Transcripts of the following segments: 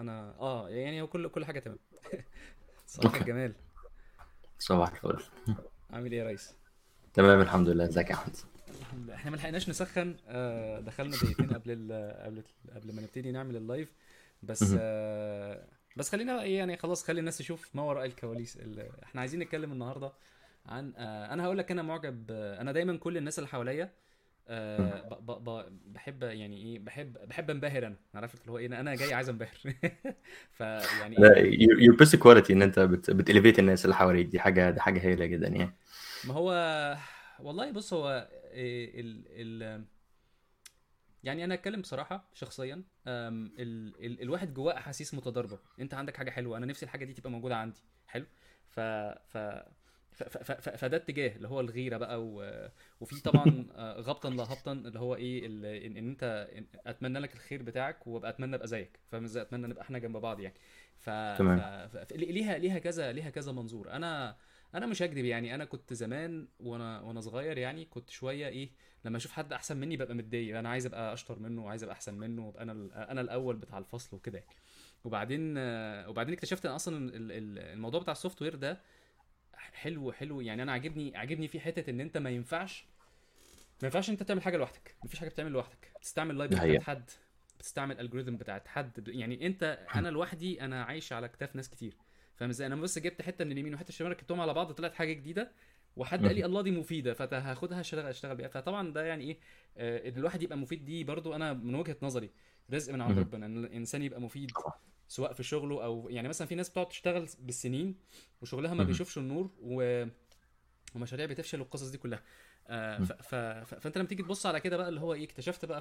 انا يعني هو كل حاجه تمام. صباح اوكي. الجمال. صباح الفل. عامل ايه يا ريس؟ تمام الحمد لله. ازيك يا احمد؟ الحمد لله. احنا ما لحقناش نسخن، دخلنا دقيقتين قبل ما نبتدي نعمل اللايف. بس مهم. بس خلينا بقى ايه يعني، خلاص خلي الناس تشوف ما وراء الكواليس. احنا عايزين نتكلم النهارده عن انا هقول لك انا معجب، انا دايما كل الناس اللي حواليا مهم. بحب يعني ايه، بحب انبهر. انا عارف اللي هو ايه، انا جاي عايز انبهر. فيعني لا، ايه. your basic quality ان انت بتelevate الناس اللي حواليك، دي حاجه هايله جدا يعني. ما هو والله بص، هو إيه ال يعني انا اتكلم بصراحه شخصيا، الواحد جواه احاسيس متضاربه. انت عندك حاجه حلوه، انا نفسي الحاجه دي تبقى موجوده عندي. حلو. ف ف فده اتجاه اللي هو الغيره بقى، وفي طبعا غبطا لا هبطا اللي هو ايه، ان انت اتمنى لك الخير بتاعك وابقى اتمنى ابقى زيك، فاهم ازاي؟ اتمنى نبقى احنا جنب بعض يعني. تمام. ليها كذا منظور. انا مش هكدب يعني، انا كنت زمان وانا صغير يعني، كنت شويه ايه، لما اشوف حد احسن مني ببقى متضايق. انا عايز ابقى اشطر منه وعايز ابقى احسن منه وابقى انا الاول بتاع الفصل وكده يعني. وبعدين اكتشفت ان اصلا الموضوع بتاع السوفت وير ده حلو يعني. انا عاجبني في حته ان انت ما ينفعش انت تعمل حاجه لوحدك. مفيش حاجه بتعمل لوحدك، بتستعمل ده لايبرري بتاعت حقيقه. حد، بتستعمل الجوريزم بتاعت حد يعني. انا لوحدي، انا عايش على كتاف ناس كتير. فاهم ازاي؟ انا بس جبت حته من اليمين وحته الشمال، ركبتهم على بعض طلعت حاجه جديده، وحد قال لي مهم. الله دي مفيده، فهاخدها اشتغل بيها. فطبعا ده يعني ايه، ان الواحد يبقى مفيد دي برضو انا من وجهه نظري رزق من عند مهم. ربنا ان الانسان يبقى مفيد، طبعا. سواء في شغله او يعني مثلا في ناس بتقعد تشتغل بالسنين وشغلها ما مهم. بيشوفش النور، ومشاريع بتفشل والقصص دي كلها. مهم. فانت لما تيجي تبص على كده بقى اللي هو ايه، اكتشفت بقى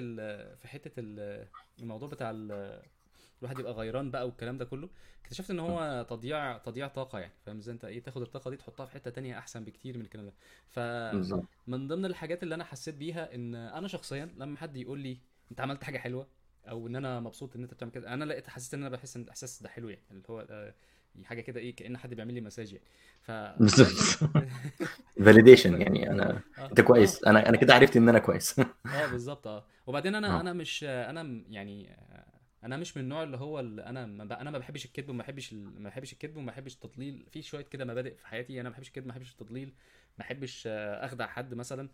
الموضوع بتاع الواحد يبقى غيران بقى والكلام ده كله. اكتشفت ان مهم. هو تضييع طاقه يعني. فاهم ازاي؟ انت ايه، تاخد الطاقه دي تحطها في حته تانية احسن بكتير من الكلام ده. بالظبط. فمن ضمن الحاجات اللي انا حسيت بيها ان انا شخصيا لما حد يقول لي انت عملت حاجه حلوه، او ان انا مبسوط ان انت بتعمل كده، انا لقيت حسيت ان انا بحس ان الاحساس ده حلو يعني، اللي هو حاجه كده ايه، كأن حد بيعمل لي مساج يعني. ولكن بالظبط. validation حرفيا. يعني انا. اه انت اه كويس، انا كده عرفت ان انا كويس. اه بالظبط. وبعدين انا اه. انا مش انا يعني انا مش من النوع اللي هو اللي انا ما بحبش الكذب وما بحبش ما بحبش الكذب وما بحبش التضليل في شويه كده مبادئ في حياتي. انا ما بحبش الكذب، ما بحبش التضليل، ما بحبش اخدع حد مثلا.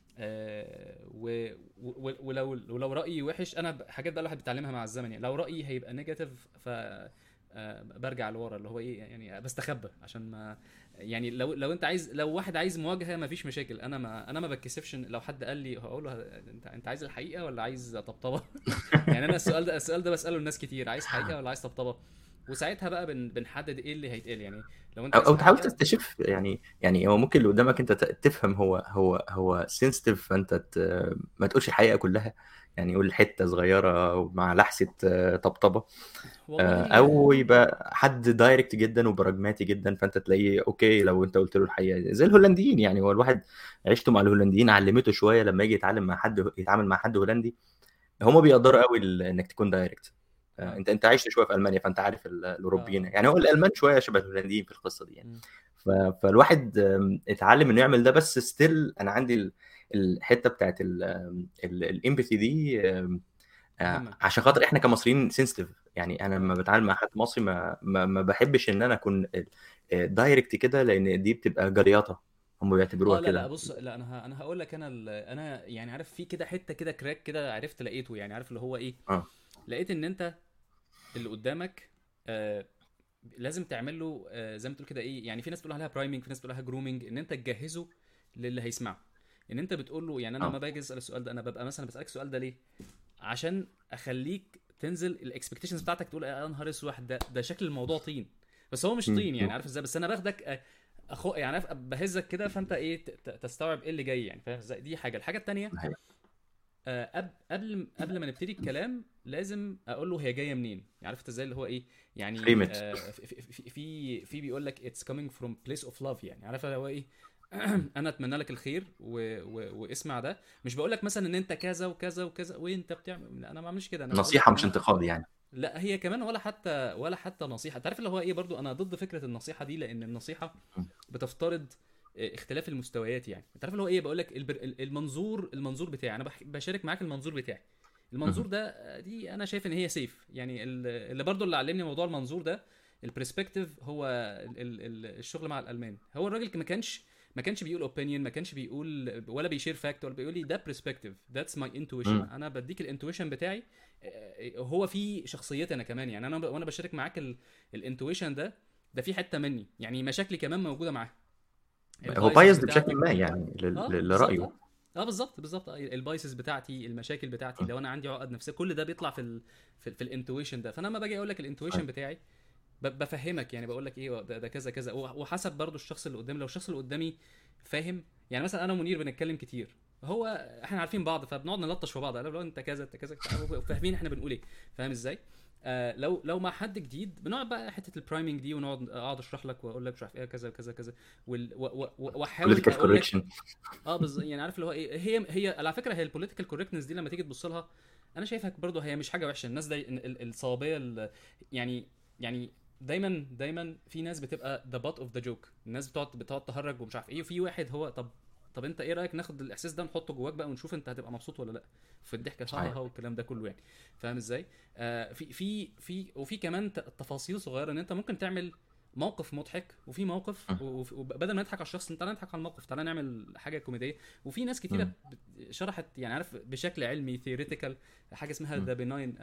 ولو رايي وحش، انا حاجات بقى الواحد بيتعلمها مع الزمن يعني. لو رايي هيبقى نيجاتيف ف برجع لورا اللي هو ايه يعني، بستخبى عشان ما يعني. لو انت عايز، لو واحد عايز مواجهه مفيش مشاكل. انا ما بتكسفش لو حد قال لي، هقول له انت عايز الحقيقه ولا عايز طبطبه؟ يعني انا السؤال ده بساله لناس كتير، عايز حقيقه ولا عايز طبطبه؟ وساعتها بقى بنحدد ايه اللي هيتقال يعني. لو انت او عايز أو تحاول حقيقه. تستشف يعني هو ممكن اللي قدامك انت تفهم هو sensitive، فانت ما تقولش الحقيقه كلها. يعني قول حته صغيره مع لحسه طبطبه. والله او يبقى حد دايركت جدا وبراجماتي جدا، فانت تلاقيه اوكي لو انت قلت له الحقيقه. زي الهولنديين يعني، هو الواحد عشته مع الهولنديين علمته شويه لما يجي يتعامل مع حد هولندي. م- هم بيقدروا قوي انك تكون دايركت. اه انت عشت شويه في المانيا، فانت عارف الاوروبيين اه يعني. هو الالمان شويه شبه الهولنديين في القصه دي يعني. م. فالواحد اتعلم انه يعمل ده، بس ستيل انا عندي الحته بتاعت الامباثي دي. مهمه. عشان خاطر احنا كمصريين سنسيتيف يعني. انا لما اه بتعامل مع حد مصري ما بحبش ان انا اكون دايركت كده، لان دي بتبقى جريطه. هم بيعتبروها لا كده. بص، لا انا هقول لك، انا يعني عارف في كده حته كده كراك كده، عرفت لقيته يعني. عارف اللي هو ايه، اه. لقيت ان انت اللي قدامك آه لازم تعمل له زي ما تقول كده ايه يعني. في ناس بتقول عليها برايمنج، في ناس بتقول عليها جرومنج، ان انت تجهزه للي هيسمعه. ان انت بتقول له يعني، انا لما اه. باجي اسال السؤال ده، انا ببقى مثلا بسالك السؤال ده ليه؟ عشان اخليك تنزل الاكسبكتيشنز بتاعتك، تقول يا نهار اسود، ده شكل الموضوع طين. بس هو مش طين يعني، عارف ازاي؟ بس انا باخدك يعني عارف بهزك كده، فانت ايه تستوعب ايه اللي جاي يعني. فاهم ازاي؟ دي حاجه. الحاجه التانيه، ده حقيقي. قبل ما نبتدي الكلام لازم اقول له هي جايه منين يعني. عرفت ازاي اللي هو ايه فريم يعني؟ ات. في بيقول لك it's coming from place of love يعني. عارف اللي هو ايه؟ انا اتمنى لك الخير واسمع ده. مش بقول لك مثلا ان انت كذا وكذا وكذا وانت بتعمل، لا، انا ما بعملش كده. انا بقول لك نصيحه ان مش انا، انتقاد يعني. لا هي كمان ولا حتى نصيحه. تعرف اللي هو ايه، برضو انا ضد فكره النصيحه دي، لان النصيحه بتفترض اختلاف المستويات يعني. انت عارف اللي هو ايه، بقول لك المنظور بتاعي، انا بشارك معاك المنظور بتاعي. المنظور ده دي انا شايف ان هي سيف يعني. اللي برضو اللي علمني موضوع المنظور ده البرسبكتيف هو الشغل مع الالمان. هو الراجل ما كانش بيقول اوبينيون، ما كانش بيقول ولا بيشير فاكت، ولا بيقول لي ده برسبكتيف، ذاتس ماي انتويشن، انا بديك الانتويشن بتاعي. هو في شخصيتي انا كمان يعني. انا وانا بشارك معاك الانتويشن ده في حته مني يعني، مشاكلي كمان موجوده معاه، هو البايسز بايظ بشكل بتاعتي. ما يعني اه بالظبط لرايه. اه. اه بالظبط البايسز بتاعتي، المشاكل بتاعتي، لو انا عندي عقد نفسيه، كل ده بيطلع في الانتويشن ده. فانا لما باجي اقول لك الانتويشن بتاعي بفهمك يعني، بقول لك ايه ده كذا كذا، وحسب برضو الشخص اللي قدامي. لو الشخص اللي قدامي فاهم يعني، مثلا انا ومنير بنتكلم كتير، هو احنا عارفين بعض فبنقعد نلطش في بعض، لو انت كذا انت كذا فاهمين احنا بنقول ايه، فاهم ازاي. لو مع حد جديد بنقعد بقى حته البرايمنج دي، اقعد اشرح لك واقول لك مش عارف ايه كذا كذا كذا، واحاول political اقول لك. correction. اه يعني عارف اللي هو ايه، هي على فكره، هي البوليتيكال كوركتنس دي لما تيجي تبص لها، انا شايفها برضو هي مش حاجه وحشه. الناس دي الصوابيه يعني دايما في ناس بتبقى ذا بات اوف ذا جوك، الناس بتقعد تهرج ومش عارف ايه، وفي واحد هو طب انت ايه رايك ناخد الاحساس ده نحطه جواك بقى ونشوف انت هتبقى مبسوط ولا لا في الضحكه، ها ها صحيح. ها والكلام ده كله يعني. فاهم ازاي. وفي كمان تفاصيل صغيره، ان انت ممكن تعمل موقف مضحك، وفي موقف وبدل ما نضحك على الشخص تعالى نضحك على الموقف، تعالى نعمل حاجه كوميديه. وفي ناس كتيره شرحت يعني، عارف بشكل علمي ثيوريتيكال، حاجه اسمها ذا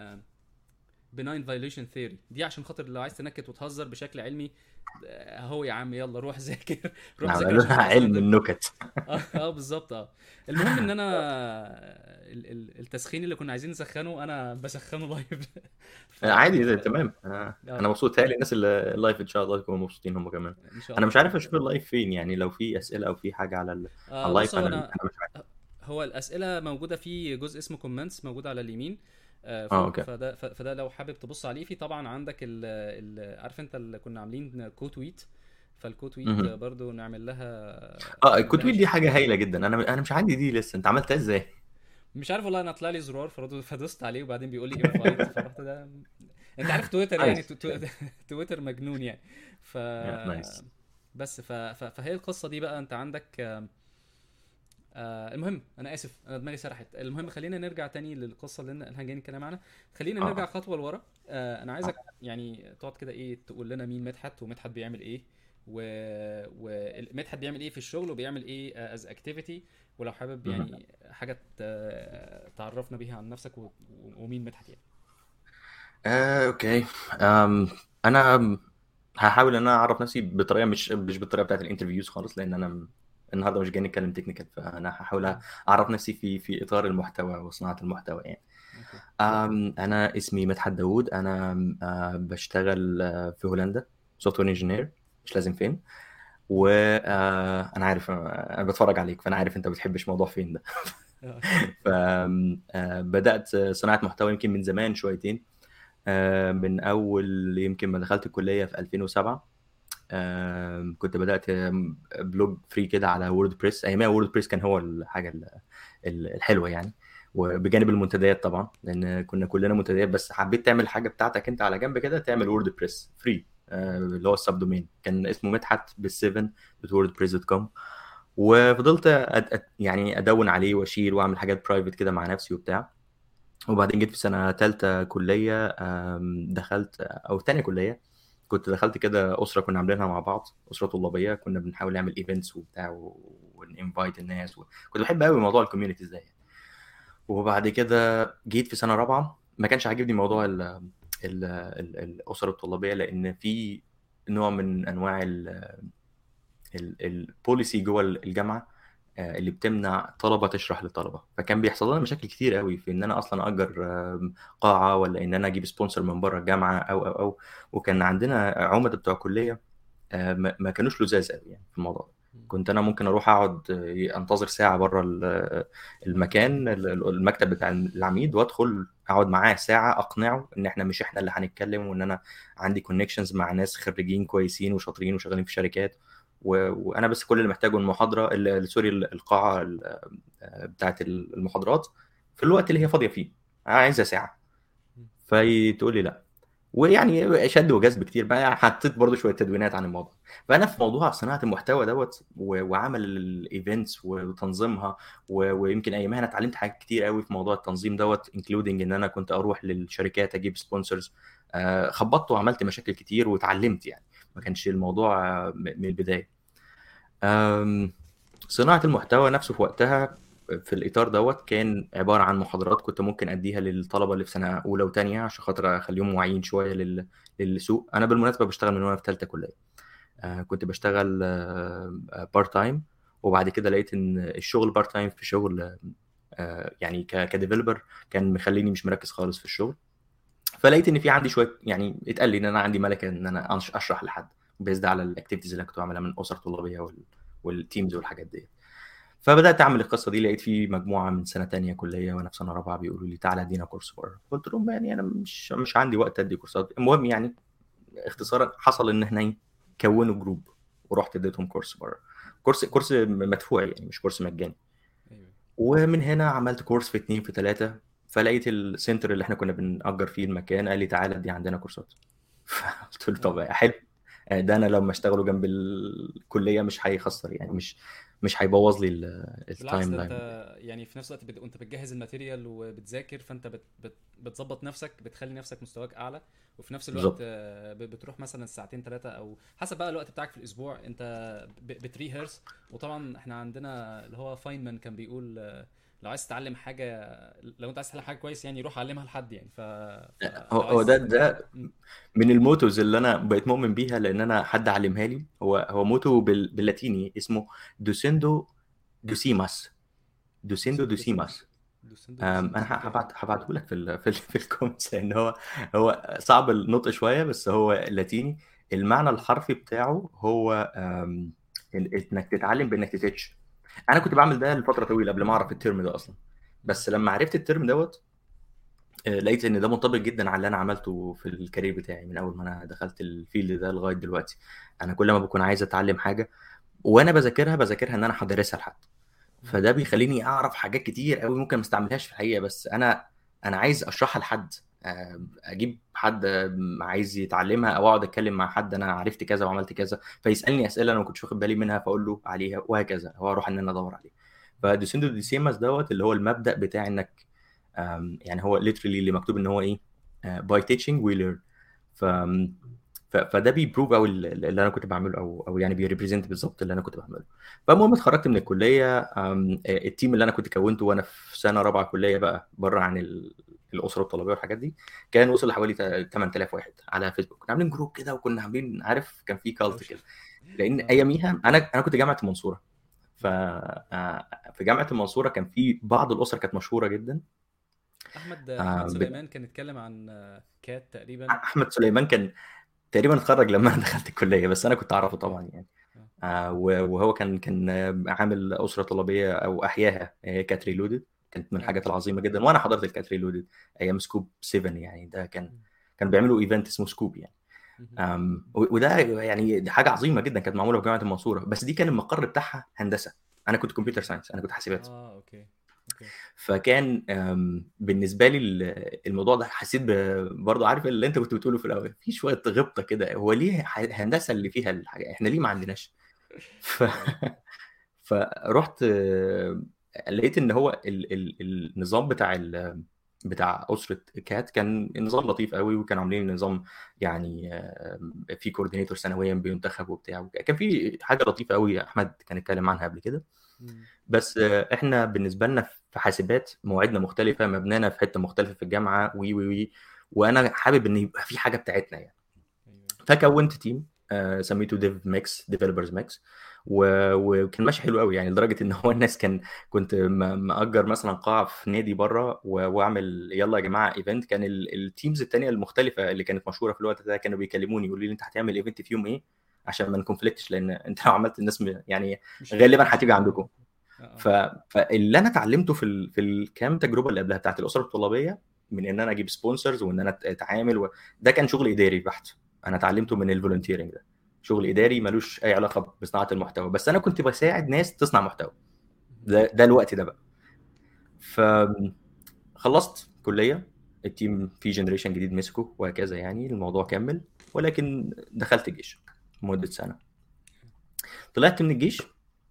بناين فايوليشن ثيوري دي، عشان خاطر لو عايز تنكت وتهزر بشكل علمي، اهو يا عم يلا روح ذاكر روح ذاكر عشان عملوها في الاسئله علم ده. النكت. بالظبط اه. المهم ان انا التسخين اللي كنا عايزين نسخنه انا بسخنه لايف. عادي زي تمام. انا اه مبسوط. تهيألي الناس اللي اللايف ان شاء الله يكونوا مبسوطين هم كمان. ان شاء انا الله مش عارف باذن اشوف اللايف فين يعني، لو في اسئله او في حاجه على على بص اللايف هو انا انا مش عارف. هو الاسئله موجوده في جزء اسمه كومنتس موجود على اليمين فوق. اوكي. فده لو حابب تبص عليه، في طبعا عندك عارف انت اللي كنا عاملين كوتويت، فالكوتويت مهم. برضو نعمل لها الكوتويت دي حاجه هايله جدا. انا مش عندي دي لسه. انت عملتها ازاي؟ مش عارف والله، انا طلع لي زرار فدوست عليه وبعدين بيقول لي انفايت، فرحت ده. انت عارف تويتر يعني نايس. تويتر مجنون يعني. ف نايس. بس فهي القصه دي بقى. انت عندك المهم انا اسف انا دماغي سرحت. المهم خلينا نرجع تاني للقصه اللي احنا جايين نتكلم عنها. خلينا نرجع اه خطوه لورا. انا اه عايزك يعني تقعد كده ايه، تقول لنا مين مدحت، ومدحت بيعمل ايه، ومدحت بيعمل ايه في الشغل، وبيعمل ايه از اكتيفيتي. ولو حابب مهم. يعني حاجه تعرفنا بيها عن نفسك ومين مدحت يعني. اوكي. انا هحاول ان انا اعرف نفسي بطريقه مش بالطريقه بتاعت الانترفيوز خالص، لان انا النهارده مش جاي نتكلم تكنيكال. فانا هحاول مم. اعرف نفسي في اطار المحتوى وصناعه المحتوى يعني. اوكي. انا اسمي مدحت داوود. انا بشتغل في هولندا سوفت وير انجينير، مش لازم فين. وانا عارف انا بتفرج عليك، فانا عارف انت بتحبش موضوع فين ده. آه. فبدات صناعه محتوى يمكن من زمان شويتين. من اول يمكن ما دخلت الكليه في 2007. كنت بدات بلوج فري كده على ووردبريس. ايامها ووردبريس كان هو الحاجه الحلوه يعني، وبجانب المنتديات طبعا، لان كنا كلنا منتديات. بس حبيت تعمل حاجه بتاعتك انت على جنب كده، تعمل ووردبريس فري اللي هو السب دومين كان اسمه مدحت بال7.wordpress.com. وفضلت يعني ادون عليه واشيل واعمل حاجات برايفت كده مع نفسي وبتاع. وبعدين جيت في سنه ثالثه كليه، دخلت او ثانيه كليه، كنت دخلت كده اسره كنا عاملينها مع بعض، اسره طلابيه. كنا بنحاول نعمل ايفنتس وبتاع ونinvite الناس كنت بحب قوي موضوع الكوميونتيز ده يعني. وبعد كده جيت في سنه رابعه، ما كانش عاجبني موضوع الاسر الطلابيه، لان في نوع من انواع البوليسي جوه الجامعه اللي بتمنع طلبه تشرح للطلبه. فكان بيحصل لنا مشاكل كتير قوي في ان انا اصلا اجر قاعه، ولا ان انا اجيب سبونسر من بره الجامعه او. وكان عندنا عملاء بتوع كليه ما كانوش لزاز قوي يعني في الموضوع ده. كنت انا ممكن اروح اقعد انتظر ساعه بره المكان المكتب بتاع العميد، وادخل اقعد معاه ساعه اقنعه ان احنا مش احنا اللي هنتكلم، وان انا عندي كونكشنز مع ناس خريجين كويسين وشاطرين وشغالين في شركات. وانا بس كل اللي محتاجه المحاضره سوري القاعه بتاعت المحاضرات في الوقت اللي هي فاضيه فيه، عايزه ساعه. فتقول لي لا. ويعني شد وجذب كتير بقى، حطيت برضو شويه تدوينات عن الموضوع. فانا في موضوع صناعه المحتوى دوت وعمل الايفنتس وتنظيمها، ويمكن ايامها انا اتعلمت حاجات كتير قوي في موضوع التنظيم دوت، انكلودنج ان انا كنت اروح للشركات اجيب سبونسرز. خبطت وعملت مشاكل كتير واتعلمت يعني، ما كانش الموضوع من البدايه. آم، صناعه المحتوى نفسه في وقتها في الاطار دوت كان عباره عن محاضرات كنت ممكن اديها للطلبه اللي في سنه اولى وثانيه عشان خاطر اخليهم واعيين شويه للسوق. انا بالمناسبه بشتغل من وانا في ثالثه كليه. كنت بشتغل بارت تايم، وبعد كده لقيت ان الشغل بارت تايم في شغل يعني كديفلوبر كان مخليني مش مركز خالص في الشغل. فلقيت ان في عندي شويه، يعني اتقال لي ان انا عندي ملكه ان انا اشرح لحد بيزد على الاكتيفيتيز اللي كنت بعملها من اسر طلابيه والتيمز والحاجات دي. فبدات اعمل القصه دي، لقيت في مجموعه من سنه تانية كليه وانا في سنه رابعه بيقولوا لي تعالى ادينا كورس بره. قلت لهم يعني انا مش عندي وقت ادي كورسات. المهم يعني اختصارا حصل ان احنا كونوا جروب ورحت اديتهم كورس بره. كورس مدفوع يعني، مش كورس مجاني. ايوه. ومن هنا عملت كورس في اتنين في تلاتة. فلقيت السنتر اللي احنا كنا بنأجر فيه المكان قال لي تعالى دي عندنا كورسات. فقلت له طب اه حلو. ده انا لما اشتغله جنب الكليه مش هيخسر يعني، مش هيبوظ لي بالعكس، التايم ده انت لاين. يعني في نفس الوقت وانت بتجهز الماتيريال وبتذاكر، فانت بتظبط نفسك، بتخلي نفسك مستواك اعلى. وفي نفس الوقت بالظبط. بتروح مثلا ساعتين ثلاثه او حسب بقى الوقت بتاعك في الاسبوع، انت بتريهرس. وطبعا احنا عندنا اللي هو فاينمان كان بيقول لو عايز تتعلم حاجه، لو انت عايز تتعلم حاجه كويس يعني روح علمها لحد يعني. هو فلو هو ده عايز ده من الموتوز اللي انا بقيت مؤمن بيها، لان انا حد علمها لي. هو موتو باللاتيني اسمه دوسيندو دوسيماس. دوسيندو دوسندو دوسيماس. دوسندو دوسيماس، انا اوكي. هبعته لك في الكومنتس، لان هو صعب النطق شويه، بس هو لاتيني. المعنى مم. الحرفي بتاعه هو انك تتعلم بانك تتش. انا كنت بعمل ده لفتره طويله قبل ما اعرف الترم ده اصلا. مم. بس لما عرفت الترم دوت لقيت ان ده منطبق جدا على اللي انا عملته في الكارير بتاعي من اول ما انا دخلت الفيلد ده لغايه دلوقتي. انا كل ما بكون عايز اتعلم حاجه وانا بذاكرها ان انا هدرسها لحد. مم. فده بيخليني اعرف حاجات كتير قوي ممكن ما استعملهاش في الحقيقه، بس انا عايز اشرحها لحد. اجيب حد عايز يتعلمها، او اقعد اتكلم مع حد انا عرفت كذا وعملت كذا فيسالني اسئله انا ما كنتش واخد بالي منها فاقول له عليها، وهكذا هو اروح ان انا ادور عليه. فديسندو ديسيماس دوت اللي هو المبدا بتاع انك يعني هو literally اللي مكتوب ان هو ايه by teaching we learn. ف فده بيبروف او اللي انا كنت بعمله، او يعني بيريبريزنت بالظبط اللي انا كنت بعمله. فالمهم اتخرجت من الكليه. التيم اللي انا كنت كونته وانا في سنه رابعه كليه بقى بره عن الاسره الطلابيه والحاجات دي، كان وصل لحوالي 8000 واحد على فيسبوك. كنا عاملين جروب كده وكنا عاملين، عارف، كان في كالت دوشه. كده. لان اه. اياميها انا كنت جامعه المنصوره. ف مم. في جامعه المنصوره كان في بعض الاسر كانت مشهوره جدا. احمد بت- سليمان كان اتكلم عن كات تقريبا. احمد سليمان كان تقريبا اتخرج لما انا دخلت الكليه، بس انا كنت اعرفه اوكي. طبعا يعني. اه. وهو كان عامل اسره طلابيه او احياها، هي كانت ريلودد. كانت من اه. الحاجات العظيمه جدا، وانا حضرت الكات ريلودد ايام سكوب 7 يعني. ده مم. كان بيعملوا ايفنت اسمه سكوب يعني. مهم. وده يعني دي حاجه عظيمه جدا كانت معموله في جامعه المنصوره، بس دي كان المقر بتاعها هندسه. انا كنت كمبيوتر ساينس، انا كنت حاسبات. اه اوكي. اوكي. فكان بالنسبه لي الموضوع ده حسيت برضه، عارف اللي انت كنت بتقوله في الاول، في شويه غبطه كده. هو ليه هندسه اللي فيها الحاجه، احنا ليه ما عندناش؟ ف... ايوه. فرحت لقيت ان هو النظام بتاع اسره كات كان نظام لطيف قوي، وكانوا عاملين نظام يعني في كوردينيتور سنويا بينتخب وبتاع. كان في حاجه لطيفه قوي احمد كان اتكلم عنها قبل كده. مم. بس احنا بالنسبه لنا في حاسبات مواعيدنا مختلفه، مبنانا في حته مختلفه في الجامعه، وي وي وي وانا حابب ان يبقى في حاجه بتاعتنا يعني. ايوه. فكونت تيم سميته ديف ميكس، ديفلوبرز ميكس. وكان ماشي حلو قوي يعني، لدرجه ان هو الناس كنت مأجر مثلا قاعه في نادي بره واعمل يلا يا جماعه ايفنت. كان التيمز التانيه المختلفه اللي كانت مشهوره في الوقت ده كانوا بيكلموني يقولوا لي انت هتعمل ايفنت في يوم ايه عشان ما نكونفليكتش، لان انت لو عملت الناس يعني مش غالبا مش هتيجي هيجوا. عندكم. اه. اه. ف... فاللي انا اتعلمته في الكام تجربه اللي قبلها بتاعت الاسره الطلابيه، من ان انا اجيب سبونسرز وان انا اتعامل ده كان شغل اداري بحت. انا اتعلمته من الفولنتيرنج ده. شغل اداري ملوش اي علاقه بصناعه المحتوى، بس انا كنت بساعد ناس تصنع محتوى. مهم. ده الوقت ده بقى. فخلصت كليه. التيم في جنريشن جديد مسكه وهكذا، يعني الموضوع كمل. ولكن دخلت الجيش مدة سنة. طلعت من الجيش.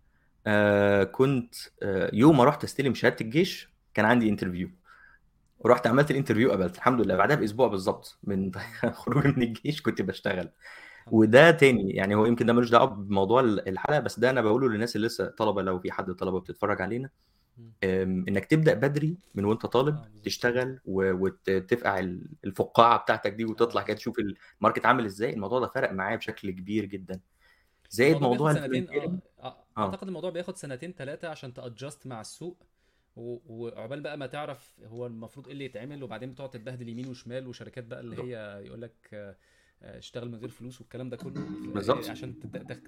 كنت يوم ما رحت استلم شهادة الجيش كان عندي انترفيو، ورحت عملت الانترفيو، قبلت الحمد لله. بعدها باسبوع بالظبط من مم. خروجي من الجيش كنت بشتغل. الحمد لله. وده تاني يعني، هو يمكن ده ملوش دعوه بموضوع الحلقه، بس ده انا بقوله للناس اللي لسه طلبه، لو في حد طلبه بتتفرج علينا. مم. انك تبدا بدري من وانت طالب اه بالظبط. تشتغل وتفقع الفقاعه بتاعتك دي، اه وتطلع كده بالظبط. تشوف الماركت عامل ازاي. الموضوع ده فرق معايا بشكل كبير جدا. زائد الموضوع بياخد موضوع سنتين، الفولنتيرنج. اه اعتقد الموضوع بياخد سنتين ثلاثة عشان تادجست مع السوق، وعقبال بقى ما تعرف هو المفروض ايه اللي يتعمل، وبعدين بتقعد تتبهدل يمين وشمال، وشركات بقى اللي هي يقول لك اشتغل من غير فلوس والكلام ده كله، بالظبط. عشان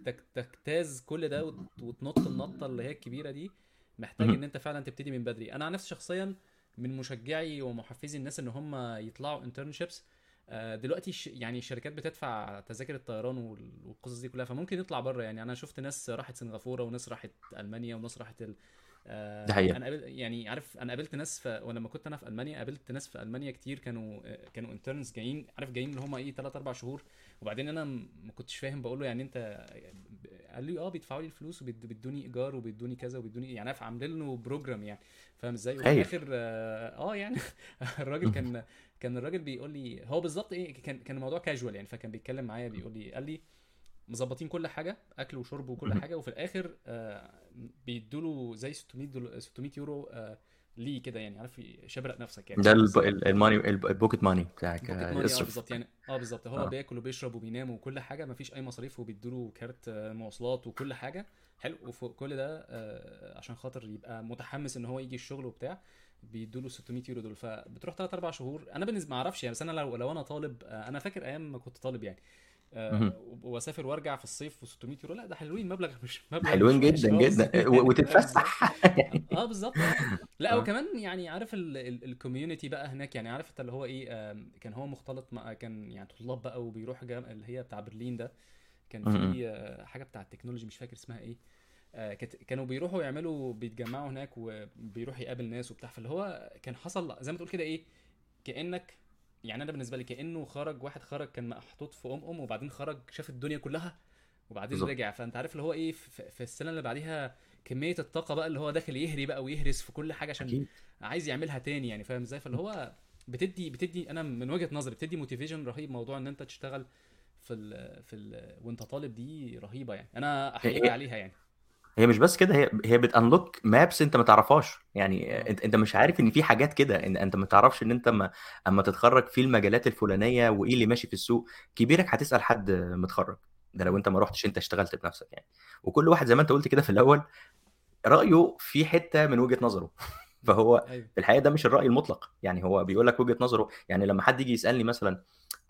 تجتاز كل ده وتنط النطة اللي هي الكبيرة دي. محتاج ان مهم. انت فعلا تبتدي من بدري. انا عن نفسي شخصيا من مشجعي ومحفزي الناس ان هم يطلعوا انترنشيبس. دلوقتي يعني الشركات بتدفع تذاكر الطيران والقصص دي كلها، فممكن يطلع بره. يعني انا شفت ناس راحت سنغافوره، وناس راحت المانيا، وناس راحت ده حقيقه. انا يعني عارف، انا قابلت ناس ولما كنت انا في المانيا قابلت ناس في المانيا كتير كانوا كانوا انترنز جايين، عارف جايين اللي هم ايه 3 4 شهور. وبعدين انا ما كنتش فاهم، بقول له يعني انت، قال لي اه بيدفعوا لي الفلوس وبيدوني ايجار وبيدوني كذا وبيدوني، يعني عارف عاملين له بروجرام يعني. فاهم ازاي؟ وفي هايل. الاخر يعني الراجل كان الراجل بيقول لي هو بالظبط ايه، كان الموضوع كاجوال يعني. فكان بيتكلم معايا بيقول لي، قال لي مظبطين كل حاجه، اكل وشرب وكل مهم. حاجه، وفي الاخر بيدوا له زي 600 يورو ليه كده يعني، عارف شبرق نفسك يعني، ده فاهم ازاي؟ الماني، البوكيت ماني بتاعك، بوكيت ماني، اه اصرف. بالظبط يعني، اه بالظبط. هو اه. بياكل وبيشرب وبينام وكل حاجه، مفيش اي مصاريف، وبيدوا له كارت مواصلات وكل حاجه. حلو. وفوق كل ده عشان خاطر يبقى متحمس ان هو يجي الشغل وبتاع، بيدوا له 600 يورو دول. فبتروح 3 4 شهور. انا بالنسبه ما اعرفش يعني، بس انا لو انا طالب، انا فاكر ايام ما كنت طالب يعني، مهم. واسافر وارجع في الصيف و600 يورو، لا ده حلوين، مبلغ مش حلوين وحش جدا خالص جدا، يعني، فاهم ازاي؟ وتتفسح. اه بالظبط اه. لا اه. وكمان يعني عارف الكوميونتي بقى هناك، يعني عارف انت اللي هو ايه، كان هو مختلط مع، كان يعني طلاب بقى، وبيروح اللي هي بتاع برلين ده. كان مهم. في حاجه بتاع التكنولوجي مش فاكر اسمها ايه. كانوا بيروحوا يعملوا، بيتجمعوا هناك وبيروح يقابل ناس وبتاع. فاللي هو كان حصل زي ما تقول كده ايه، كانك، يعني انا بالنسبه لي كانه خرج واحد، خرج كان محطوط في وبعدين خرج شاف الدنيا كلها، وبعدين بالظبط. رجع. فانت عارف اللي هو ايه، في السنه اللي بعديها كميه الطاقه بقى اللي هو داخل يهري بقى ويهرس في كل حاجه عشان اكيد. عايز يعملها تاني يعني، فاهم ازاي؟ فاللي هو بتدي انا من وجهه نظري بتدي موتيفيشن رهيب، موضوع ان انت تشتغل وانت طالب، دي رهيبه يعني، انا احييك هي عليها يعني. هي مش بس كده، هي بتانلوك مابس انت ما تعرفهاش. يعني اه انت مش عارف ان في حاجات كده، ان انت ما تعرفش ان انت اما تتخرج في المجالات الفلانيه وايه اللي ماشي في السوق. كبيرك هتسال حد متخرج، ده لو مم. انت ما رحتش انت اشتغلت بنفسك يعني. وكل واحد زي ما انت قلت كده في الاول، رايه في حته من وجهه نظره. مم. فهو ايوه. في الحقيقه ده مش الراي المطلق، يعني هو بيقول لك وجهه نظره. يعني لما حد يجي يسالني مثلا،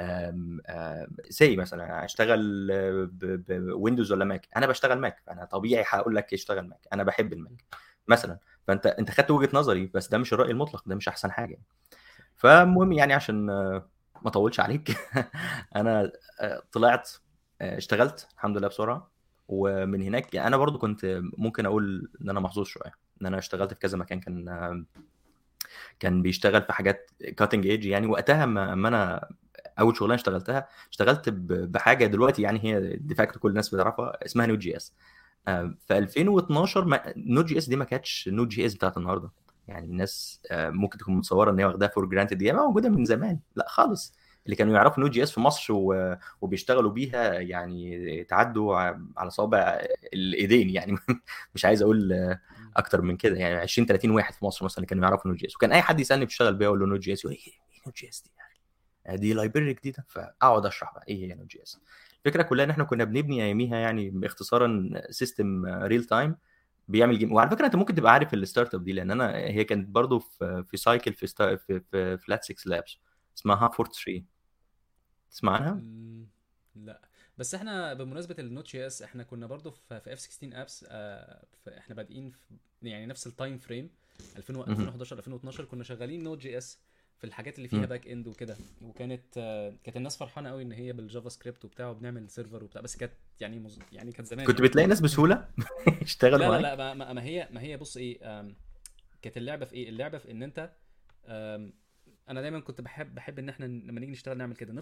سي مثلا اشتغل بويندوز ولا ماك، انا بشتغل ماك، انا طبيعي هقول لك اشتغل ماك، انا بحب مم. الماك مثلا. فانت خدت وجهه نظري، بس ده مش الراي المطلق، ده مش احسن حاجه يعني. صح. فالمهم يعني عشان ما اطولش عليك. مم. انا طلعت، اشتغلت الحمد لله بسرعه. ومن هناك يعني انا برضو كنت ممكن اقول ان انا محظوظ شويه، ان انا مم. اشتغلت في كذا مكان. كان بيشتغل في حاجات كاتنج ايدج يعني. وقتها ما انا اول شغلانه اشتغلتها، اشتغلت بحاجه دلوقتي يعني هي ديفاكتو كل الناس بتعرفها، اسمها نود جي اس. مم. في 2012 نود جي اس دي ما كانتش نود جي اس بتاعت النهارده. يعني الناس ممكن تكون متصوره ان هي واخداها فور جرانتد، هي موجوده من زمان، لا خالص. اللي كانوا يعرفوا نود جي اس في مصر وبيشتغلوا بيها يعني تعدوا على صوابع الايدين يعني. مش عايز اقول مم. اكتر من كده، يعني 20 30 واحد في مصر مثلا اللي كانوا يعرفوا نود جي اس. وكان اي حد يسالني بشتغل بيها اقول له نود جي اس، يقول ايه نود جي اس دي؟ دي لايبرري جديده. فاقعد اشرح بقى ايه هي نود جي اس. الفكره كلها ان احنا كنا بنبني اياميها يعني باختصارا سيستم ريل تايم بيعمل جيم. وعلى فكره انت ممكن تبقى عارف الستارت اب دي، لان انا هي كانت برضو في سايكل في فلات 6 لابس، اسمها هافورد 3. تسمع عنها؟ مم. لا. بس احنا بمناسبه النوت جي اس، احنا كنا برضو في اف 16 ابس، احنا بادئين في يعني نفس التايم فريم 2000 مهم. 2011 2012 كنا شغالين نوت جي اس في الحاجات اللي فيها مم. باك اند وكده. وكانت كانت الناس فرحانه قوي ان هي بالجافا سكريبت وبتاع، وبنعمل سيرفر وبتاع. بس كانت يعني يعني كانت زمان كنت يعني. بتلاقي ناس بسهوله يشتغلوا لا لا لا، معاك. ما هي بص ايه، كانت اللعبه في ايه، اللعبه في ان انت، انا دايما كنت بحب ان احنا لما نيجي نشتغل نعمل كده،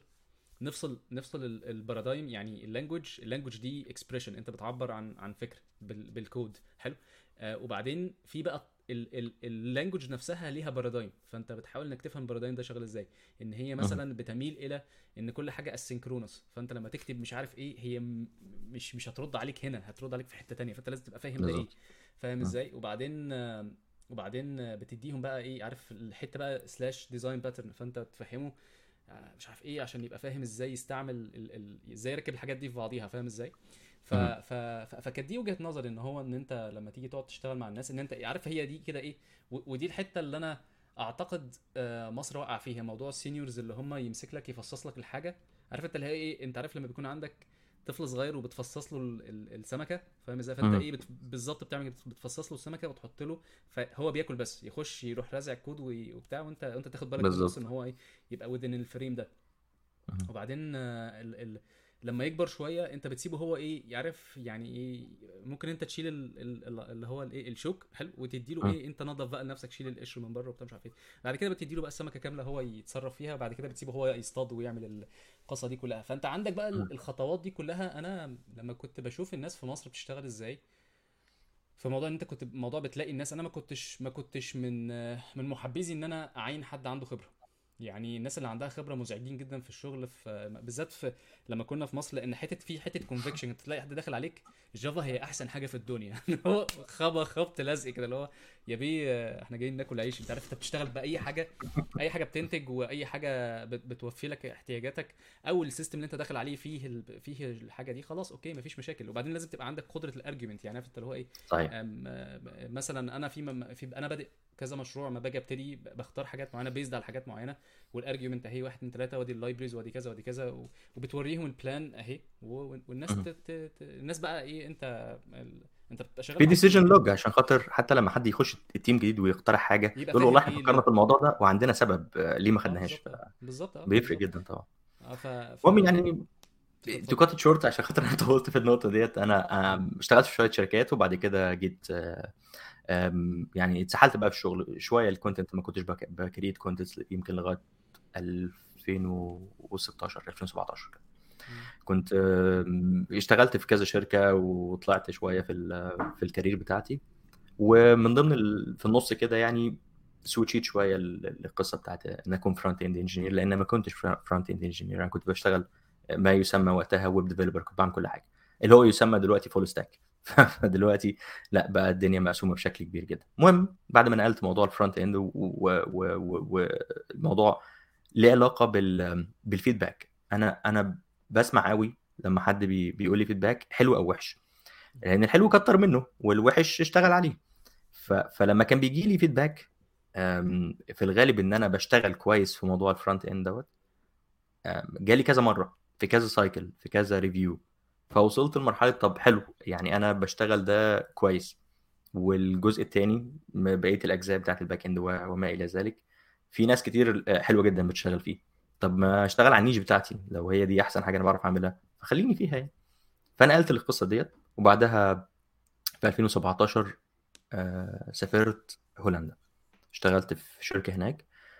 نفصل البارادايم. يعني اللانجوج دي اكسبريشن، انت بتعبر عن فكره بالكود، حلو. وبعدين في بقى اللانجوج نفسها ليها بارادايم، فانت بتحاول انك تفهم البارادايم ده شغال ازاي. ان هي مهم. مثلا بتميل الى ان كل حاجه اسynchronous، فانت لما تكتب مش عارف ايه، هي مش هترد عليك هنا، هترد عليك في حته تانية، فانت لازم تبقى فاهم ده ايه. بالظبط. فاهم مهم. ازاي؟ وبعدين بتديهم بقى ايه، عارف الحته بقى سلاش ديزاين باترن، فانت تفهمه مش عارف ايه، عشان يبقى فاهم ازاي يستعمل ازاي يركب الحاجات دي في بعضيها، فاهم ازاي؟ مهم. فكانت دي وجهة نظري، ان هو ان انت لما تيجي تقعد تشتغل مع الناس، ان انت عارف هي دي كده ايه. ودي الحته اللي انا اعتقد مصر وقع فيها، موضوع السينيورز اللي هم يمسك لك يفصص لك الحاجه. عارف انت اللي هي ايه، انت عارف لما بيكون عندك طفل صغير وبتفصص له السمكه، فاهم ازاي؟ فانت مهم. ايه بالظبط بتعمل بتفصص له السمكه وتحط له، فهو بياكل بس، يخش يروح رازع الكود وبتاع، وانت تاخد بالك بالنص ان بالظبط. هو ايه، يبقى within الفريم ده. مهم. وبعدين لما يكبر شويه انت بتسيبه هو ايه، يعرف يعني ايه. ممكن انت تشيل اللي هو الايه الشوك، حلو، وتدي له مهم. ايه، انت نظف بقى لنفسك، شيل القشر من بره وبتاع مش عارف ايه. بعد كده بتدي له بقى السمكه كامله هو يتصرف فيها، وبعد كده بتسيبه هو يصطاد ويعمل القصه دي كلها. فانت عندك بقى مهم. الخطوات دي كلها. انا لما كنت بشوف الناس في مصر بتشتغل ازاي في موضوع ان انت كنت موضوع بتلاقي الناس، انا ما كنتش من محبذي ان انا اعين حد عنده خبره. يعني الناس اللي عندها خبره مزعجين جدا في الشغل، بالذات لما كنا في مصر، لان حته كونفكشن، انت تلاقي حد داخل عليك جافا هي احسن حاجه في الدنيا اللي هو خبط لزق كده، اللي هو يا بيه احنا جايين ناكل عيش. انت عارف انت بتشتغل باي حاجه، اي حاجه بتنتج، واي حاجه بتوفي لك احتياجاتك، او السيستم اللي انت داخل عليه فيه الحاجه دي، خلاص اوكي مفيش مشاكل. وبعدين لازم تبقى عندك قدره الارجيومنت، يعني عارف انت اللي هو ايه. صحيح. مثلا انا انا بادئ كذا مشروع، ما باجي ابتدي بختار حاجات معينه بيزد على حاجات معينه، والارجيومنت اهي 1 2 3، وادي اللايبريز، وادي كذا وادي كذا، وبتوريهم البلان اهي، والناس مهم. الناس بقى ايه، انت بتبقى شغال في مع تيم ديسيجن يعني، لوج عشان خاطر حتى لما حد يخش التيم جديد ويقترح حاجه يبقى يقول له والله فاهم احنا ايه فكرنا في الموضوع ده وعندنا سبب ليه ما خدناهاش. بالظبط بالظبط بيفرق بالظبط. جدا طبعا. اه المهم يعني تو اتفضل. كات شورت عشان خاطر انا طولت في النقطه ديت. انا مم. اشتغلت في شويه شركات وبعد كده جيت يعني اتسحلت بقى في الشغل شويه الكونتنت. ما كنتش بكريت كونتنت يمكن لغايه 2016 2017 كده. مم. كنت اشتغلت في كذا شركه وطلعت شويه في الكارير بتاعتي. ومن ضمن في النص كده يعني سويتشيت شويه القصه بتاعت ان اكون فرونت اند انجينير، لان ما كنتش فرونت اند انجينير. انا كنت بشتغل ما يسمى وقتها ويب ديفلوبر، كنت بعمل كل حاجه اللي هو يسمى دلوقتي فول ستاك. فدلوقتي لا، بقى الدنيا مقسومه بشكل كبير جدا. المهم بعد ما نقلت موضوع الفرونت اند والموضوع ليه علاقه بالفيدباك. انا بسمع قوي لما حد بيقول لي فيدباك حلو او وحش، لان الحلو كتر منه والوحش اشتغل عليه. فلما كان بيجي لي فيدباك في الغالب ان انا بشتغل كويس في موضوع الفرونت اند دوت، جالي كذا مره في كذا سايكل في كذا ريفيو. فوصلت لمرحله طب حلو، يعني انا بشتغل ده كويس، والجزء الثاني بقيه الاجزاء بتاعت الباك اند وما الى ذلك في ناس كتير حلوه جدا بتشتغل فيه. طب ما اشتغل على النيش بتاعتي لو هي دي احسن حاجه انا بعرف اعملها، فخليني فيها يعني. فنقلت القصه ديت، وبعدها في 2017 سافرت هولندا، اشتغلت في شركة هناك.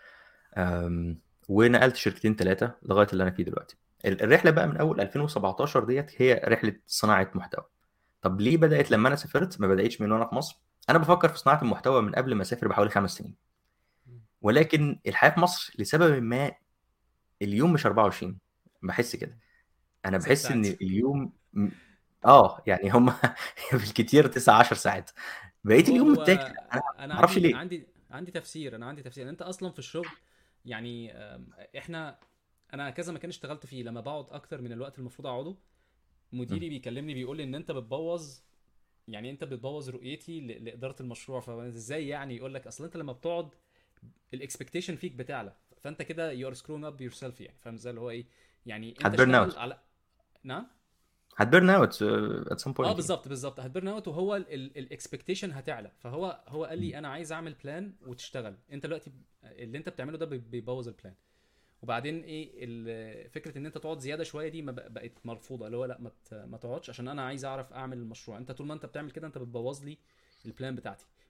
آم، ونقلت شركتين ثلاثة لغاية اللي أنا فيه دلوقتي. الرحلة بقى من أول 2017 ديت هي رحلة صناعة محتوى. طب ليه بدأت لما أنا سافرت، ما بدأتش من وأنا في مصر؟ أنا بفكر في صناعة المحتوى من قبل ما أسافر بحوالي 5 سنين، مم. ولكن الحياة في مصر لسبب ما اليوم مش 24. بحس كده، أنا ست بحس إن ساعات اليوم يعني هم بالكتير 9 10 ساعات، بقية هو اليوم هو متاكل. أنا انا ما أعرفش عندي ليه. عندي عندي تفسير، انت اصلا في الشغل يعني احنا انا كذا مكان اشتغلت فيه، لما بقعد اكتر من الوقت المفروض اقعده، م. مديري بيكلمني بيقول لي ان انت بتبوظ، يعني انت بتبوظ رؤيتي لاداره المشروع. فازاي يعني؟ يقول لك اصل انت لما بتقعد الاكسبكتيشن فيك بتعلى، فانت كده يو ار سكرون اب يور سيلف، يعني فاهم ازاي اللي هو ايه. يعني انت هتبرن اشتغل اوت. على، نعم. هتبرن اوت at some اه point يعني. بالظبط هتبرن اوت، وهو الاكسبكتيشن هتعلى. فهو قال م. لي انا عايز اعمل بلان وتشتغل انت دلوقتي، اللي انت بتعمله ده بيبوظ البلان. وبعدين ايه فكره ان انت تقعد زياده شويه دي ما بقت مرفوضه، اللي هو لا ما تقعدش، عشان انا عايز اعرف اعمل المشروع. انت طول ما انت بتعمل كده انت بتبوظ لي البلان بتاعتي.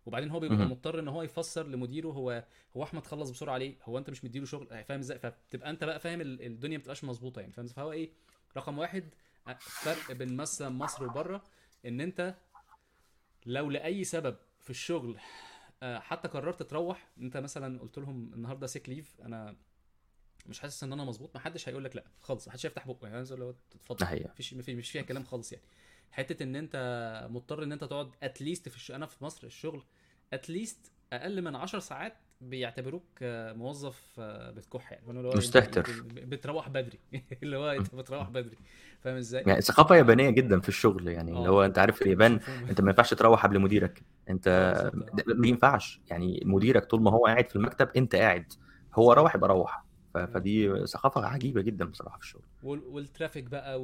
وبعدين هو بيبقى مهم. مضطر ان هو يفسر لمديره، هو احمد خلص بسرعه ليه، هو انت مش مديله شغل، فاهم ازاي؟ فبتبقى انت بقى فاهم الدنيا ما بتبقاش مظبوطه يعني، فاهم إزاي؟ فهو ايه، رقم واحد، فرق بين مثلا مصر وبره، ان انت لو لاي سبب في الشغل حتى قررت تروح، انت مثلا قلت لهم النهارده سيك ليف، انا مش حاسس ان انا مظبوط، محدش هيقول لك لا خالص، محدش هيفتح بقه يعني، لو اتفضل، ده حقيقة. مش فيها كلام خالص يعني. حته ان انت مضطر ان انت تقعد اتليست انا في مصر الشغل اتليست اقل من 10 ساعات بيعتبروك موظف بتكح يعني، اللي هو انت مستهتر. بتروح بدري اللي هو انت بتروح بدري، فاهم ازاي؟ يعني ثقافة يابانية جدا في الشغل، يعني اللي هو انت عارف في مش اليابان مفهوم انت ما ينفعش تروح قبل مديرك. انت بالظبط ما ينفعش، يعني مم. مديرك طول ما هو قاعد في المكتب انت قاعد، هو صحيح. روح يبقى روح. آه. فدي ثقافة عجيبة جدا بصراحة في الشغل. والترافيك بقى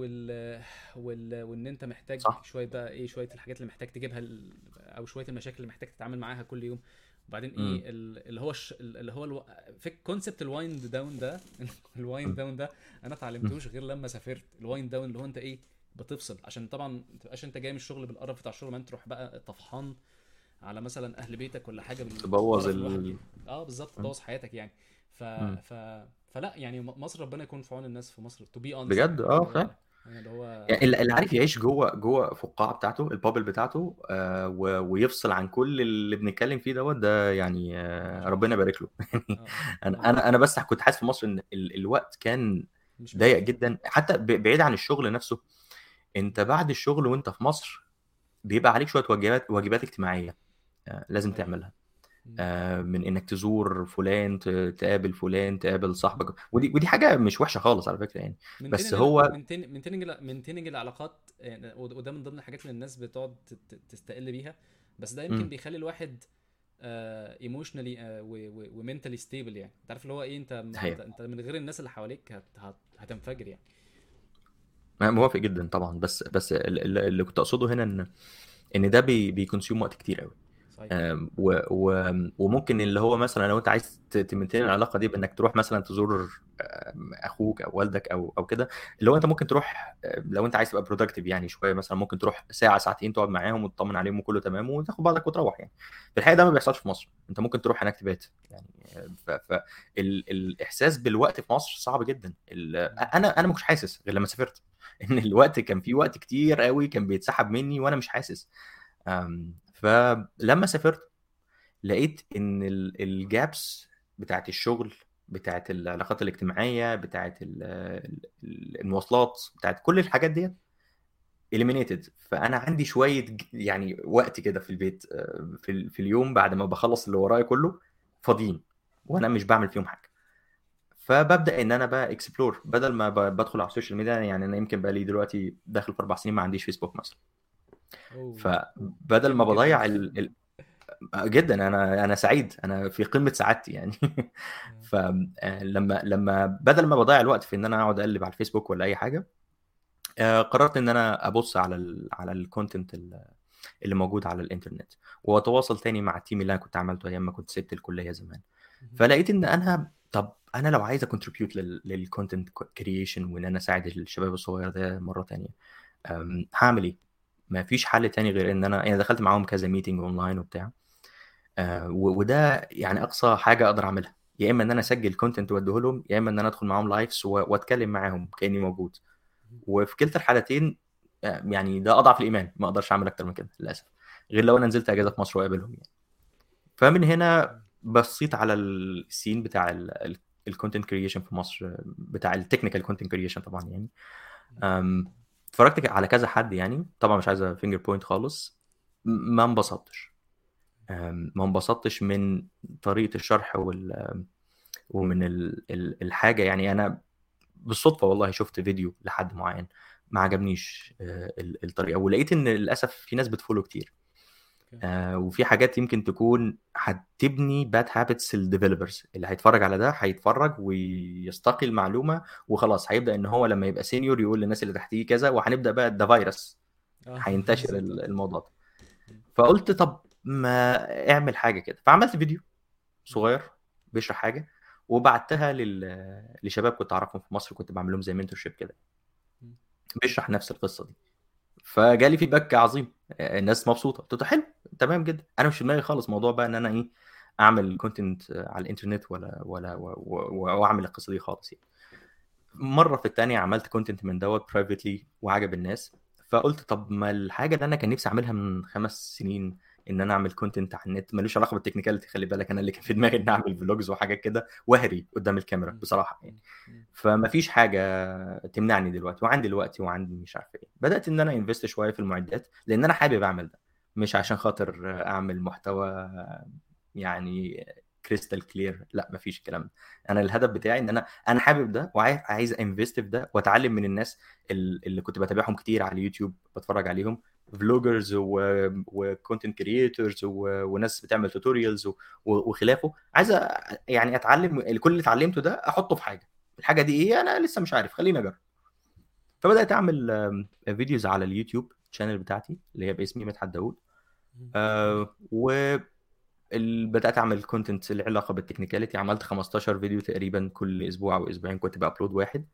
وان انت محتاج صح. شويه بقى ايه، شويه الحاجات اللي محتاج تجيبها او شويه المشاكل اللي محتاج تتعامل معاها كل يوم. وبعدين امم. ايه اللي هو في كونسبت الوايند داون ده الوايند داون ده انا اتعلمتوش غير لما سافرت. الوايند داون اللي هو انت ايه، بتفصل عشان طبعا ما تبقاش انت جاي من الشغل بالقرف بتاع الشغل، ما انت تروح بقى طفحان على مثلا اهل بيتك ولا حاجه تبوظ بالقرف اللي الواحد اه بالظبط مم. تبوظ حياتك يعني. ف مم. ف فلا يعني مصر ربنا يكون في عون الناس في مصر، تو بي اونست بجد يعني، اللي فعلا. هو اللي هو يعني اللي عارف يعيش جوه فقاعة بتاعته، البابل بتاعته، ويفصل عن كل اللي بنتكلم فيه دوت، ده يعني عاش ربنا عاش. يبارك له. انا اه انا انا بس كنت حاسس في مصر ان الوقت كان مش ضيق كفايه. جدا، حتى بعيد عن الشغل نفسه. انت بعد الشغل وانت في مصر بيبقى عليك شويه واجبات اجتماعيه لازم صحيح. تعملها. مم. من انك تزور فلان، تقابل فلان، تقابل صاحبك، ودي حاجه مش وحشه خالص على فكره يعني. بس هو مينتيننج العلاقات يعني، وده من ضمن الحاجات اللي الناس بتقعد تستقل بيها، بس ده يمكن مم. بيخلي الواحد ايموشنالي ومنتالي ستيبل يعني، انت عارف اللي هو ايه، صحيح. انت من غير الناس اللي حواليك هتنفجر يعني. أنا موافق جدا طبعا، بس اللي كنت اقصده هنا ان ده بيكونسيوم وقت كتير قوي. صحيح. وممكن اللي هو مثلا لو انت عايز تمنتين العلاقه دي بانك تروح مثلا تزور اخوك او والدك او كده، اللي هو انت ممكن تروح لو انت عايز تبقى برودكتيف يعني شويه، مثلا ممكن تروح ساعه ساعتين تقعد معاهم وتطمن عليهم وكله تمام وتاخد بعضك وتروح يعني. في الحقيقه ده ما بيحصلش في مصر، انت ممكن تروح هناك تبات يعني. الاحساس بالوقت في مصر صعب جدا. انا ما كنتش حاسس غير لما سافرت ان الوقت كان في وقت كتير قوي كان بيتسحب مني وانا مش حاسس. فلما سافرت لقيت ان الجابس بتاعت الشغل، بتاعت العلاقات الاجتماعيه، بتاعت المواصلات، بتاعت كل الحاجات دي eliminated. فانا عندي شويه يعني وقت كده في البيت في اليوم بعد ما بخلص اللي ورايا كله فاضيين، وانا مش بعمل فيهم حاجه. فببدا ان انا بقى اكسبلور بدل ما بدخل على السوشيال ميديا. يعني انا يمكن بقى لي دلوقتي داخل في 4 سنين ما عنديش فيسبوك مثلا. اوه، فبدل ما جامد جدا بضيع ده. جدا، انا سعيد، انا في قمه سعادتي يعني. فلما بدل ما بضيع الوقت في ان انا اقعد اقلب على الفيسبوك ولا اي حاجه، قررت ان انا ابص على الكونتنت اللي موجود على الانترنت، واتواصل تاني مع التيم اللي انا كنت عملته ايام ما كنت سبت الكليه زمان. فلقيت ان طب انا لو عايز اكونتريبيوت للكونتنت كرييشن وان انا اساعد الشباب الصغير ده مره تانية، هعمل ايه؟ ما فيش حل تاني غير ان انا يعني دخلت معاهم كذا ميتنج اونلاين وبتاع. وده يعني اقصى حاجه اقدر اعملها، يا اما ان انا اسجل كونتنت واديه لهم، يا اما ان انا ادخل معاهم لايفز واتكلم معاهم كاني موجود. وفي كلتا الحالتين يعني ده اضعف الايمان، ما اقدرش اعمل اكتر من كده للاسف، غير لو انا نزلت اجازه في مصر واقابلهم يعني. فمن هنا بصيت على السين بتاع الكونتنت كرييشن في مصر، بتاع التكنيكال كونتنت كرييشن طبعا يعني. أم، اتفرجت على كذا حد يعني، طبعا مش عايز فينجر بوينت خالص. ما انبسطتش. ما انبسطتش من طريقة الشرح ومن الحاجة يعني. أنا بالصدفة والله شفت فيديو لحد معين ما عجبنيش الطريقة، ولقيت إن للأسف في ناس بتفولو كتير. وفي حاجات يمكن تكون هتبني باد هابتس الديفلوبرز اللي هيتفرج على ده، هيتفرج ويستقي المعلومة وخلاص، هيبدأ إن هو لما يبقى سينيور يقول للناس اللي تحتيه كذا، وهنبدأ بقى ده فيروس اه هينتشر بالظبط. الموضوع ده. فقلت طب ما اعمل حاجة كده، فعملت فيديو صغير بيشرح حاجه، وبعتها لشباب كنت اعرفهم في مصر، كنت بعمل لهم زي منتورشيب كده بيشرح نفس القصه دي. فجالي فيدباك عظيم، الناس مبسوطه. قلت له حلو، تمام جدا. انا مش في دماغي خالص موضوع بقى ان انا ايه اعمل كونتنت على الانترنت واعمل القصه دي خالص يعني. مره في التانية عملت كونتنت من دوت برايفتلي وعجب الناس، فقلت طب ما الحاجه اللي انا كان نفسي اعملها من 5 سنين، ان انا اعمل كونتنت على النت ملوش علاقه بالتكنيكاليتي، خلي بالك انا اللي كان في دماغي ان اعمل فلوجز وحاجات كده وهري قدام الكاميرا مم. بصراحه يعني. مم. مم. فما فيش حاجه تمنعني دلوقتي، وعندي الوقت وعندي مش عارف ايه، بدات ان انا انفست شويه في المعدات لان انا حابب اعمل ده، مش عشان خاطر اعمل محتوى يعني كريستال كلير، لا مفيش الكلام ده. انا الهدف بتاعي ان انا حابب ده وعايز انفست في ده واتعلم من الناس اللي كنت بتابعهم كتير على اليوتيوب، بتفرج عليهم فلوجرز وكونتنت كريتورز وناس بتعمل توتوريالز وخلافه. عايز يعني اتعلم كل اللي اتعلمته ده احطه في حاجه. الحاجه دي ايه انا لسه مش عارف، خليني اجرب. فبدات اعمل فيديوز على اليوتيوب الشانل بتاعتي اللي هي باسمي مدحت داوود. مم. بدات اعمل كونتنت له علاقه بالتكنيكاليتي، عملت 15 فيديو تقريبا كل اسبوع او اسبوعين كنت بابلود واحد.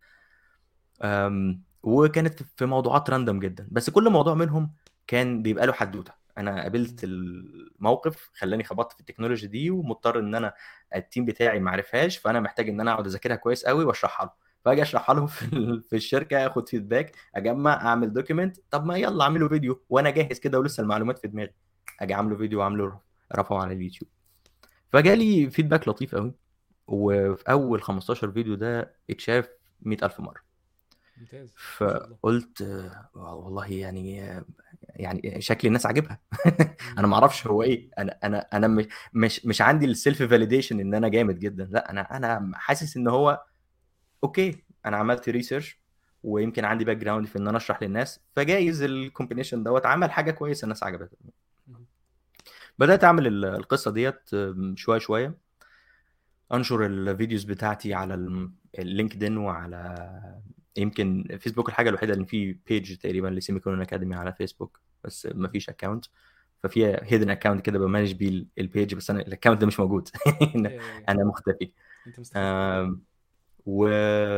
وكانت في موضوعات راندوم جدا، بس كل موضوع منهم كان بيبقى له حدوته. انا قابلت مم. الموقف خلاني خبطت في التكنولوجي دي ومضطر ان انا التيم بتاعي ما عرفهاش، فانا محتاج ان انا اقعد اذاكرها كويس قوي واشرحها له. فاجي اشرحها لهم في الشركه، اخد فيدباك، اجمع، اعمل دوكيمنت. طب ما يلا اعمله فيديو وانا جاهز كده ولسه المعلومات في دماغي، اجي اعمله فيديو واعمله رفعه على اليوتيوب. فجالي فيدباك لطيف قوي، وفي اول 15 فيديو ده اتشاف 100,000 مره. ممتاز، ما شاء الله. فقلت والله يعني يعني شكل الناس عاجبها. انا مم. ما اعرفش هو ايه، انا مش عندي السيلف فاليديشن ان انا جامد جدا، لا انا حاسس ان هو اوكي. انا عملت ريسيرش ويمكن عندي باك جراوند في ان انا اشرح للناس، فجايز الكومبينيشن دوت عمل حاجه كويسه الناس عجبتها. مم. بدات اعمل القصه ديت شويه شويه، انشر الفيديوز بتاعتي على اللينكدين وعلى يمكن فيسبوك. الحاجه الوحيده اللي في بيج تقريبا لسيمي كولون اكاديمي على فيسبوك، بس ما مم. فيش اكونت. ففيها هيدن اكونت كده بمانج بيه البيج، بس انا الاكونت ده مش موجود. ايوه ايوه أيوة. انا مختفي. انت مستخبي. آم، و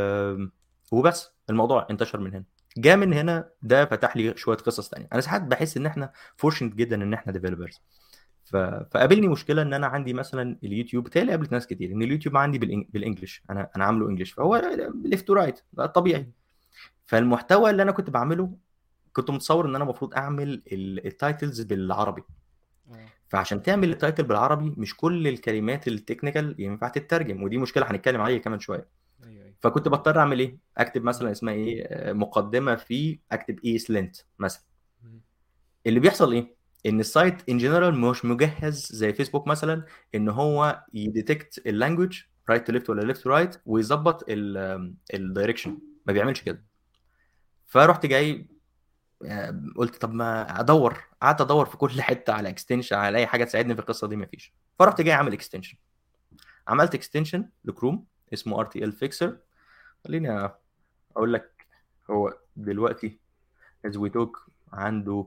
وبس الموضوع انتشر من هنا. جاء من هنا ده فتح لي شويه قصص تانية. انا ساعات بحس ان احنا فورشنت جدا ان احنا ديفلوبرز. فقابلني مشكله ان انا عندي مثلا اليوتيوب بتاعي، قابلت ناس كتير ان اليوتيوب عندي بالانجلش، انا عامله انجلش، فهو ليفت تو رايت ده طبيعي. مم. فالمحتوى اللي انا كنت بعمله كنت متصور ان انا المفروض اعمل التايتلز بالعربي. اه. فعشان تعمل التايتل بالعربي مش كل الكلمات التكنيكال ينفع تترجم، ودي مشكله هنتكلم عليها كمان شويه. ايوه ايوه. فكنت بضطر اعمل ايه، اكتب مم. مثلا اسمها ايه مقدمه في اكتب ايه سلنت مثلا. مم. اللي بيحصل ايه، ان السايت ان جنرال مش مجهز زي فيسبوك مثلا ان هو يديتكت اللانجوج رايت تو ليفت ولا ليفت تو رايت ويظبط الدايركشن، ما بيعملش مم. كده. فرحت جاي قلت طب ما ادور، قعدت ادور في كل حته على اكستنشن على اي حاجه تساعدني في القصه دي، مفيش. فرحت جاي عامل اكستنشن، عملت اكستنشن لكروم اسمه ار تي ال فيكسر. خليني اقول لك هو دلوقتي از وي توك عنده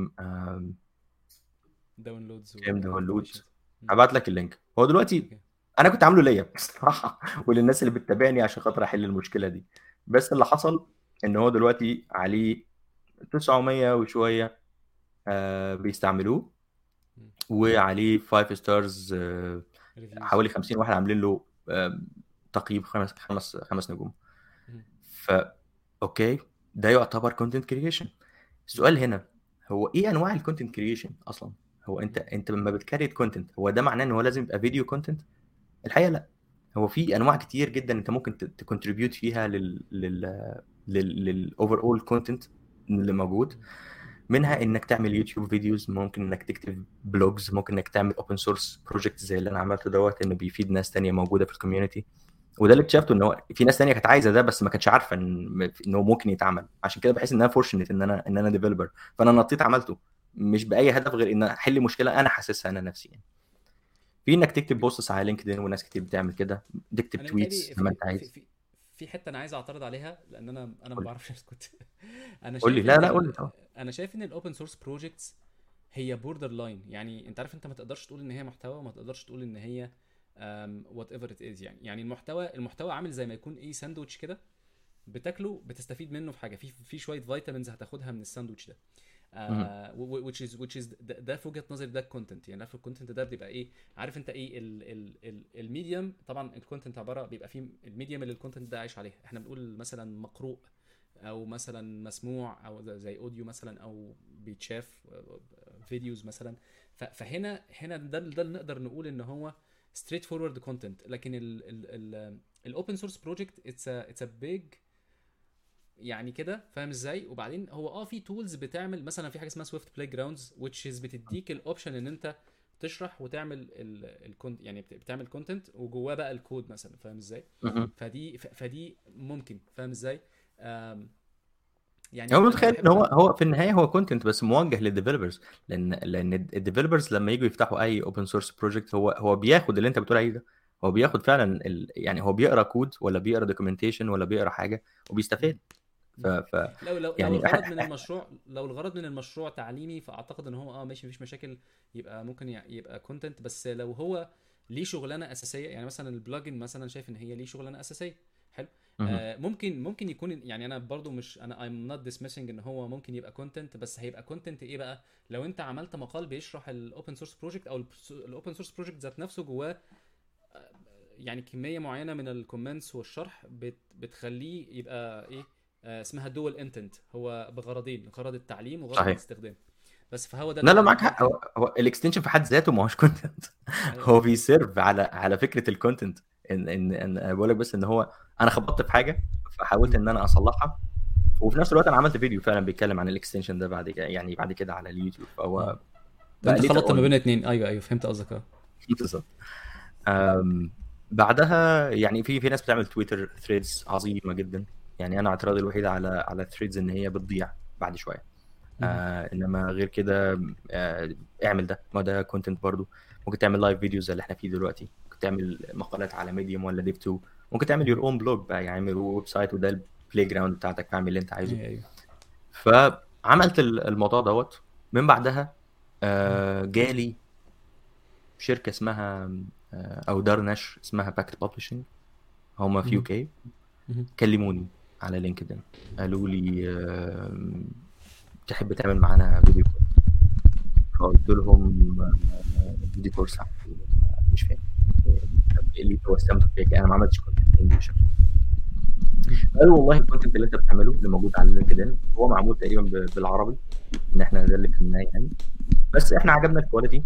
داونلودز كام داونلود. وكومبليشنز. هبعت لك اللينك. هو دلوقتي اوكي. انا كنت عامله ليا بصراحه وللناس اللي بتتابعني عشان خاطر احل المشكله دي، بس اللي حصل ان هو دلوقتي عليه 900 وشويه بيستعملوه، وعليه 5 ستارز، ريفيوز. حوالي 50 واحد عاملين له تقييم خمس نجوم. فا اوكي، ده يعتبر كونتنت كريشن. السؤال هنا هو ايه انواع الكونتنت كريشن اصلا؟ هو انت لما بتكريت كونتنت هو ده معناه ان هو لازم يبقى فيديو كونتنت؟ الحقيقه لا. هو في انواع كتير جدا انت ممكن تكونتريبيوت فيها للاوفر اول كونتنت اللي موجود. منها انك تعمل يوتيوب فيديوز، ممكن انك تكتب بلوجز، ممكن انك تعمل اوبن سورس بروجكت زي اللي انا عملته دوت انه بيفيد ناس تانية موجوده في الكوميونتي. وده اللي اكتشفته ان هو في ناس تانية كانت عايزه ده بس ما كانتش عارفه انه ممكن يتعمل. عشان كده بحس ان انا فورشنت ان انا ديفلوبر، فانا نطيت عملته مش باي هدف غير ان احل مشكله انا حاسسها انا نفسي يعني. في انك تكتب بوستس على لينكدين وناس كتير بتعمل كده، تكتب انا تويتس متهيألي لما في انت في عايز. في في حته انا عايز اعترض عليها، لان انا ما قول لي، بعرفش اسكت. انا قول لي. شايف لا ان لا قول لي طبعا. انا شايف ان الاوبن سورس بروجكتس هي بوردر لاين. يعني انت عارف، انت ما تقدرش تقول ان هي محتوى وما تقدرش تقول ان هي وات ايفر ات از. يعني المحتوى عامل زي ما يكون ايه ساندوتش كده، بتاكله بتستفيد منه في حاجه، في شويه فيتامينز هتاخدها من الساندوتش ده. مهم. which is ده في وجهة نظري ده الكونتنت. يعني في الكونتنت ده بيبقى ايه، عارف انت ايه الميديم. طبعا الكونتنت عباره بيبقى فيه الميديم اللي الكونتنت ده عايش عليه. احنا بنقول مثلا مقروء، او مثلا مسموع، او زي اوديو مثلا، او بيتشاف فيديوز مثلا. فهنا ده اللي نقدر نقول ان هو ستريت فورورد كونتنت. لكن الاوبن سورس بروجكت اتس ا بيج يعني كده، فاهم ازاي. وبعدين هو في تولز بتعمل مثلا، في حاجه اسمها سويفت بلاي جراوندز which is بتديك الاوبشن ان انت تشرح وتعمل يعني بتعمل كونتنت وجواه بقى الكود مثلا، فاهم ازاي. مهم. فدي ممكن، فاهم ازاي. آم، هو يعني انا متخيل ان بحب هو في النهايه هو كونتنت بس موجه للديفلوبرز، لان الديفلوبرز لما يجوا يفتحوا اي اوبن سورس بروجكت هو بياخد اللي انت بتقول عليه ده. هو بياخد فعلا يعني هو بيقرا كود ولا بيقرا دوكيومنتيشن ولا بيقرا حاجه وبيستفاد. ف لو يعني الغرض من المشروع، لو الغرض من المشروع تعليمي، فاعتقد ان هو ماشي، مفيش مشاكل، يبقى ممكن يبقى كونتنت. بس لو هو ليه شغلانه اساسيه، يعني مثلا البلجن مثلا، شايف ان هي ليه شغلانه اساسيه، حلو. مهم. ممكن يكون، يعني انا برضو مش، انا I'm not dismissing ان هو ممكن يبقى كونتنت. بس هيبقى كونتنت ايه بقى؟ لو انت عملت مقال بيشرح الاوبن سورس بروجكت، او الاوبن سورس بروجكت ذات نفسه جواه يعني كميه معينه من الكومنتس والشرح بتخليه يبقى ايه، اسمها دول انتنت، هو بغرضين، غرض التعليم وغرض صحيح. الاستخدام. بس فهو ده لا لا اللي معاك حق. ممكن. هو الاكستنشن في حد ذاته ما هوش كونتنت. ايوه هو ايوه. بيسيرف على فكره الكونتنت. ان أنا بقول لك بس ان هو انا خبطت في حاجه فحاولت مم. ان انا اصلحها. وفي نفس الوقت انا عملت فيديو فعلا بيتكلم عن الاكستنشن ده بعد كده، يعني بعد كده على اليوتيوب، اه، فهو بقى انت ليتر خلطت ما اون. بين اتنين. ايوه ايوه، فهمت قصدك. اه. بالظبط. بعدها يعني في ناس بتعمل تويتر ثريدز عظيمه جدا. يعني انا اعتراضي الوحيد على الثريدز ان هي بتضيع بعد شويه. مم. انما غير كده اعمل ده، ما ده كونتنت برضو. ممكن تعمل لايف فيديوز زي اللي احنا فيه دلوقتي، ممكن تعمل مقالات على ميديوم ولا ديف 2. ممكن تعمل مم. يور اون بلوج بقى، يعني اعمل ويب سايت وده البلاي جراوند بتاعتك، فاعمل اللي انت عايزه. ايوه ايوه. فعملت الموضوع دوت. من بعدها مم. جالي شركه اسمها او دار نشر اسمها باكت ببلشنج. هما في يو مم. كي. مم. كلموني على لينكدين، قالوا لي تحب تعمل معانا فيديو كول؟ فقلت لهم فيديو كورس عن إيه؟ مش فاهم. طب ايه اللي توسمته فيك؟ انا ما عملتش كونتنت انجلش. مم. قالوا والله الكونتنت اللي انت بتعمله اللي موجود على لينكدين هو معمول تقريبا بالعربي، ان احنا ده اللي فهمناه يعني. بس احنا عجبنا الكواليتي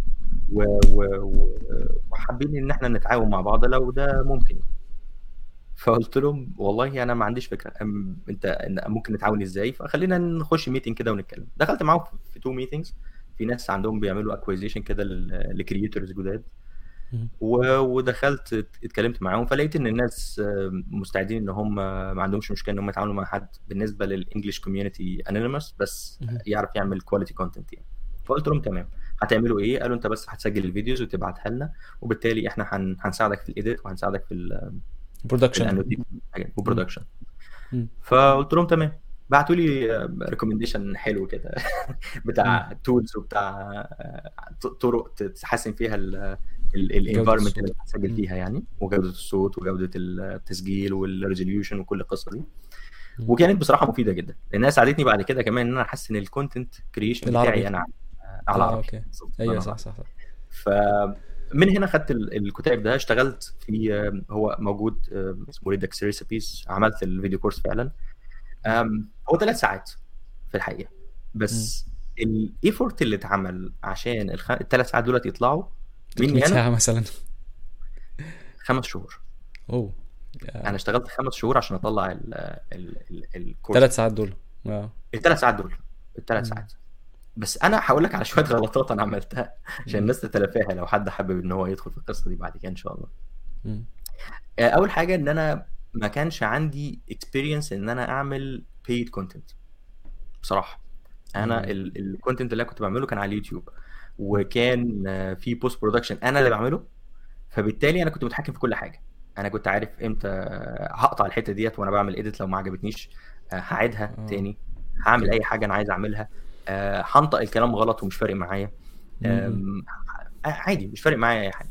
وحابين ان احنا نتعاون مع بعض لو ده ممكن. فقلت لهم والله انا ما عنديش فكره انت ممكن نتعاون ازاي، فخلينا نخش ميتنج كده ونتكلم. دخلت معاهم في تو ميتنجز. في ناس عندهم بيعملوا اكويزيشن كده لكرييتورز جداد. مم. ودخلت اتكلمت معاهم، فلقيت ان الناس مستعدين ان هم ما عندهمش مشكله ان هم يتعاملوا مع حد بالنسبه للانجليش كوميونتي انونيمس بس مم. يعرف يعمل كواليتي كونتنت يعني. فقلت لهم تمام. هتعملوا ايه؟ قالوا انت بس هتسجل الفيديوز وتبعتها لنا، وبالتالي احنا هنساعدك في الايديت وهنساعدك في برودكشن. الانوتيشن مم. وبرودكشن. مم. فقلت لهم تمام. بعتوا لي ريكومنديشن حلو كده مم. بتاع تولز وبتاع طرق تحسن فيها جودة الانفايرمنت اللي الصوت. بتسجل مم. فيها يعني، وجوده الصوت وجوده التسجيل والريزوليوشن وكل القصه دي. مم. وكانت بصراحه مفيده جدا لانها ساعدتني بعد كده كمان ان انا احسن الكونتنت كرييشن بتاعي بالعربي. انا على عربي. اوكي. بالظبط، الله ايوه ينور صح عليك. صح صح. فمن هنا خدت الكتاب ده، اشتغلت في هو موجود اسمه ريدكس ريسيبيز. عملت الفيديو كورس فعلا. مم. هو 3 ساعات في الحقيقه. مم. بس الايفورت اللي اتعمل عشان ال3 ساعات دولت يطلعوا 300 مني انا ساعة مثلا. 5 شهور. اوه. انا اشتغلت 5 شهور عشان اطلع الكورس ثلاث ده. ساعات دول. واو. ال3 ساعات دول، الثلاث مم. ساعات بس انا هقول لك على شويه غلطات انا عملتها عشان مم. الناس تتلافاها لو حد حابب ان هو يدخل في القصه دي بعد كده ان شاء الله. مم. اول حاجه ان انا ما كانش عندي experience ان انا اعمل paid content بصراحه. انا مم. الكونتنت اللي انا كنت بعمله كان على اليوتيوب، وكان في بوست برودكشن انا اللي بعمله. فبالتالي انا كنت متحكم في كل حاجه. انا كنت عارف امتى هقطع الحته ديت وانا بعمل اديت لو ما عجبتنيش، هعيدها اه. تاني، هعمل اوكي. اي حاجه انا عايز اعملها. هنطق الكلام غلط ومش فارق معايا. مم. عادي مش فارق معايا اي حاجه.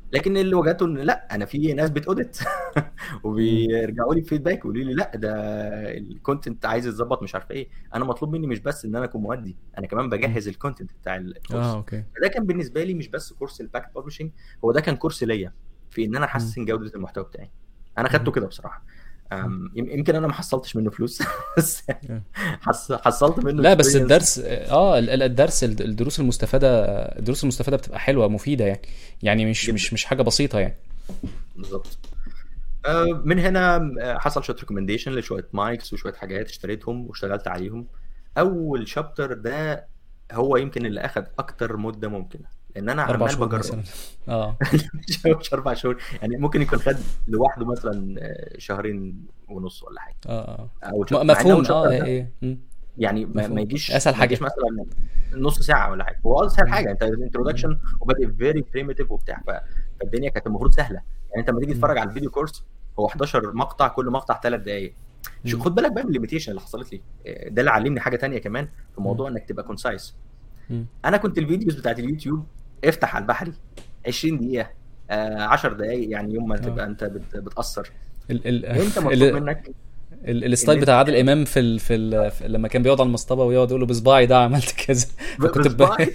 لكن اللي وجدته ان لا، انا في ناس بتأودت وبيرجعوا لي فيدباك ويقولوا لي لا ده الكونتنت عايز يتظبط مش عارف ايه. انا مطلوب مني مش بس ان انا اكون مؤدي، انا كمان مم. بجهز الكونتنت بتاع الكورس. اوكي. فده كان بالنسبه لي مش بس كورس الباك ببلشنج، هو ده كان كورس ليا في ان انا مم. احسن جوده المحتوى بتاعي. انا خدته مم. كده بصراحه. مم. يمكن انا ما حصلتش منه فلوس بس آه. حصلت منه لا بس اكسبيرينس. الدرس الدرس الدروس المستفادة بتبقى حلوة مفيدة يعني. يعني مش جدا، مش مش حاجة بسيطة يعني. بالظبط. من هنا حصل شويه ريكومنديشن لشويه مايكس وشويه حاجات اشتريتهم واشتغلت عليهم. اول شابتر ده هو يمكن اللي اخد اكتر مده ممكنه، لان انا اربع عمال شهور بجرب. مثلا. اه. مش 4 شهور يعني، ممكن يكون خد لوحده مثلا شهرين ونص ولا حاجه. اه. اول شابتر، مع ان اول مفهوم. اه شابتر ده ايه. مم. يعني ما مفهوم. يجيش اسهل حاجة. مثلا نص ساعه ولا حاجه. هو اسهل مم. حاجه، انت مم. انتروداكشن وبادئ فيري بريميتيف وبتاع، فالدنيا كانت المفروض سهله. يعني انت لما تيجي مم. تتفرج على الفيديو كورس، هو 11 مقطع، كل مقطع 3 دقائق. مم. خد بالك بقى من الليميتيشن اللي حصلت لي. ده اللي علمني حاجه تانية كمان في مم. موضوع انك تبقى كونسايس. مم. انا كنت الفيديوز بتاعت اليوتيوب افتح على البحري 20 دقيقه، 10 دقائق، يعني يوم ما اه. تبقى انت بتاثر. ال ال انت مطلوب ال منك ان الستايل انت بتاع عادل امام لما كان بيقعد على المصطبه ويقعد يقول له بصباعي ده عملت كذا. فكنت بصباعي.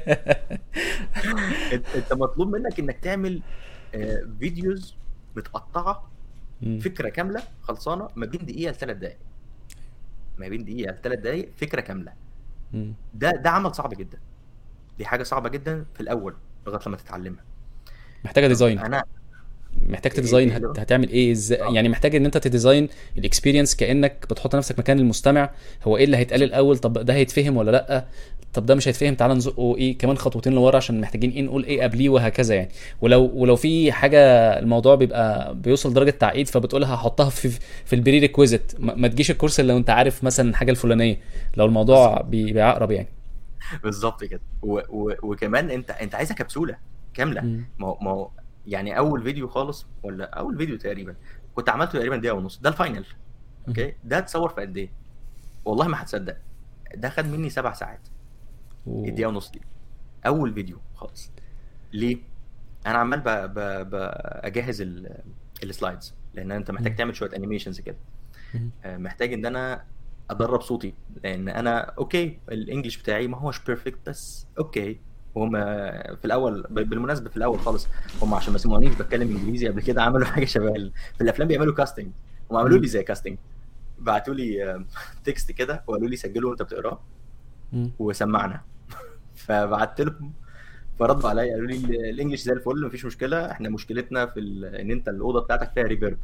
انت مطلوب منك انك تعمل فيديوز متقطعه، مم. فكره كامله خلصانه ما بين دقيقه لثلاث دقائق. ما بين دقيقه لثلاث دقائق فكره كامله. مم. ده عمل صعب جدا. دي حاجه صعبه جدا في الاول لغايه لما تتعلمها. محتاجه طب ديزاين. انا محتاج تديزاين هتعمل ايه ازاي اه يعني. محتاج ان انت تديزاين الاكسبيرينس كانك بتحط نفسك مكان المستمع. هو ايه اللي هيتقال بالظبط. الاول؟ طب ده هيتفهم ولا لا؟ طب ده مش هيتفهم، تعال نزقه ايه كمان خطوتين لورا عشان محتاجين ايه نقول ايه قبليه وهكذا يعني. ولو في حاجه الموضوع بيبقى بيوصل درجه تعقيد فبتقولها هحطها في البري ريكويزيت. ما تجيش الكورس الا لو انت عارف مثلا الحاجه الفلانيه، لو الموضوع بالظبط. بيعقرب يعني. بالظبط كده. وكمان انت عايزها كبسوله كامله. مم. ما هو يعني اول فيديو خالص، ولا اول فيديو تقريبا كنت عملته تقريبا دقيقه ونص، ده الفاينل. مم. اوكي، ده اتصور في قد ايه؟ والله ما هتصدق، ده خد مني 7 ساعات. و... الدقيقه ونص دي اول فيديو خالص. ليه؟ انا عمال اجهز السلايدز، لان انت محتاج مم. تعمل شويه انيميشنز كده. مم. محتاج ان انا ادرب صوتي، لان انا اوكي الانجليش بتاعي ما هوش بيرفكت بس اوكي. وهم في الاول بالمناسبه في الاول خالص، هم عشان ما سمعونيش بتكلم انجليزي قبل كده عملوا حاجه شبه في الافلام بيعملوا كاستنج. هم عملوا مم. لي زي كاستنج، بعتوا لي تكست كده وقالوا لي سجله وانت بتقراه مم. وسمعنا. فبعت لهم، فردوا عليا قالوا لي الانجليش زي الفل مفيش مشكله، احنا مشكلتنا في ان انت الاوضه بتاعتك فيها ريفيرب.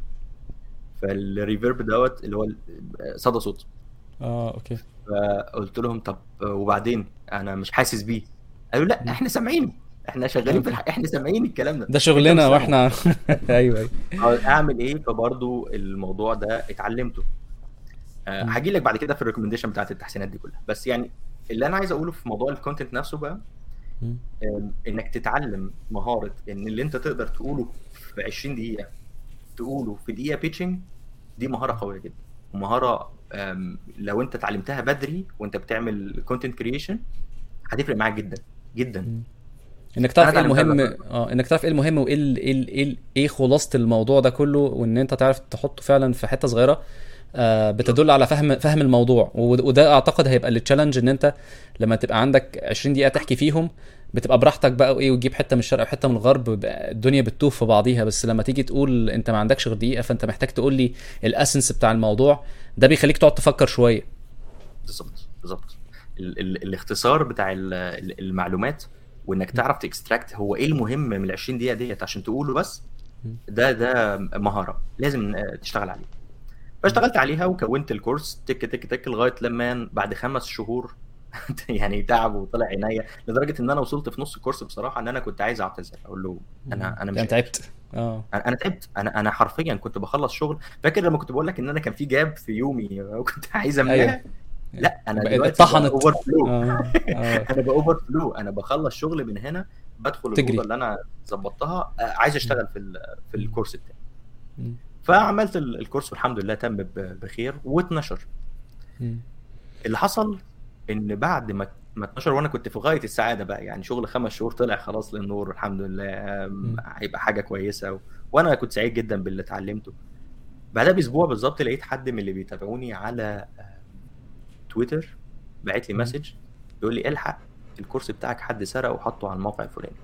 فالريفيرب دوت اللي هو صدى صوت. اه اوكي. فقلت لهم طب وبعدين انا مش حاسس بيه. قالوا لا مم. احنا سامعين، احنا شغالين اوكي. احنا سامعين الكلام ده، ده انت مش شغلنا سامعه. واحنا. ايوه ايوه. اعمل ايه؟ فبرضو الموضوع ده اتعلمته. مم. هاجي لك بعد كده في الريكومنديشن بتاعت التحسينات دي كلها. بس يعني اللي انا عايز اقوله في موضوع الكونتنت نفسه بقى، مم. انك تتعلم مهاره ان اللي انت تقدر تقوله في 20 دقيقه تقوله في دقيقه بيتشنج. دي مهاره قويه جدا، ومهاره لو انت اتعلمتها بدري وانت بتعمل كونتنت كرييشن هتفرق معاك جدا جدا. مم. انك انا تعرف ايه اتعلمتها المهم. لما انك تعرف ايه المهم وايه ايه خلاصة الموضوع ده كله، وان انت تعرف تحطه فعلا في حتة صغيرة. بتدل على فهم الموضوع. وده اعتقد هيبقى التشالنج، ان انت لما تبقى عندك 20 دقيقة تحكي فيهم بتبقى براحتك بقى وايه، وتجيب حتة من الشرق وحتة من الغرب، بيبقى الدنيا بتتوه في بعضيها. بس لما تيجي تقول انت ما عندكش غير دقيقة، فانت محتاج تقول لي الاسنس بتاع الموضوع. ده بيخليك تقعد تفكر شوية. بالظبط بالظبط. الاختصار بتاع المعلومات، وانك تعرف تكستراكت هو ايه المهم من ال 20 دقيقه ديت عشان تقوله بس. ده مهاره لازم تشتغل عليها. فاشتغلت عليها وكونت الكورس تك تك تك لغايه لما بعد 5 شهور يعني تعب وطلع عينيا، لدرجه ان انا وصلت في نص الكورس بصراحه ان انا كنت عايز اعتذر، اقول له انا مش انت قادر. تعبت. اه. انا تعبت، انا حرفيا كنت بخلص شغل. فاكر لما كنت بقول لك ان انا كان في جاب في يومي وكنت عايز ايوه. املاها؟ لا انا دلوقتي بقى اتطحنت. اوفر فلو. اه. اه. انا بقى اوفر فلو، انا بخلص شغل من هنا بدخل الاوضه تجري. اللي انا ظبطتها عايز مم. اشتغل في مم. الكورس بتاعي. مم. فعملت الكورس والحمد لله تم بخير واتنشر. مم. اللي حصل ان بعد ما ما 12 وانا كنت في غايه السعاده بقى، يعني شغل 5 شهور طلع خلاص للنور الحمد لله. هيبقى حاجه كويسه وانا كنت سعيد جدا باللي اتعلمته. بعدها باسبوع بالظبط لقيت حد من اللي بيتابعوني على تويتر بعت لي مسج يقول لي الحق الكورس بتاعك حد سرقه وحطه على الموقع الفلاني.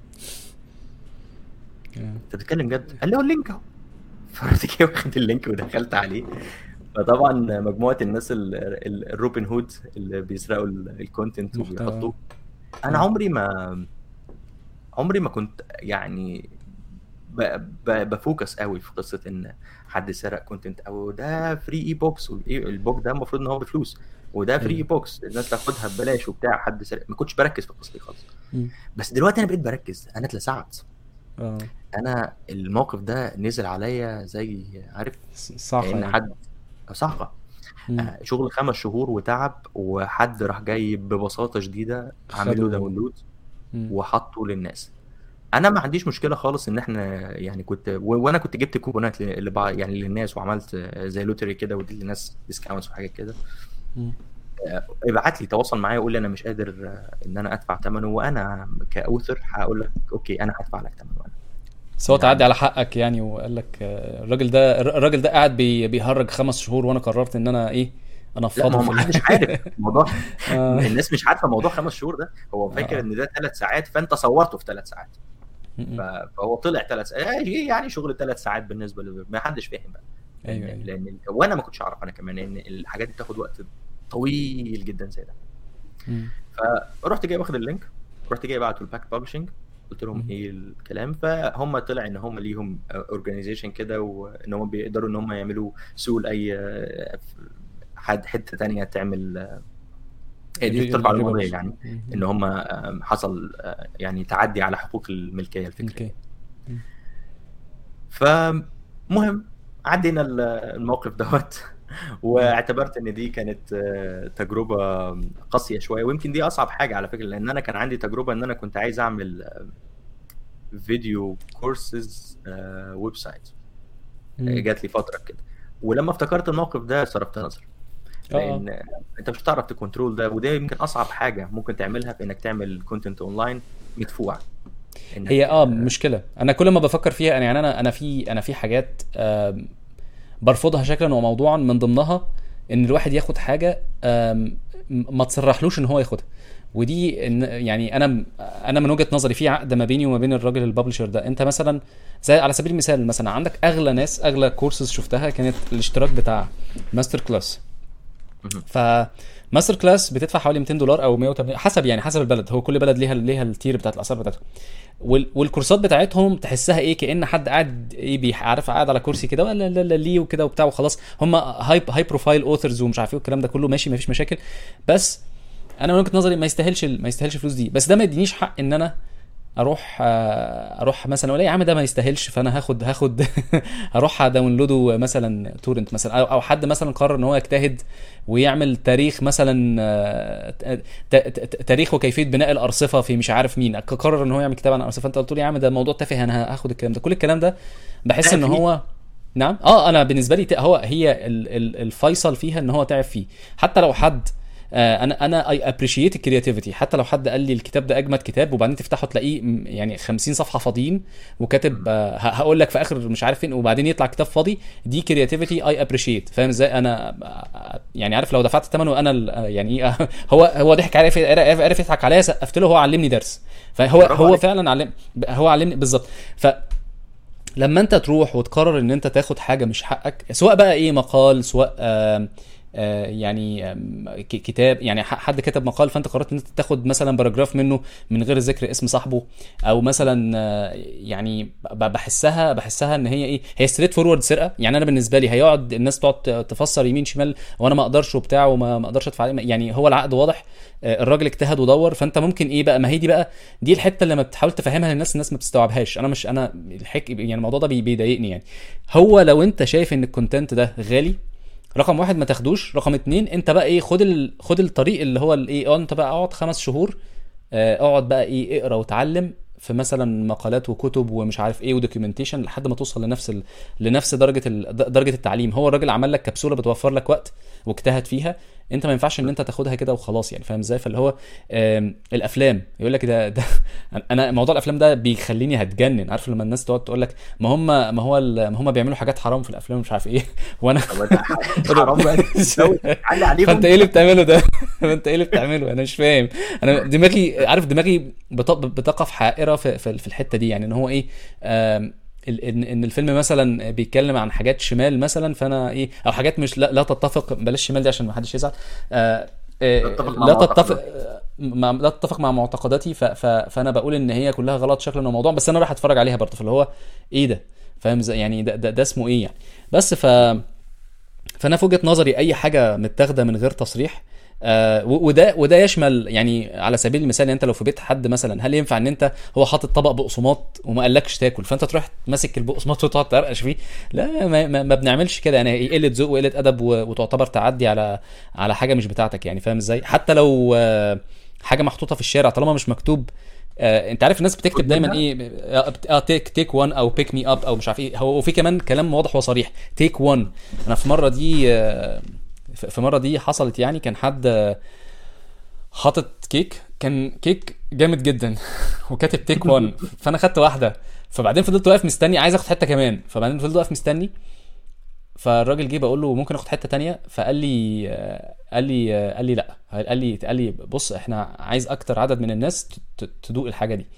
انت بتتكلم جد؟ قال لي هو اللينك اهو. فرحت جاي واخد اللينك ودخلت عليه. فطبعا مجموعه الناس الروبن هود اللي بيسرقوا الكونتنت وبيحطوه، انا عمري ما كنت يعني بفوكس قوي في قصه ان حد سرق كونتنت او ده فري اي بوكس. البوك ده المفروض ان هو بفلوس وده فري اي بوكس الناس تاخدها ببلاش وبتاع. حد سرق ما كنتش بركز في القصه دي خالص. بس دلوقتي انا بقيت بركز. انا اتلسعت. انا الموقف ده نزل عليا زي عارف صعقه ان يعني. حد صعقه. شغل 5 شهور وتعب وحد راح جاي ببساطه شديده عامل له داونلود وحطه للناس. انا ما عنديش مشكله خالص ان احنا يعني وانا كنت جبت كوبونات يعني للناس وعملت زي لوتري كده ودي للناس ديسكاونتس وحاجات كده. ابعت لي تواصل معايا وقول لي انا مش قادر ان انا ادفع ثمنه، وانا كاوثر هقول لك اوكي انا هدفع لك ثمنه. انا سواء تعدي على حقك يعني وقال لك الراجل ده قاعد بيهرج 5 شهور وانا قررت ان انا ايه انا افضل. ما حدش عارف الموضوع. الناس مش عارفه موضوع 5 شهور ده. هو فاكر ان ده 3 ساعات فانت صورته في 3 ساعات. فهو طلع 3 ساعات يعني شغل 3 ساعات بالنسبه له ما حدش فاهم بقى. أيوة. لان وانا ما كنتش اعرف انا كمان ان الحاجات دي بتاخد وقت طويل جدا زي ده. فرحت جاي واخد اللينك، رحت جاي بعته الباك بابلشنج، قلت لهم ايه الكلام. فهم طلع ان هم ليهم اورجانيزيشن كده وان هم بيقدروا ان هم يعملوا سوق اي حته ثانيه تعمل دي ترفع الموضوع يعني ان هم حصل يعني تعدي على حقوق الملكيه الفكريه. فمهم عدينا الموقف دوت واعتبرت ان دي كانت تجربه قاسيه شويه، ويمكن دي اصعب حاجه على فكره، لان انا كان عندي تجربه ان انا كنت عايز اعمل فيديو كورسز ويب سايت. جات لي فتره كده ولما افتكرت الموقف ده صرفت نظر، لان انت مش هتعرف تكنترول ده، وده يمكن اصعب حاجه ممكن تعملها في انك تعمل كونتنت اونلاين مدفوع. هي مشكله. انا كل ما بفكر فيها يعني انا في حاجات برفضها شكلا وموضوعا، من ضمنها ان الواحد ياخد حاجه ما تصرحلوش ان هو ياخدها. ودي يعني انا من وجهه نظري في عقد ما بيني وما بين الراجل الببلشر ده. انت مثلا زي على سبيل المثال مثلا عندك اغلى كورسز شفتها كانت الاشتراك بتاع ماستر كلاس. فماستر كلاس بتدفع حوالي $200 او 180 حسب البلد. هو كل بلد ليها التير بتاعت الاسعار بتاعتها. والكورسات بتاعتهم تحسها ايه كأن حد قاعد ايه قاعد على كرسي كده ولا لا ليه وكده وبتاع وخلاص. هم هاي بروفايل اوثرز ومش عارف ايه والكلام ده كله ماشي مفيش مشاكل. بس انا من وجهة نظري ما يستاهلش الفلوس دي. بس ده ما يدينيش حق ان انا اروح مثلا ولا يا عم ده ما يستاهلش فانا هاخد اروح اداونلوده مثلا تورنت مثلا، او حد مثلا قرر ان هو يجتهد ويعمل تاريخ مثلا تاريخ وكيفيه بناء الارصفه في مش عارف مين، قرر ان هو يعمل كتاب عن الارصفه. انت قلت لي يا عم ده موضوع تافه انا هاخد الكلام ده. كل الكلام ده بحس ان هو نعم انا بالنسبه لي هي الفيصل فيها ان هو تعب فيه. حتى لو حد انا اي ابريشيت الكرياتيفيتي، حتى لو حد قال لي الكتاب ده اجمد كتاب وبعدين تفتحه تلاقيه يعني 50 صفحه فاضيين وكاتب هقول لك في اخر مش عارف فين وبعدين يطلع كتاب فاضي، دي كرياتيفيتي اي ابريشيت. فاهم ازاي؟ انا يعني عارف لو دفعت ثمنه انا يعني هو ضحك عليا عرف يضحك عليا سقفت له، هو علمني درس. فهو فعلا علمني بالظبط. لما انت تروح وتقرر ان انت تاخد حاجه مش حقك، سواء بقى ايه مقال، سواء يعني كتاب، يعني حد كتب مقال فانت قررت ان انت تاخد مثلا باراجراف منه من غير ذكر اسم صاحبه، او مثلا يعني بحسها ان هي ستريت فورورد سرقه. يعني انا بالنسبه لي هيقعد الناس تقعد تفسر يمين شمال وانا ما اقدرش وبتاع وما اقدرش ادفع عليه. يعني هو العقد واضح، الراجل اجتهد ودور، فانت ممكن ايه بقى، ما هي دي الحته اللي لما بتحاول تفهمها للناس الناس ما بتستوعبهاش. انا يعني الموضوع ده بيضايقني. يعني هو لو انت شايف ان الكونتنت ده غالي، رقم 1 ما تاخدوش. رقم 2 انت بقى ايه، خد الطريق اللي هو الايه انت بقى اقعد 5 شهور اقعد بقى ايه اقرا وتعلم في مثلا مقالات وكتب ومش عارف ايه ودوكيومنتيشن لحد ما توصل لنفس درجه التعليم. هو الراجل عمل لك كبسوله بتوفر لك وقت واجتهد فيها. انت ما ينفعش ان انت تاخدها كده وخلاص يعني، فاهم ازاي؟ فاللي هو الافلام يقول لك ده انا موضوع الافلام ده بيخليني هتجنن. عارف لما الناس تقعد تقول لك ما هم بيعملوا حاجات حرام في الافلام مش عارف ايه وانا طب انت حرام بقى تعلي عليهم. فانت ايه اللي بتعمله ده؟ فانت ايه اللي بتعمله؟ انا مش فاهم. انا دماغي عارف دماغي بتقف حائره في الحته دي يعني، ان هو ايه ان الفيلم مثلا بيتكلم عن حاجات شمال مثلا، فانا ايه او حاجات مش لا تتفق، بلاش شمال دي عشان ما حدش يزعل، لا تتفق مع معتقداتي، فانا بقول ان هي كلها غلط شكلا وموضوع، بس انا راح اتفرج عليها برضه. فاللي هو ايه ده؟ فاهم يعني ده اسمه ايه يعني؟ بس فانا في وجهة نظري اي حاجه متاخده من غير تصريح، وده يشمل يعني على سبيل المثال يعني انت لو في بيت حد مثلا، هل ينفع ان انت هو حاطط طبق بقسماط وما قالكش تاكل فانت تروح ماسك البقسماط وتقعد ترقش فيه؟ لا، ما بنعملش كده يعني. قله ذوق وقله ادب، وتعتبر تعدي على حاجه مش بتاعتك يعني، فاهم ازاي؟ حتى لو حاجه محطوطه في الشارع طالما مش مكتوب، انت عارف الناس بتكتب دايما ايه تيك 1 او بيك مي اب او مش عارف ايه، هو وفي كمان كلام واضح وصريح تيك 1. انا في مره دي حصلت يعني، كان حد حاطط كيك، كان كيك جامد جدا وكاتب تيك 1 فانا خدت واحده، فبعدين فضلت واقف مستني عايز اخد حته كمان، فبعدين فضلت واقف مستني، فالراجل جه بقول له ممكن اخد حته تانية، فقال لي لا، قال لي بص احنا عايز اكتر عدد من الناس تدوق الحاجه دي،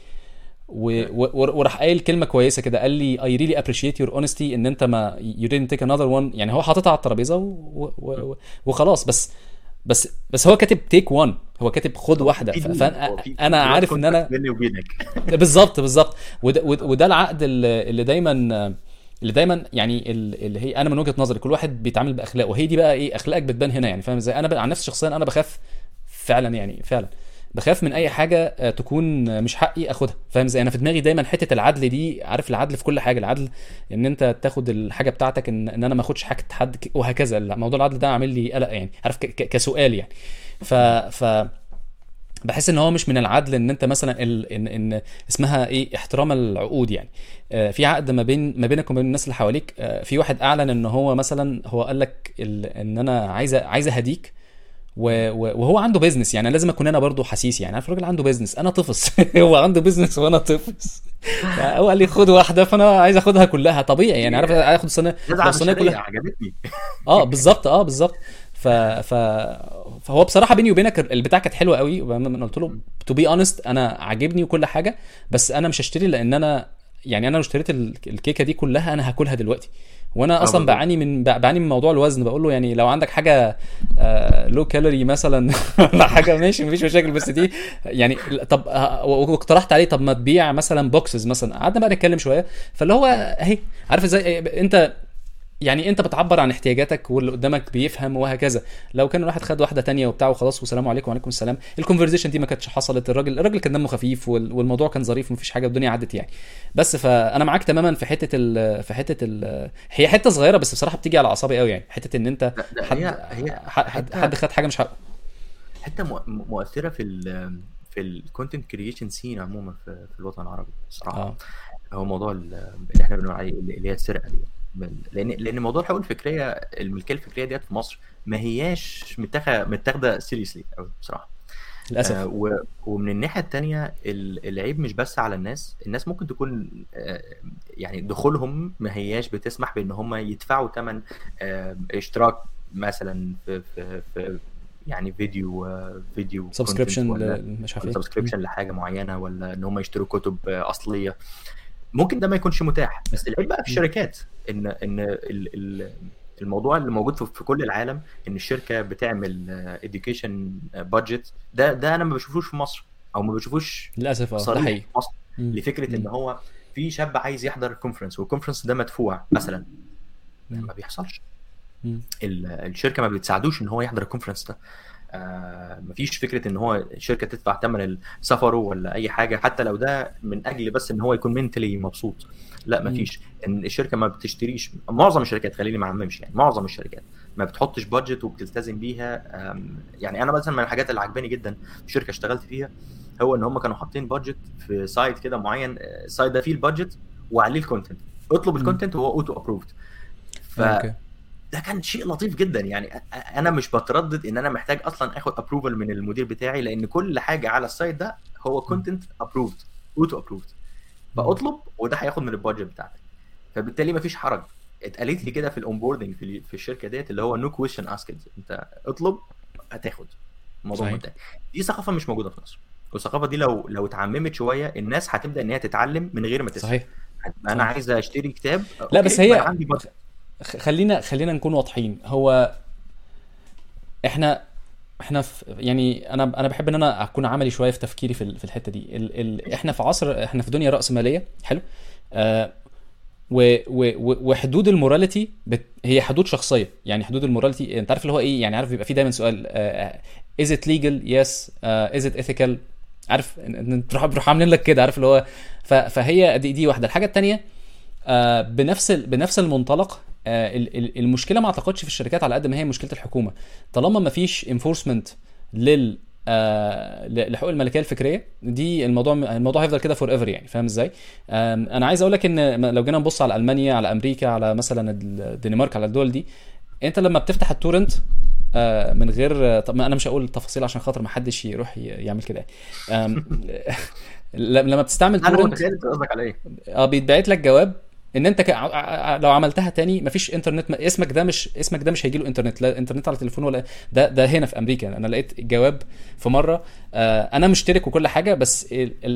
وراح قايل كلمه كويسه كده، قال لي I really appreciate your honesty ان انت ما you didn't take another one يعني. هو حاططها على الترابيزه وخلاص، بس هو كاتب تيك 1، هو كاتب خد واحده، فانا عارف ان انا بيني وبينك بالظبط وده العقد اللي دايما يعني اللي هي انا من وجهة نظري كل واحد بيتعامل باخلاقه، وهي دي بقى ايه اخلاقك بتبان هنا يعني، فاهم ازاي؟ انا عن نفسي شخصيا انا بخاف فعلا يعني، فعلا بخاف من اي حاجه تكون مش حقي اخدها، فاهم ازاي؟ انا في دماغي دايما حته العدل دي، عارف العدل في كل حاجه، العدل ان انت تاخد الحاجه بتاعتك، ان انا ما اخدش حاجه حد وهكذا. موضوع العدل ده عامل لي قلق يعني، عارف كسؤال يعني. ف بحس ان هو مش من العدل ان انت مثلا ان اسمها ايه احترام العقود يعني. في عقد ما بينك وبين الناس اللي حواليك، في واحد اعلن ان هو مثلا هو قال لك ان انا عايز اهديك، وهو عنده بيزنس يعني، لازم اكون انا برضو حسيس يعني، عارف الراجل عنده بيزنس انا طفس هو عنده بيزنس وانا طفس هو قال لي خد واحده فانا عايز اخدها كلها طبيعي يعني، عارف اخد الصينيه كلها عجبتني بالظبط فهو بصراحه بيني وبينك البتاع كانت حلوه قوي، وانا قلت له تو بي اونست انا عاجبني وكل حاجه، بس انا مش هشتري، لان انا يعني انا لو اشتريت الكيكه دي كلها انا هاكلها دلوقتي، وانا اصلا بعاني من موضوع الوزن. بقول له يعني لو عندك حاجه لو كالوري مثلا ولا حاجه ماشي مفيش مشاكل، بس دي يعني طب واقترحت عليه طب ما تبيع مثلا بوكسز مثلا، قعدنا بقى نتكلم شويه، فاللي هو اهي عارف ازاي انت يعني انت بتعبر عن احتياجاتك واللي قدامك بيفهم وهكذا. لو كان الواحد خد واحده تانية وبتاع وخلاص والسلام عليكم وعليكم السلام، الكونفرزيشن دي ما كانتش حصلت، الراجل كان دمه خفيف والموضوع كان ظريف ومفيش حاجه والدنيا عدت يعني. بس فانا معاك تماما في حته هي حته صغيره بس بصراحه بتيجي على اعصابي قوي يعني، حته ان انت حد خد حاجه مش حقه. حته مؤثره في الكونتنت كرييشن سين عموما في الوطن العربي صراحه. هو موضوع اللي احنا بنقول عليه اللي هي السرقه دي، لان موضوع الحقوق الفكريه الملكيه الفكريه ديت في مصر ما هياش متاخده سيريسلي قوي بصراحه للاسف. ومن الناحيه الثانيه العيب مش بس على الناس ممكن تكون يعني دخولهم ما هياش بتسمح بان هم يدفعوا ثمن اشتراك مثلا في يعني فيديو سبسكريبشن مش عارف سبسكريبشن لحاجه معينه، ولا ان هم يشتروا كتب اصليه، ممكن ده ما يكونش متاح. بس العيب بقى في الشركات ان الموضوع اللي موجود في كل العالم، ان الشركه بتعمل اديوكيشن بادجت، ده انا ما بشوفوش في مصر، او ما بشوفوش للاسف ده حقيقي في مصر، لفكره ان هو في شاب عايز يحضر كونفرنس والكونفرنس ده مدفوع مثلا، ما بيحصلش. الشركه ما بتساعدوش ان هو يحضر الكونفرنس ده. مفيش فكره ان هو الشركه تدفع ثمن سفره ولا اي حاجه، حتى لو ده من اجل بس ان هو يكون منتلي مبسوط. لا مفيش. ان الشركه ما بتشتريش، معظم الشركات، خليني ما اعممش يعني، معظم الشركات ما بتحطش بادجت وبتلتزم بيها. يعني انا مثلا من الحاجات اللي عجباني جدا في شركه اشتغلت فيها هو ان هم كانوا حاطين بادجت في سايت كده معين، السايت ده فيه البادجت وعليه الكونتنت، اطلب الكونتنت وهو اوتو ابروفد. ده كان شيء لطيف جدا يعني. انا مش بتردد ان انا محتاج اصلا اخد ابروفل من المدير بتاعي، لان كل حاجه على السايت ده هو كونتنت ابروفد، اوتو ابروفد، فاطلب وده هياخد من البادجت بتاعتك. فبالتالي مفيش حرج. اتقالت لي كده في الاونبوردنج في الشركه ديت، اللي هو نو كويشن اسكد، انت اطلب هتاخد. الموضوع صحيح. منتهي. دي ثقافه مش موجوده في مصر، والثقافه دي لو اتعممت شويه الناس هتبدا ان هي تتعلم من غير ما تسال. صحيح. انا صحيح. عايز اشتري كتاب، لا بس ما انا هي عندي بادجت. خلينا نكون واضحين. هو احنا يعني انا بحب ان انا اكون عملي شويه في تفكيري في الحته دي. احنا في عصر، احنا في دنيا رأسماليه. حلو. وحدود الموراليتي هي حدود شخصيه. يعني حدود الموراليتي انت عارف اللي هو ايه يعني. عارف بيبقى في دايما سؤال is it legal yes is it ethical. عارف تروح عاملين لك كده. عارف اللي هو فهي دي واحده. الحاجه الثانيه بنفس المنطلق. المشكله ما اعتقدش في الشركات على قد ما هي مشكله الحكومه. طالما ما فيش انفورسمنت لحقوق الملكيه الفكريه دي، الموضوع هيفضل كده فور ايفر يعني. فاهم ازاي؟ انا عايز اقول لك ان لو جينا نبص على المانيا، على امريكا، على مثلا الدنمارك، على الدول دي، انت لما بتفتح التورنت من غير، طب انا مش هقول التفاصيل عشان خاطر ما حدش يروح يعمل كده. لما بتستعمل انا تورنت متخيل انت قصدك على ايه. بيتبعت لك جواب ان انت لو عملتها تاني مفيش انترنت. اسمك ده مش هيجي له انترنت، لا انترنت على التليفون ولا ده هنا في امريكا. انا لقيت جواب في مره، انا مشترك وكل حاجه، بس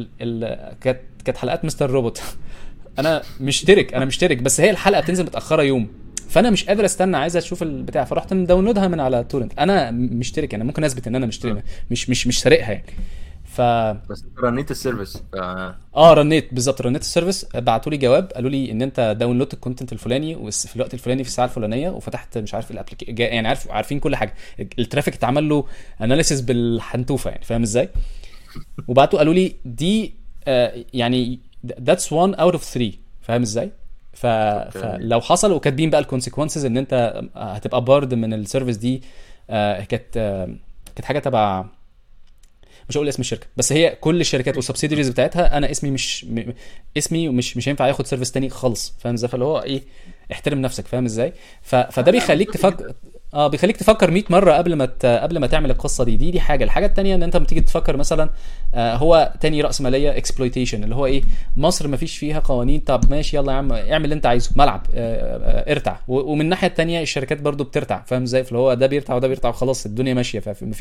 كانت حلقات مستر روبوت. انا مشترك بس هي الحلقه بتنزل متاخره يوم، فانا مش قادر استنى، عايز اشوف البتاع، فرحت مداونلودها من على تورنت. انا مشترك، انا ممكن اثبت ان انا مشترك، مش سارقها يعني. بس رنيت السيرفيس. رنيت السيرفيس. بعتوا لي جواب قالوا لي ان انت داونلودت الكونتنت الفلاني وفي الوقت الفلاني في الساعه الفلانيه، وفتحت مش عارف يعني عارفين كل حاجه. الترافيك اتعمل له اناليسيس بالحنتوفه يعني. فاهم ازاي؟ وبعتوا قالوا لي دي يعني that's 1 out of 3. فاهم ازاي؟ فلو حصل، وكاتبين بقى الكونسيكونسز ان انت هتبقى بارد من السيرفيس دي. كانت حاجه تبع، مش هقول اسم الشركه، بس هي كل الشركات والسبسيديريز بتاعتها انا اسمي مش هينفع ياخد سيرفيس تاني خالص. فاهم ازاي؟ فاللي هو ايه، احترم نفسك. فاهم ازاي؟ فده بيخليك تفكر، بيخليك تفكر 100 مره قبل ما تعمل القصه دي حاجه. الحاجه الثانيه ان انت لما تيجي تفكر مثلا، هو تاني رأسماليه اكسبلويتيشن، اللي هو ايه، مصر ما فيش فيها قوانين. طب ماشي يلا يا عم اعمل اللي انت عايزه، ملعب ارتع. ومن الناحيه الثانيه الشركات برضو بترتع. فاهم ازاي؟ فاللي هو ده بيرتع وده بيرتع وخلاص الدنيا ماشيه.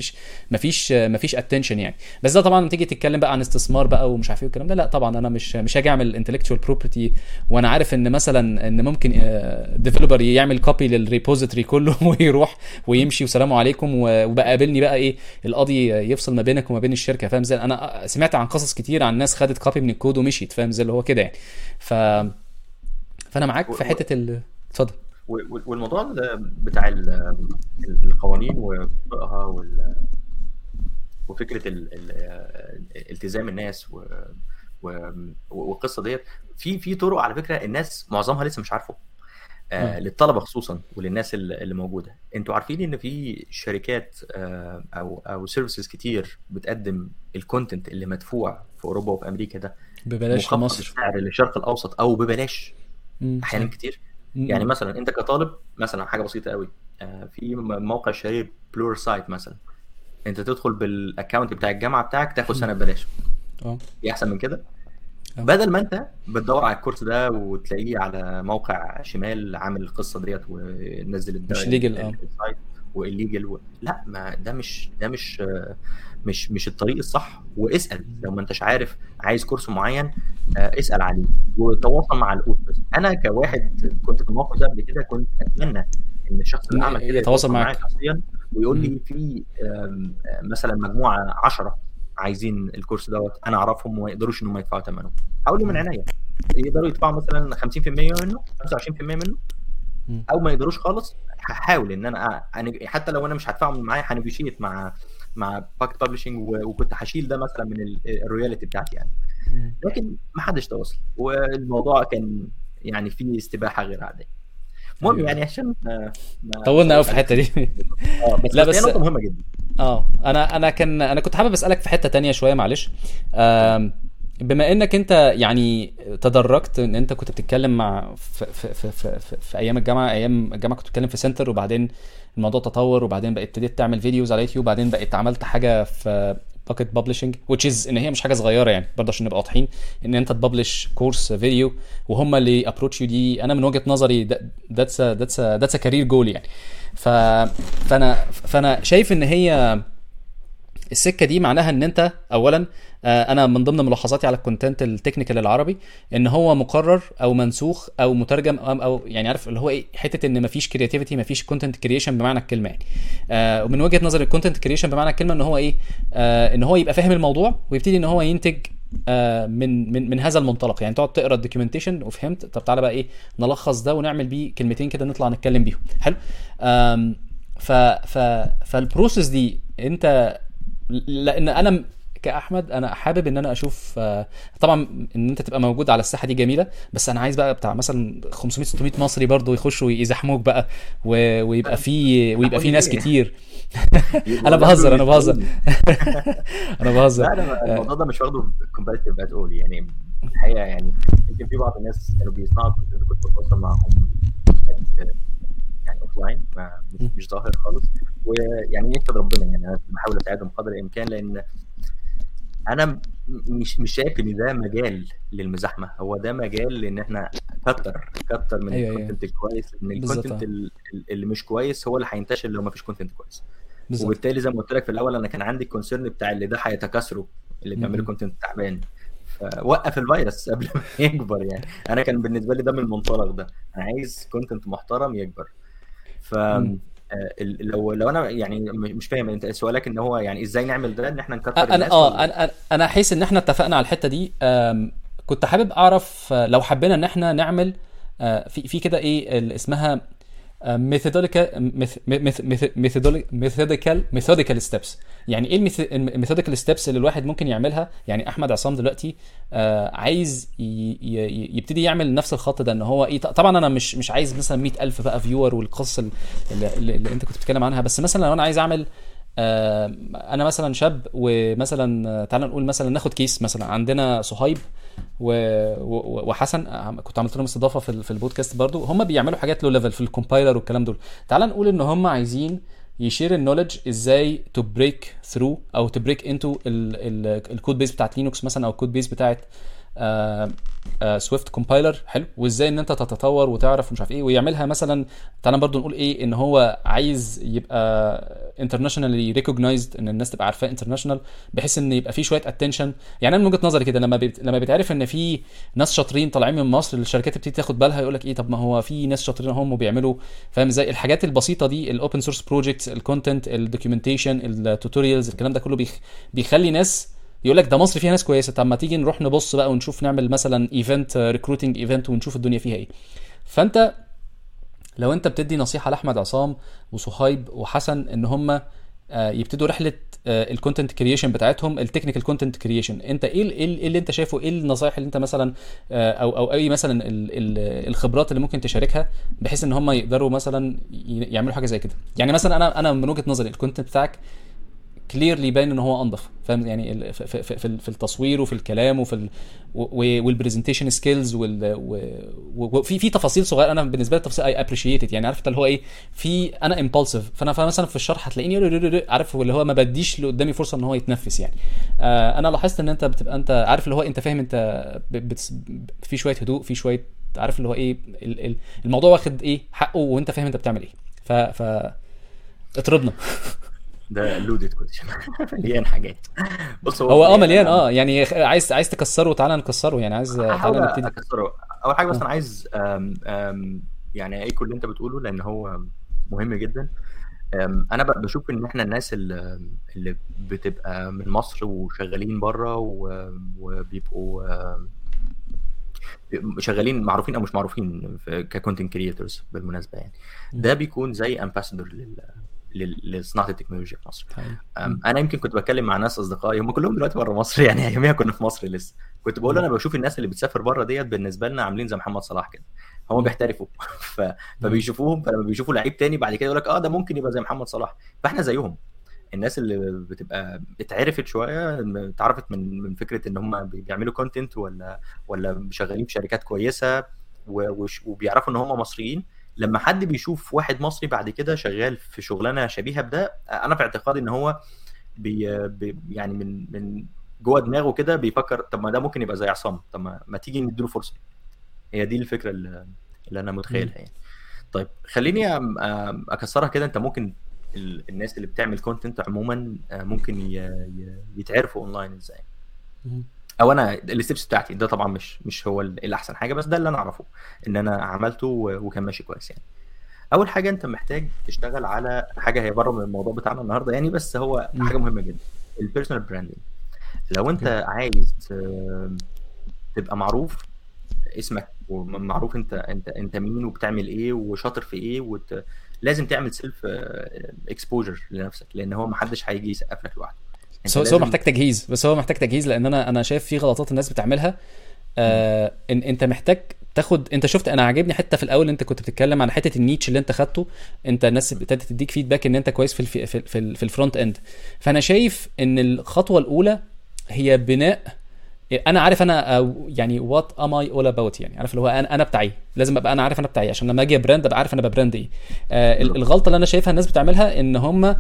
فمفيش اتنشن يعني. بس ده طبعا تيجي تتكلم بقى عن استثمار بقى ومش عارف ايه والكلام ده، لا طبعا انا مش هاجي اعمل انتلكتشوال بروبرتي وانا عارف ان مثلا ان ممكن ديفلوبر يعمل كوبي للريبوزيتوري كله ويروح ويمشي وسلام عليكم، وبقى قابلني بقى ايه، القاضي يفصل ما بينك وما بين الشركه. فاهم ازاي؟ انا سمعت عن قصص كتير عن ناس خدت كوبي من الكود ومشيت. فاهم ازاي؟ اللي هو كده يعني. فانا معاك في حته اتفضل. والموضوع بتاع القوانين وفقها وفكره التزام الناس والقصه ديت، في طرق على فكره الناس معظمها لسه مش عارفه. للطلبه خصوصا وللناس اللي موجوده. انتوا عارفين ان في شركات او سيرفيسز كتير بتقدم الكونتنت اللي مدفوع في اوروبا وفي امريكا ده ببلاش في مصر، السعر للشرق الاوسط او ببلاش احيانا كتير. يعني مثلا انت كطالب، مثلا حاجه بسيطه قوي، في موقع شهير بلور سايت مثلا، انت تدخل بالاكونت بتاع الجامعه بتاعك تاخد سنه ببلاش. في احسن من كده؟ بدل ما انت بتدور على الكورس ده وتلاقيه على موقع شمال عامل القصه ديت ونزل مش ليجل السايت والليجل لا، ما ده مش الطريق الصح. واسال لو ما انتش عارف عايز كورس معين، اسال عليه وتواصل مع الاوتورز. انا كواحد كنت في الموقف ده قبل كده، كنت اتمنى ان الشخص اللي عمل كده يتواصل معايا شخصيا ويقول لي في مثلا مجموعه 10 عايزين الكورس دوت، انا اعرفهم وما يقدروش انهم يدفعوا ثمنه. حاول لي من عينيا، يقدروا يدفعوا مثلا 50% منه، 25% منه، او ما يقدروش خالص. هحاول ان انا حتى لو انا مش هدفعه من معايا، هنيجوشيت مع باكت بابلشنج، وكنت هشيل ده مثلا من الرويالتي بتاعتي يعني. لكن ما حدش تواصل، والموضوع كان يعني فيه استباحه غير عاديه. المهم يعني عشان طولنا قوي في الحته دي. بس نقطه مهمه جدا. انا كنت حابب اسالك في حته تانية شويه، معلش. بما انك انت يعني تدرجت ان انت كنت بتتكلم مع في ايام الجامعه كنت بتتكلم في سنتر، وبعدين الموضوع تطور، وبعدين بقيت ابتديت تعمل فيديوز على يوتيوب، وبعدين بقيت عملت حاجه في باكيت بابليشنج which is ان هي مش حاجه صغيره يعني برضه عشان نبقى واضحين، ان انت تبلش كورس فيديو وهم اللي ابروتش يو دي. انا من وجهه نظري that's a career goal يعني. ف فانا شايف ان هي السكه دي معناها ان انت اولا انا من ضمن ملاحظاتي على الكونتنت التكنيكال العربي ان هو مقرر او منسوخ او مترجم او يعني عارف اللي هو ايه، حته ان مفيش كرياتيفيتي، مفيش كونتنت كرييشن بمعنى الكلمه يعني. ومن وجهه نظر الكونتنت كرييشن بمعنى الكلمه ان هو ايه، ان هو يبقى فاهم الموضوع ويبتدي ان هو ينتج من هذا المنطلق. يعني تقعد تقرا الدوكيومنتيشن وفهمت، طب تعالى بقى ايه نلخص ده ونعمل بيه كلمتين كده نطلع نتكلم بيهم. حلو. ف ف فالبروسيس دي انت، لان انا كاحمد انا حابب ان انا اشوف طبعا ان انت تبقى موجود على الساحه دي جميله، بس انا عايز بقى بتاع مثلا 500 600 مصري برضو يخشوا يزحموك بقى ويبقى في ناس كتير. انا بهزر انا بهزر. لا انا الموضوع ده مش واخده كومباتيتيف ات اول يعني. الحقيقه يعني يمكن في بعض الناس كانوا بيصنعوا كنت بتواصل معاهم يعني اوف لاين، مش ظاهر خالص، ويعني يكتب ربنا يعني انا بحاول اساعدهم قدر الامكان، لان انا مش شايف ان ده مجال للمزاحمه، هو ده مجال لان احنا كتر من أيوة الكونتنت الكويس، لان الكونتنت اللي مش كويس هو اللي هينتشر لو ما فيش كونتنت كويس. بالزبط. وبالتالي زي ما قلت لك في الاول انا كان عندي الكونسيرن بتاع اللي ده هيتكاثروا، اللي بيعملوا كونتنت تعبان، فوقف الفيروس قبل ما يكبر يعني. انا كان بالنسبه لي ده من المنطلق ده، انا عايز كونتنت محترم يكبر. ف لو انا يعني مش فاهم انت سؤالك ان هو يعني ازاي نعمل ده، ان احنا نكتر الناس. انا حاسس ان احنا اتفقنا على الحته دي. كنت حابب اعرف لو حبينا ان احنا نعمل في كده ايه اسمها ميثوديكال ستيبس. يعني ايه الميثوديكال ستيبس اللي الواحد ممكن يعملها؟ يعني احمد عصام دلوقتي عايز يبتدي يعمل نفس الخط ده، ان هو ايه، طبعا انا مش عايز مثلا 100,000 بقى فيور والقصه اللي انت كنت بتتكلم عنها، بس مثلا لو انا عايز اعمل انا مثلا شاب، ومثلا تعال نقول مثلا ناخد كيس مثلا عندنا صهيب وحسن، كنت عملت لهم استضافه في البودكاست برضو، هم بيعملوا حاجات لو ليفل في الكومبايلر والكلام دول. تعال نقول ان هم عايزين يشير النولج ازاي تو بريك ثرو او تو بريك انتو الكود بيس بتاعت لينوكس مثلا، او الكود بيس بتاعت سويفت كومبايلر. حلو. وازاي ان انت تتطور وتعرف ومش عارف ايه، ويعملها مثلا. تعالى برضو نقول ايه، ان هو عايز يبقى انترناشونالي ريكوجنايزد، ان الناس تبقى عارفاه انترناشونال، بحيث ان يبقى في شويه اتنشن. يعني انا من وجهه نظري كده، لما بيتعرف ان في ناس شاطرين طالعين من مصر، الشركات بتبتدي تاخد بالها، يقول لك ايه، طب ما هو في ناس شاطرين هم وبيعملوا، فاهم ازاي الحاجات البسيطه دي، الاوبن سورس بروجكتس، الكونتنت، الدوكيومنتيشن، التوتوريالز، الكلام ده كله بيخلي ناس يقول لك ده مصر فيها ناس كويسه، طب ما تيجي نروح نبص بقى ونشوف، نعمل مثلا ايفنت ريكروتنج ايفنت ونشوف الدنيا فيها ايه. فانت لو انت بتدي نصيحه لاحمد عصام وصهيب وحسن ان هم يبتدوا رحله الكونتنت كرييشن بتاعتهم، التكنيكال كونتنت كرييشن، انت ايه اللي انت شايفه، ايه النصايح اللي انت مثلا او اي مثلا الخبرات اللي ممكن تشاركها، بحيث ان هم يقدروا مثلا يعملوا حاجه زي كده؟ يعني مثلا انا من وجهه نظري الكونتنت بتاعك كليرلي باين ان هو انضف، فاهم يعني، في التصوير وفي الكلام وفي والبرزنتيشن سكيلز وفي تفاصيل صغيره. انا بالنسبه لي التفاصيل اي ابريشيت يعني، عارف اللي هو ايه، في انا امبالسيف، فانا مثلا في الشرح هتلاقيني عارف اللي هو ما بديش اللي قدامي فرصه ان هو يتنفس يعني. انا لاحظت ان انت بتبقى انت عارف اللي هو انت فاهم، انت في شويه هدوء، في شويه عارف اللي هو ايه، الموضوع واخد ايه حقه، وانت فاهم انت بتعمل ايه. ف اطربنا. ده لودد كويشن مليان حاجات. بص هو مليان يعني عايز تكسره، تعالى نكسره يعني، عايز تعالى نبتدي اكسره. اول حاجه بس انا عايز يعني ايه كل اللي انت بتقوله، لان هو مهم جدا. انا بشوف ان احنا الناس اللي بتبقى من مصر وشغالين بره وبيبقوا شغالين معروفين او مش معروفين ككونتنت كرييتورز بالمناسبه يعني، ده بيكون زي امباسادور لصناعه التكنولوجيا في مصر. انا يمكن كنت بتكلم مع ناس اصدقائي هم كلهم دلوقتي بره مصر يعني، اياميها كنا في مصر لسه، كنت بقول انا بشوف الناس اللي بتسافر بره ديت بالنسبه لنا عاملين زي محمد صلاح كده، هم بيحترفوا فبيشوفوهم، فلما بيشوفوا لعيب تاني بعد كده يقول لك ده ممكن يبقى زي محمد صلاح، فاحنا زيهم. الناس اللي بتبقى اتعرفت شويه، اتعرفت من فكره ان هم بيعملوا كونتنت ولا شغالين في شركات كويسه وبيعرفوا ان هم مصريين، لما حد بيشوف واحد مصري بعد كده شغال في شغلانه شبيهه بده، انا في اعتقادي ان هو يعني من جوه دماغه كده بيفكر طب ما ده ممكن يبقى زي عصام، طب ما تيجي نديله فرصه. هي دي الفكره اللي انا متخيلها يعني. طيب خليني اكسرها كده. انت ممكن الناس اللي بتعمل كونتنت عموما ممكن يتعرفوا اونلاين ازاي؟ او انا الستبس بتاعتي ده طبعا مش هو الاحسن حاجه، بس ده اللي انا اعرفه ان انا عملته وكان ماشي كويس يعني. اول حاجه انت محتاج تشتغل على حاجه هي بره من الموضوع بتاعنا النهارده يعني، بس هو حاجه مهمه جدا، البيرسونال براندنج. لو انت عايز تبقى معروف اسمك ومعروف انت مين وبتعمل ايه وشاطر في ايه، لازم تعمل سيلف اكسبوجر لنفسك، لان هو محدش هيجي يسقف لك لوحده. بس هو محتاج تجهيز، لان انا شايف في غلطات الناس بتعملها. ان انت محتاج تاخد، انت شفت انا عاجبني حته في الاول انت كنت بتتكلم عن حته النيتش اللي انت خدته، انت الناس ابتدت تديك فيدباك ان انت كويس في الفرونت اند. فانا شايف ان الخطوه الاولى هي بناء، انا عارف انا يعني وات ام اي اول اباوت، يعني عارف اللي هو انا بتاعي، لازم ابقى انا عارف انا بتاعي عشان لما اجي براند ابقى عارف انا ببراند ايه. الغلطه اللي انا شايفها الناس بتعملها ان هم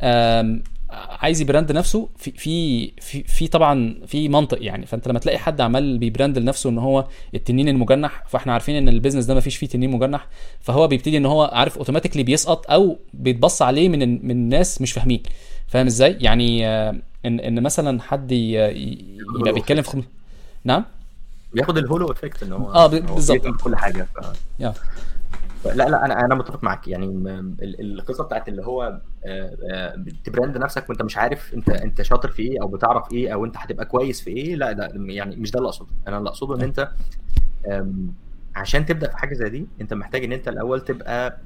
عايز يبراند نفسه في طبعا في منطق يعني. فانت لما تلاقي حد عمال بيبراند لنفسه ان هو التنين المجنح، فاحنا عارفين ان البيزنس ده ما فيش فيه تنين مجنح، فهو بيبتدي ان هو عارف اوتوماتيكلي بيسقط او بيتبص عليه من ناس مش فاهمين. فاهم ازاي يعني؟ ان مثلا حد يبقى بيتكلم في نعم بياخد الهولو افكت ان هو بالظبط كل حاجه لا انا متفق معاك يعني. القصه بتاعت اللي هو تبراند نفسك وانت مش عارف انت شاطر في ايه او بتعرف ايه او انت هتبقى كويس في ايه، لا يعني مش ده اللي اقصده. انا اللي اقصده ان انت عشان تبدا في حاجه زي دي انت محتاج ان انت الاول تبقى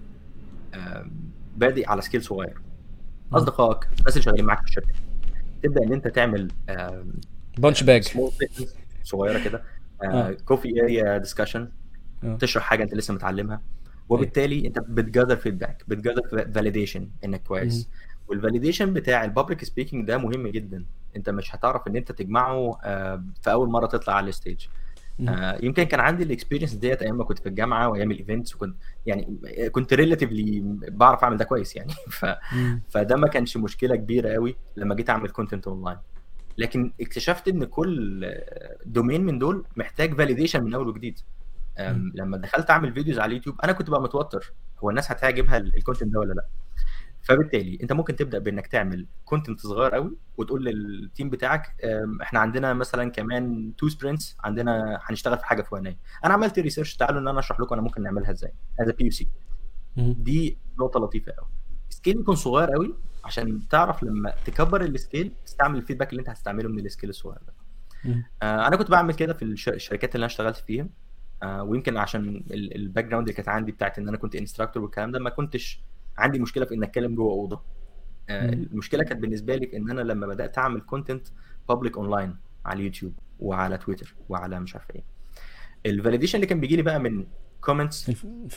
بادئ على سكيل صغير، اصدقائك الناس اللي شغالين معاك في الشركه، تبدا ان انت تعمل بانش باج صغيره كده، كوفي اريا ديسكشن، تشرح حاجه انت لسه متعلمها، وبالتالي انت بتجذر فيدباك، بتجذر فاليديشن انك كويس. والفاليديشن بتاع البابليك سبيكينج ده مهم جدا، انت مش هتعرف ان انت تجمعه في اول مره تطلع على الستيج. يمكن كان عندي الاكسبيرينس ديت ايام ما كنت في الجامعه وايام الايفنتس، وكنت يعني كنت ريلاتيفلي بعرف اعمل ده كويس يعني فده ما كانش مشكله كبيره قوي لما جيت اعمل كونتنت اونلاين. لكن اكتشفت ان كل دومين من دول محتاج فاليديشن من اول وجديد. لما دخلت اعمل فيديوز على اليوتيوب انا كنت بقى متوتر، هو الناس هتعجبها الكونتنت ده ولا لا؟ فبالتالي انت ممكن تبدا بانك تعمل كونتنت صغير قوي وتقول للتيم بتاعك احنا عندنا مثلا كمان 2 سبرنتس عندنا هنشتغل في حاجه فلانيه، انا عملت ريسيرش، تعالوا ان انا اشرح لكم انا ممكن نعملها ازاي از بي يو سي. دي نقطه لطيفه قوي. سكيل يكون صغير قوي عشان تعرف لما تكبر السكيل تستعمل الفيدباك اللي انت هتستعمله من السكيل الصغير ده. انا كنت بعمل كده في الشركات اللي انا اشتغلت فيها، ويمكن عشان الباك جراوند اللي كانت عندي بتاعت ان انا كنت انستراكتور والكلام ده، ما كنتش عندي مشكله في ان اتكلم جوه اوضه. المشكله كانت بالنسبه لي في ان انا لما بدات اعمل كونتنت بابليك اونلاين على اليوتيوب وعلى تويتر وعلى مش عارف ايه، الفاليديشن اللي كان بيجي لي بقى من كومنتس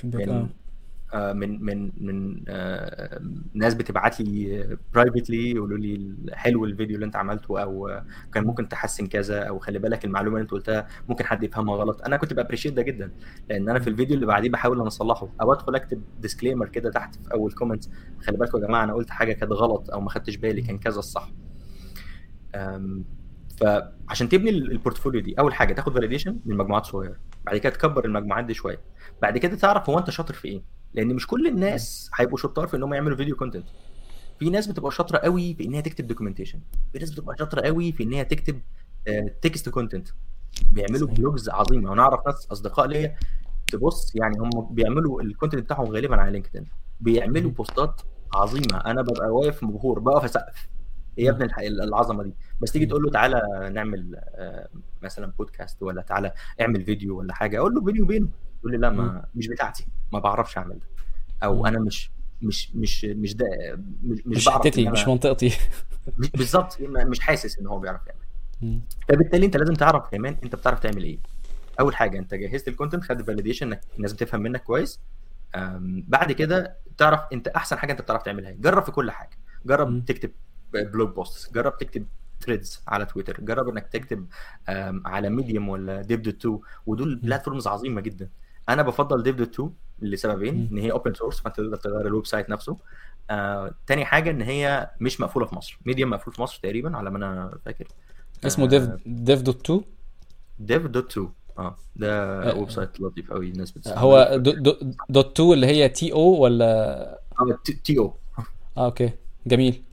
من ناس بتبعت لي برايفتلي يقولوا لي حلو الفيديو اللي انت عملته، او كان ممكن تحسن كذا، او خلي بالك المعلومه اللي انت قلتها ممكن حد يفهمها غلط. انا كنت بابريشيت ده جدا، لان انا في الفيديو اللي بعديه بحاول ان اصلحه، او ادخل اكتب ديسكليمر كده تحت في اول كومنت، خلي بالكم يا جماعه انا قلت حاجه كانت غلط او ما خدتش بالي، كان كذا الصح. فعشان تبني البورتفوليو دي اول حاجه تاخد فاليديشن من مجموعات صغيره، بعد كده تكبر المجموعات دي شويه، بعد كده تعرف هو انت شاطر في ايه، لان مش كل الناس هيبقوا شطار في انهم يعملوا فيديو كونتنت. في ناس بتبقى شاطره قوي في انها تكتب دوكيومنتيشن، في ناس بتبقى شاطره قوي في انها تكتب تكست كونتنت، بيعملوا بلوجز عظيمه. وانا اعرف ناس اصدقاء ليا تبص يعني هم بيعملوا الكونتنت بتاعهم غالبا على لينكدين، بيعملوا بوستات عظيمه، انا ببقى واقف مبهور، بقف اسقف ايه يا ابن العظمه دي. بس تيجي تقول له تعالى نعمل مثلا بودكاست، ولا تعالى اعمل فيديو ولا حاجه، اقول له بيني وبينه، يقول لي لا ما مش بتاعتي، ما بعرفش اعمل ده، او انا مش ده، مش حتتي، مش منطقتي بالظبط، مش حاسس ان هو بيعرف يعمل. فبالتالي انت لازم تعرف كمان انت بتعرف تعمل ايه. اول حاجه انت جهزت الكونتنت، خدت فاليديشن انك الناس بتفهم منك كويس، بعد كده تعرف انت احسن حاجه انت بتعرف تعملها. جرب في كل حاجه، جرب تكتب بلوج بوست، جرب تكتب ثريدز على تويتر، جرب انك تكتب على ميديوم ولا ديف.2، ودول بلاتفورمز عظيمه جدا. انا بفضل ديف.2 لسببين: ان هي اوبن سورس فانت تقدر تغير الويب سايت نفسه، تاني حاجه ان هي مش مقفوله في مصر. ميديوم مقفول في مصر تقريبا على ما انا فاكر. اسمه dev.2. dev.2 ده ويب سايت لطيف قوي الناس بتستخدمه. هو دوت 2 اللي هي تي او ولا تي او؟ اوكي جميل.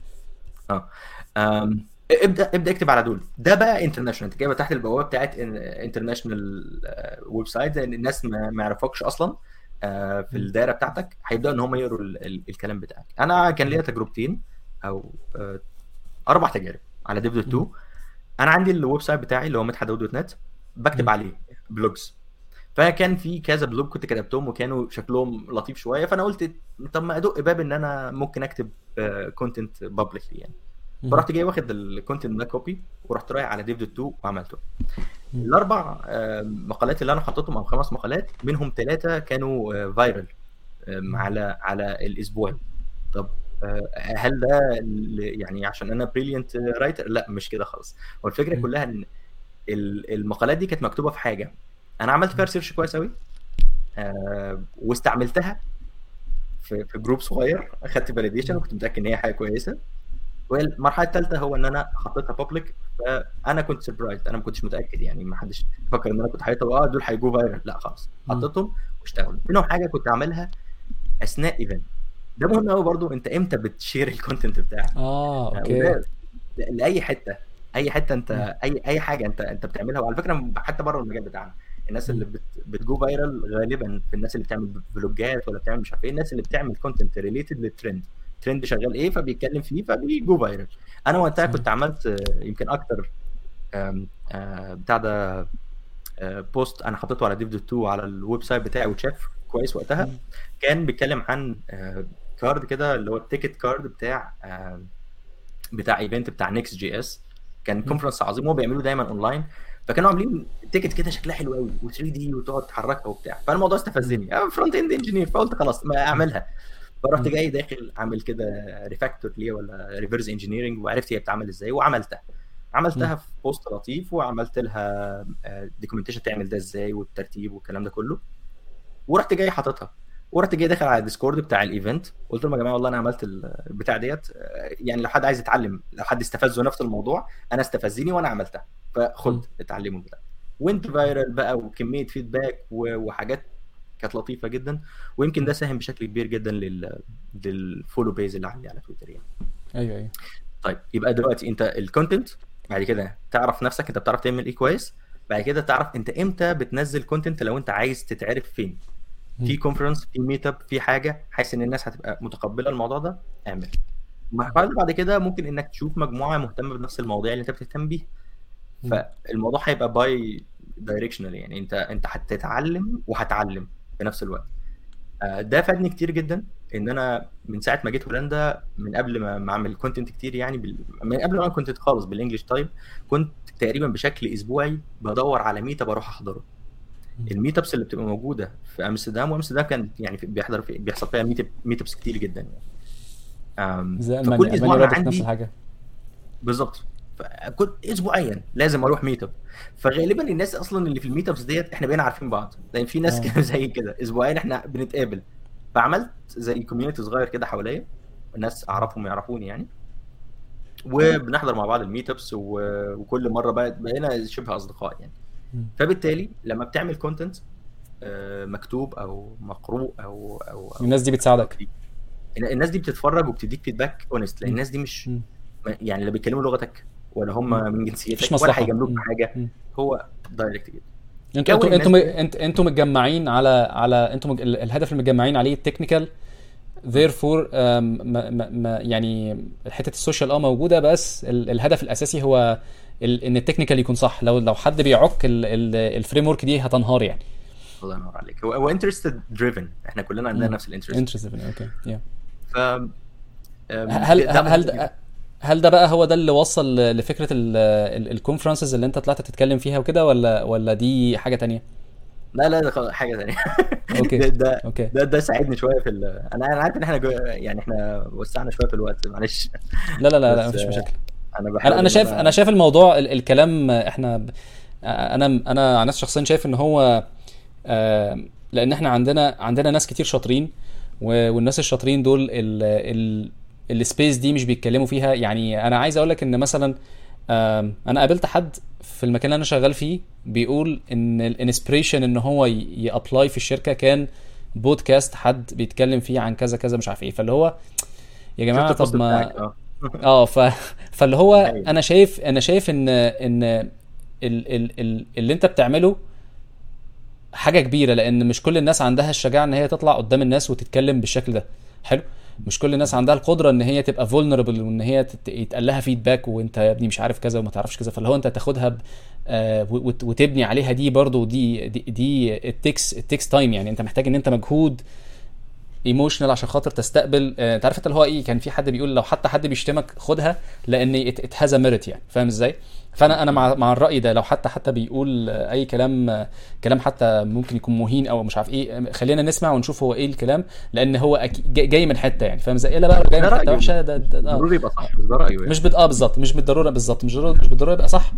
ابدا اكتب على دول. ده بقى انترناشونال، انت جايبه تحت البوابه بتاعت انترناشونال ويب سايت، لان الناس ما يعرفوكش اصلا في الدايره بتاعتك، هيبداوا ان هم يقروا الكلام بتاعك. انا كان ليا تجربتين او 4 تجارب على dev.2. انا عندي الويب سايت بتاعي اللي هو مدحت.net، بكتب عليه بلوجز، فكان في كذا بلوج كنت كتبتهم وكانوا شكلهم لطيف شويه، فانا قلت طب ما ادق باب ان انا ممكن اكتب كونتنت بابليكلي يعني. فرحت جاي واخد الكونتنت ده كوبي ورحت رايح على dev.2 وعملته. ال4 مقالات اللي انا حطيتهم او 5 مقالات منهم 3 كانوا فايرال على الاسبوع. طب هل ده يعني عشان انا بريليانت رايتر؟ لا مش كده خالص. والفكره كلها ان المقالات دي كانت مكتوبه في حاجه انا عملت فيها ريسيرش كويس قوي، واستعملتها في جروب صغير، اخدت فاليديشن وكنت متاكد ان هي حاجه كويسه. والمرحله الثالثه هو ان انا حطيتها بابليك، فانا كنت سربرايزد، انا ما كنتش متاكد يعني، ما حدش فكر ان انا كنت حاططها دول هيجوا فايرال، لا خالص حطيتهم واشتغلوا. منهم حاجه كنت عاملها اثناء ايفنت، ده مهم قوي برضو، انت امتى بتشير الكونتنت بتاعك. اوكي. لاي حته، اي حته انت اي حاجه انت بتعملها. وعلى فكره حتى بره المجال بتاعنا، الناس اللي بتجو فايرال غالبا في الناس اللي بتعمل فلوجات ولا بتعمل مش عارف ايه، الناس اللي بتعمل كونتنت ريليتد للترند، ترند شغال ايه فبيتكلم فيه فبيجو فايرال. انا وقتها كنت عملت يمكن اكتر بتاع ده بوست انا حطيته على dev.2 على الويب سايت بتاعي وتشاف كويس وقتها. كان بيتكلم عن كارد كده اللي هو التيكت كارد بتاع ايفنت بتاع نيكست جي اس، كان كونفرنس عظيم هو بيعملوا دايما اونلاين، فكانوا عاملين تيكت كده شكلها حلو قوي و3 دي وتقعد تحركها وبتاع. فالموضوع استفزني، انا فرونت اند انجينير، فقلت خلاص ما اعملها. فرحت جاي داخل عامل كده ريفاكتور ليه ولا ريفرس انجينيرنج، وعرفت هي بتتعمل ازاي وعملتها في بوست لطيف، وعملت لها دوكيومنتيشن تعمل ده ازاي والترتيب والكلام ده كله، ورحت جاي حاططها، ورحت جاي داخل على الديسكورد بتاع الايفنت، قلت لهم يا جماعه والله انا عملت البتاع ديت، يعني لو حد عايز يتعلم، لو حد استفزه نفس الموضوع انا استفزني وانا عملتها، فخد اتعلموا بتاع. وانت فايرال بقى وكميه فيدباك وحاجات كانت لطيفه جدا، ويمكن ده ساهم بشكل كبير جدا للفولو بيز اللي عندي على تويتر يعني. ايوه. طيب يبقى دلوقتي انت الكونتنت، بعد كده تعرف نفسك انت بتعرف تعمل ايه كويس، بعد كده تعرف انت امتى بتنزل كونتنت لو انت عايز تتعرف فين، في كونفرنس، في ميت اب، في حاجه حاسس ان الناس هتبقى متقبله الموضوع ده، اعمل. بعد كده ممكن انك تشوف مجموعه مهتمه بنفس المواضيع اللي انت بتهتم بيها، فالموضوع هيبقى باي دايركشنال يعني، انت هتتعلم وهتعلم في نفس الوقت. ده فادني كتير جدا، ان انا من ساعه ما جيت هولندا، من قبل ما اعمل كونتنت كتير يعني من قبل ما اعمل كونتنت خالص بالانجلش تايب، كنت تقريبا بشكل اسبوعي بدور على ميت اب اروح احضره. الميت ابس اللي بتبقى موجوده في امستردام، وامستردام كان يعني بيحصل فيها ميت ابس كتير جدا يعني. زي فكل اسبوع انا عندي نفس الحاجه بالظبط، فكل اسبوعيا لازم اروح ميت اب. فغالبا الناس اصلا اللي في الميت ابس ديت احنا بقينا عارفين بعض، لان في ناس كده زي كده اسبوعيا احنا بنتقابل. فعملت زي كوميونتي صغير كده حواليا، الناس اعرفهم يعرفوني يعني، وبنحضر مع بعض الميت ابس، وكل مره بقينا شبه اصدقاء يعني. فبالتالي لما بتعمل كونتنت مكتوب او مقروء او الناس دي بتساعدك، الناس دي بتتفرج وبتديك فيدباك اونست، لان الناس دي مش يعني اللي بيتكلموا لغتك ولا هم من جنسيتك ولا هيجاملوك بحاجه، هو دايركت جدا. انتوا متجمعين على انتوا الهدف اللي متجمعين عليه التكنيكال، therefore يعني حته السوشيال موجوده، بس الهدف الاساسي هو ان التكنيكال يكون صح. لو حد بيعك الفريم ورك دي هتنهار يعني. الله ينور عليك. هو انترستد دريفن، احنا كلنا عندنا نفس الانترست. اوكي يا ف هل ده بقى هو ده اللي وصل لفكره الكونفرنسز اللي انت طلعت تتكلم فيها وكده، ولا دي حاجه تانية؟ لا لا ده حاجه ثانيه. اوكي ده اوكي. ده ساعدني شويه في انا عارف ان احنا يعني احنا وسعنا شويه في الوقت، معلش. لا لا لا لا بس مفيش مشاكل. انا انا بحاول انا ان شايف انا انا شايف الموضوع الكلام احنا انا عن نفسي شخصيا شايف ان هو لان احنا عندنا ناس كتير شاطرين، والناس الشاطرين دول السبيس دي مش بيتكلموا فيها. يعني انا عايز اقول لك ان مثلا انا قابلت حد في المكان اللي انا شغال فيه بيقول ان الانسبريشن ان هو يابلاي في الشركه كان بودكاست حد بيتكلم فيه عن كذا كذا مش عارف ايه. فاللي هو يا شفت جماعه البوست طب بتاعك. ما فاللي هو هايل. انا شايف ان اللي انت بتعمله حاجه كبيره، لان مش كل الناس عندها الشجاعه ان هي تطلع قدام الناس وتتكلم بالشكل ده. حلو. مش كل الناس عندها القدره ان هي تبقى فولنربل، وان هي يتقال لها فيدباك وانت يا ابني مش عارف كذا وما تعرفش كذا. فاللي هو انت تاخدها وتبني عليها دي برضو دي التكس تايم. يعني انت محتاج ان انت مجهود ايموشنال عشان خاطر تستقبل. انت عارف انت اللي هو ايه، كان في حد بيقول لو حتى حد بيشتمك خدها لان ات هاز ميريت. يعني فاهم ازاي؟ فانا مع الراي ده. لو حتى بيقول اي كلام حتى ممكن يكون مهين او مش عارف ايه، خلينا نسمع ونشوف هو ايه الكلام، لان هو جاي من حته. يعني فاهم ازاي؟ الا بقى لو جاي ده من حته رايه وحشه مش ضروري يبقى صح، بس ده رايه يعني. مش بالظبط، مش بالضروره بالظبط، مش بالضروره يبقى صح.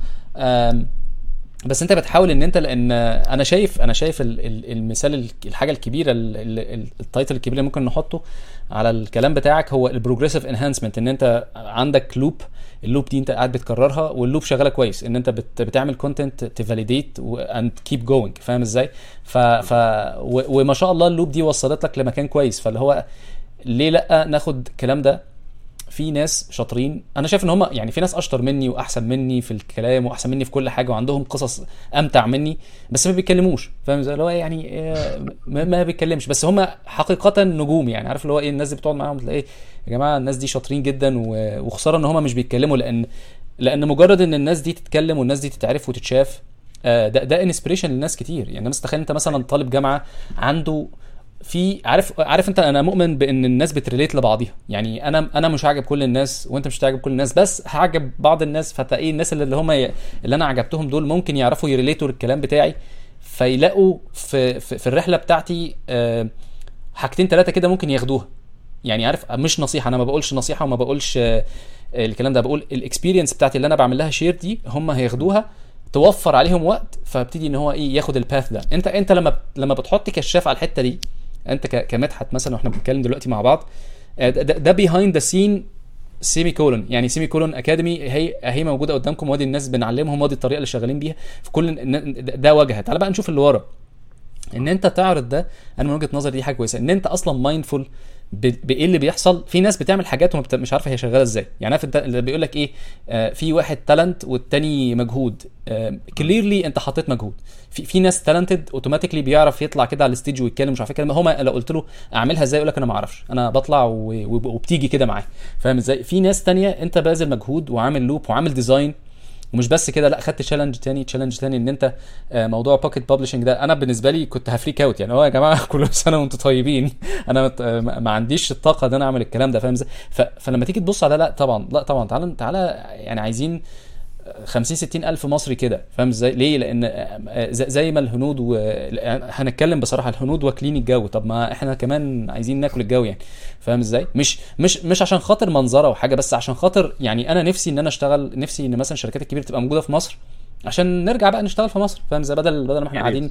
بس انت بتحاول ان انت، لان انا شايف المثال، الحاجه الكبيره، التايتل الكبير اللي ممكن نحطه على الكلام بتاعك هو البروجريسيف انهانسمنت. ان انت عندك اللوب دي انت قاعد بتكررها، واللوب شغاله كويس، ان انت بتعمل كونتنت تفاليديت اند كيب جوينج. فاهم ازاي؟ وما شاء الله اللوب دي وصلت لك لمكان كويس. فاللي هو ليه لا ناخد الكلام ده؟ في ناس شاطرين، انا شايف ان هم يعني في ناس اشطر مني واحسن مني في الكلام واحسن مني في كل حاجه وعندهم قصص امتع مني، بس ما بيتكلموش. فاهم زي اللي هو يعني ما بيتكلمش، بس هم حقيقه نجوم. يعني عارف اللي هو ايه، الناس دي بتقعد معاهم تلاقي يا جماعه الناس دي شاطرين جدا، وخساره ان هم مش بيتكلموا، لان مجرد ان الناس دي تتكلم والناس دي تتعرف وتتشاف ده انسبريشن للناس كتير. يعني مثلا تخيل انت مثلا طالب جامعه عنده في عارف انت، انا مؤمن بان الناس بتريليت لبعضيها. يعني انا مش هعجب كل الناس وانت مش هتعجب كل الناس، بس هعجب بعض الناس. فتلاقي الناس اللي انا عجبتهم دول ممكن يعرفوا يريليتوا للكلام بتاعي، فيلاقوا في الرحله بتاعتي حاجتين ثلاثه كده ممكن ياخدوها. يعني عارف، مش نصيحه، انا ما بقولش نصيحه وما بقولش الكلام ده، بقول الاكسبيرينس بتاعتي اللي انا بعمل لها شير دي هم هياخدوها، توفر عليهم وقت، فابتدي ان هو ايه ياخد الباث ده. انت لما بتحط كشاف على الحته دي، انت كمدحت مثلا واحنا بنتكلم دلوقتي مع بعض، ده بيهايند ذا سين سيمي كولون. يعني سيمي كولون اكاديمي هي موجوده قدامكم، وادي الناس بنعلمهم، وادي الطريقه اللي شغالين بيها في كل ده واجهه. تعال بقى نشوف اللي ورا. ان انت تعرض ده، انا من وجهه نظري دي حاجه كويسه، ان انت اصلا مايندفول بايه اللي بيحصل. في ناس بتعمل حاجات مش عارفه هي شغاله ازاي. يعني عارف انت اللي بيقول لك ايه، في واحد تالنت والتاني مجهود. كليرلي انت حطيت مجهود. في ناس تالنتد اوتوماتيكلي بيعرف يطلع كده على الستيج ويتكلم مش عارف كلمه، هما لو قلت له اعملها ازاي يقول لك انا ما اعرفش، انا بطلع وبتيجي كده معايا. فاهم ازاي؟ في ناس تانية انت باذل مجهود وعامل لوب وعامل ديزاين، ومش بس كده، لا خدت تشالنج تاني ان انت موضوع باكيت بابلشنج ده. انا بالنسبه لي كنت هفريك اوت. يعني هو يا جماعه كل سنه وانتم طيبين، انا ما عنديش الطاقه ان انا اعمل الكلام ده. فاهم ازاي؟ فلما تيجي تبص على لا طبعا تعالى يعني عايزين 50-60 ألف مصري كده. فاهم ازاي؟ ليه؟ لأن زي ما الهنود هنتكلم بصراحة، الهنود واكلين الجو، طب ما احنا كمان عايزين ناكل الجو. يعني فاهم ازاي؟ مش عشان خاطر منظرة وحاجة، بس عشان خاطر يعني أنا نفسي إن أنا أشتغل، نفسي إن مثلا الشركات الكبيرة تبقى موجودة في مصر عشان نرجع بقى نشتغل في مصر. فاهم ازاي؟ بدل ما احنا قاعدين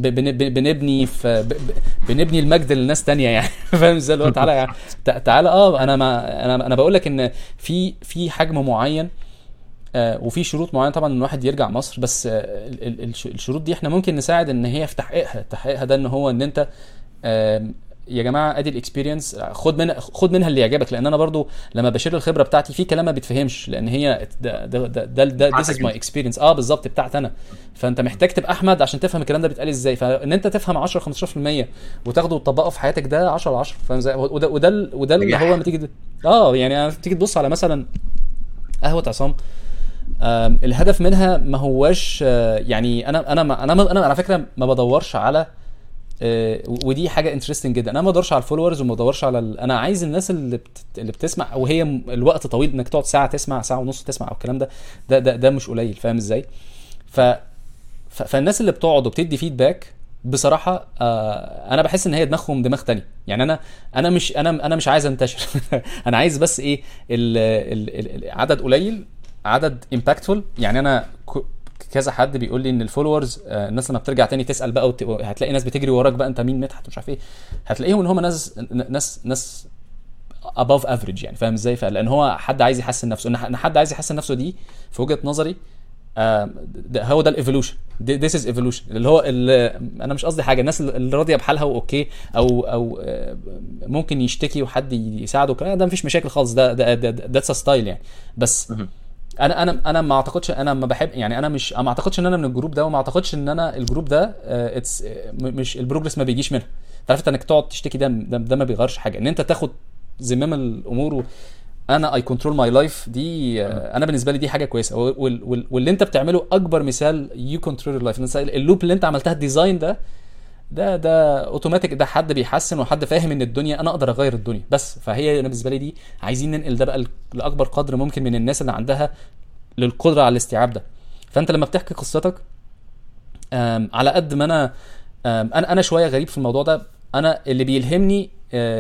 بنبني المجد للناس تانية. يعني فاهم ازاي؟ اللي هو تعالى انا بقول لك ان في حجم معين وفي شروط معينه طبعا ان الواحد يرجع مصر، بس الشروط دي احنا ممكن نساعد ان هي في تحقيقها ده، ان هو ان انت يا جماعه ادي الاكسبيرينس، خد منها اللي يعجبك. لان انا برضو لما بشير الخبره بتاعتي في كلام ما بيتفهمش، لان هي ده this is my experience بالظبط بتاعت انا. فانت محتاج تبقى احمد عشان تفهم الكلام ده بيتقال ازاي. فان انت تفهم 10-15% وتاخده وتطبقه في حياتك، ده 10/10. فاهم ازاي؟ وده اللي هو لما تيجي يعني تيجي تبص على مثلا قهوه عصام، الهدف منها ما هوش يعني انا على فكره ما بدورش على ودي حاجه انترستنج جدا. انا ما بدورش على الفولورز وما بدورش على انا عايز الناس اللي بتسمع، وهي الوقت طويل انك تقعد ساعه تسمع، ساعه ونص تسمع، او الكلام ده مش قليل. فاهم ازاي؟ فالناس اللي بتقعد وبتدي فيدباك بصراحه انا بحس ان هي دماغهم دماغ تاني. يعني انا مش عايز انتشر. انا عايز بس ايه، عدد قليل، عدد امباكتفول. يعني انا كذا حد بيقول لي ان الفولورز، الناس لما بترجع تاني تسال بقى هتلاقي ناس بتجري وراك بقى، انت مين مدحت مش عارف ايه، هتلاقيهم ان هم ناس above average يعني، فاهم ازاي؟ لان هو حد عايز يحسن نفسه، ان حد عايز يحسن نفسه دي في وجهة نظري هو ده الايفولوشن. this is evolution، اللي هو انا مش قصدي حاجه، الناس اللي راضيه بحالها واوكي، او ممكن يشتكي وحد يساعده كده، ده مفيش مشاكل خالص، ده ستايل يعني. بس انا ما اعتقدش، انا ما بحب يعني، انا مش ما اعتقدش ان انا من الجروب ده، وما اعتقدش ان انا الجروب ده مش البروجرس ما بيجيش منها. عرفت انك تقعد تشتكي ده ما بيغيرش حاجه. ان انت تاخد زمام الامور انا اي كنترول ماي لايف دي، انا بالنسبه لي دي حاجه كويسه. واللي انت بتعمله اكبر مثال يو كنترول لايف. اللوب اللي انت عملتها الديزاين ده اوتوماتيك، ده حد بيحسن وحد فاهم ان الدنيا انا اقدر اغير الدنيا بس. فهي انا بالنسبه لي دي عايزين ننقل ده بقى لاكبر قدر ممكن من الناس اللي عندها للقدره على الاستيعاب ده. فانت لما بتحكي قصتك، على قد ما انا شويه غريب في الموضوع ده، انا اللي بيلهمني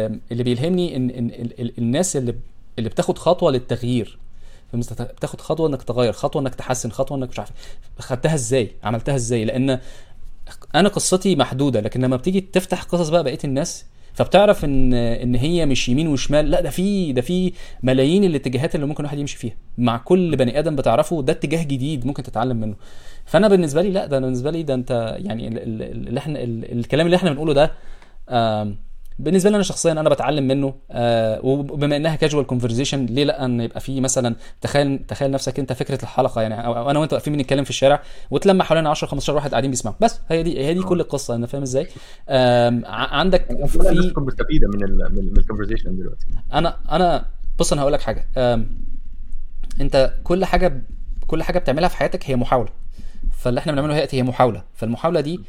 ان الناس اللي بتاخد خطوه للتغيير، بتاخد خطوه انك تغير، خطوه انك تحسن، خطوه انك مش عارف خدتها ازاي، عملتها ازاي. لان انا قصتي محدوده، لكن لما بتيجي تفتح قصص بقى بقيه الناس، فبتعرف ان هي مش يمين وشمال، لا ده في ملايين الاتجاهات اللي ممكن واحد يمشي فيها. مع كل بني ادم بتعرفه ده اتجاه جديد ممكن تتعلم منه. فانا بالنسبه لي لا، ده بالنسبه لي ده انت يعني اللي احنا الكلام اللي احنا بنقوله ده بالنسبه لي انا شخصيا انا بتعلم منه. وبما انها كاجوال كونفرزيشن، ليه لا ان يبقى في مثلا، تخيل نفسك انت فكره الحلقه يعني، أو انا وانت واقفين بنتكلم في الشارع وتلمع حوالينا 10 15 واحد قاعدين بيسمعوا بس. هي دي كل القصه. انا فاهم ازاي؟ عندك في مستفيده من الكونفرزيشن دلوقتي. انا بص، انا هقول لك حاجه. انت كل حاجه بتعملها في حياتك هي محاوله. فاللي احنا بنعمله هي محاوله. فالمحاوله دي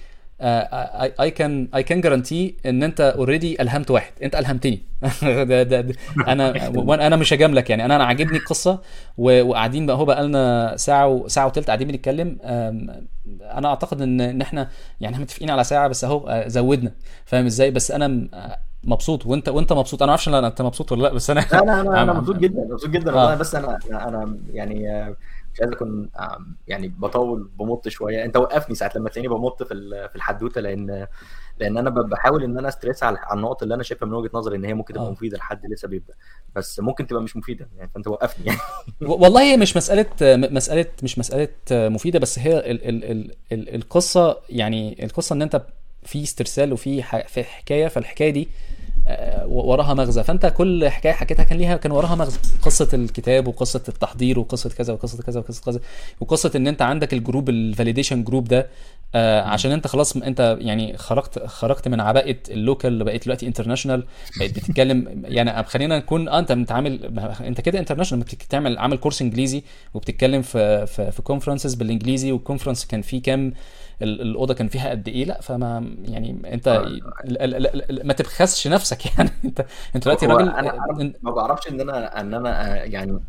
I can guarantee ان انت اوريدي الهمت واحد، انت الهمتني. ده انا مش هجاملك يعني، انا عاجبني القصه وقاعدين بقى لنا ساعه وثلث قاعدين بنتكلم. انا اعتقد ان احنا يعني متفقين على ساعه بس اهو زودنا، فاهم ازاي؟ بس انا مبسوط وانت مبسوط. انا ما اعرفش انت مبسوط ولا لا، بس انا مبسوط جدا والله. بس انا يعني مش عايز اكون يعني بطول بمط شويه. انت وقفني ساعه لما تلاقيني بمط في الحدوته، لان انا بحاول ان انا استريس على النقط اللي انا شايفها من وجهه نظري ان هي ممكن تبقى مفيده لحد لسه بيبدا، بس ممكن تبقى مش مفيده يعني. فانت وقفني يعني. والله هي مش مساله مفيده، بس هي القصه يعني، القصه ان انت في استرسال وفي حكايه، فالحكايه دي وراها مغزى. فانت كل حكايه حكيتها كان وراها مغزى، قصه الكتاب وقصه التحضير وقصه كذا وقصه كذا وقصه كذا، وقصه ان انت عندك الجروب الفاليديشن جروب ده عشان انت خلاص انت يعني خرجت من عباءه اللوكال اللي بقيت دلوقتي انترناشونال، بقيت بتتكلم يعني. خلينا نكون انت بتتعامل انت كده انترناشونال، بتعمل عامل كورس انجليزي وبتتكلم في كونفرنسز بالانجليزي، والكونفرنس كان فيه كام، الاوضه كان فيها قد ايه. لا فما يعني انت ما تبخسش نفسك يعني. انت دلوقتي راجل. انا ما بعرفش ان انا يعني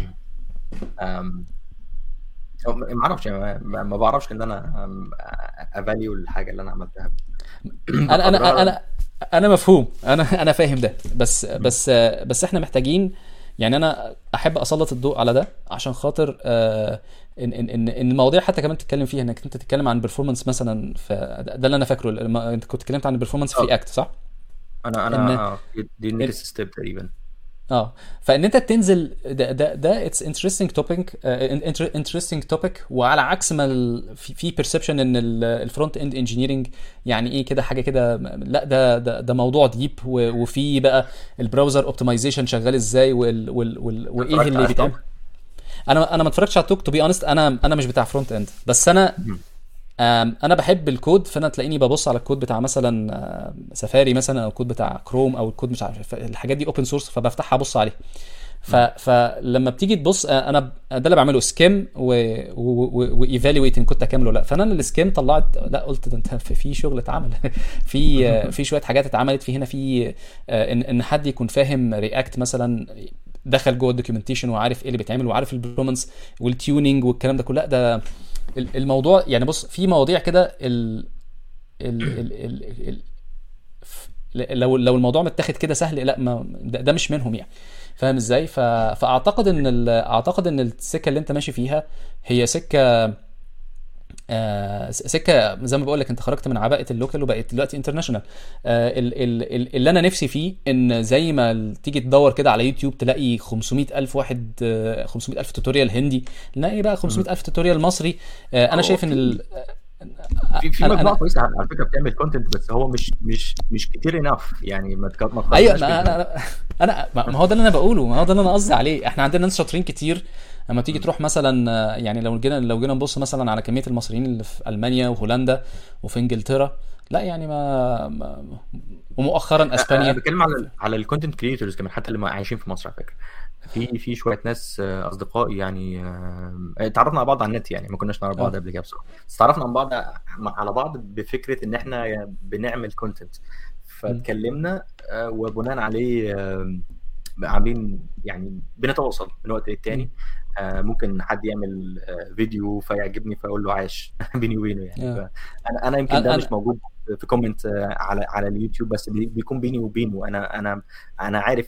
ما اعرفش، ما بعرفش ان انا افاليو الحاجه اللي انا عملتها. انا مفهوم، انا فاهم ده. بس احنا محتاجين يعني، انا احب اسلط الضوء على ده عشان خاطر ان المواضيع حتى كمان تتكلم فيها، انك انت تتكلم عن بيرفورمانس مثلا. ده اللي انا فاكره، انت كنت اتكلمت عن البيرفورمانس في اكت، صح؟ انا دي نيكست ستيب تقريبا. فان انت تنزل ده اتس انترستينج توبيك. وعلى عكس ما في بيرسبشن ان الفرونت اند انجينيرنج يعني ايه كده حاجه كده، لا ده موضوع ديب. وفي بقى البراوزر اوبتمايزيشن شغال ازاي، وايه اللي بيتعمل. انا ما اتفرجتش على توك تو بي اونست. انا مش بتاع فرونت اند، بس انا بحب الكود. فانا تلاقيني ببص على الكود بتاع مثلا سفاري مثلا، او الكود بتاع كروم، او الكود مش عارف الحاجات دي اوبن سورس، فبفتحها ابص عليها. فلما بتيجي تبص، انا ده اللي بعمله سكيم وايفالويتنج كنت اكمله. لا فانا السكيم طلعت، لا قلت ده انت في شغل اتعمل. في شويه حاجات اتعملت في هنا، في ان حد يكون فاهم رياكت مثلا، دخل جوه الدوكيومنتيشن وعارف ايه اللي بيتعمل، وعارف البرفورمانس والتيونينج والكلام ده كله. لا ده الموضوع يعني. بص، في مواضيع كده ال لو الموضوع متاخد كده سهل، لا ما ده مش منهم يعني. فاهم ازاي؟ فاعتقد ان اعتقد ان السكه اللي انت ماشي فيها هي سكه سكه زي ما بقول لك، انت خرجت من عباءه اللوكال وبقيت دلوقتي انترناشونال. اللي انا نفسي فيه ان زي ما تيجي تدور كده على يوتيوب تلاقي 500 الف واحد 500 الف توتوريال هندي، نلاقي بقى 500 الف توتوريال مصري. انا شايف ان في انا مجموعه كويسه على فكره بتعمل كونتنت، بس هو مش كتير انف يعني، ما ايوه. تقارناش بالهند. ما هو ده اللي انا بقوله، ما هو ده اللي انا قصدي عليه. احنا عندنا ناس شاطرين كتير. اما تيجي تروح مثلا يعني لو جينا نبص مثلا على كميه المصريين اللي في المانيا وهولندا وفي انجلترا، لا يعني ومؤخرا انا اسبانيا. بتكلم على الكونتنت كريتورز كمان، حتى اللي ما عايشين في مصر على فكره. في شويه ناس اصدقائي يعني، اتعرفنا على بعض على النت يعني، ما كناش نعرف بعض قبل كده بصراحه، بس تعرفنا على بعض بفكره ان احنا بنعمل كونتنت، فاتكلمنا وبناء عليه عاملين يعني بنتواصل من وقت للتاني. ممكن حد يعمل فيديو فيعجبني فاقول له عاش بيني وبينه يعني. انا يمكن ده مش موجود في كومنت على اليوتيوب، بس بيكون بيني وبينه. انا عارف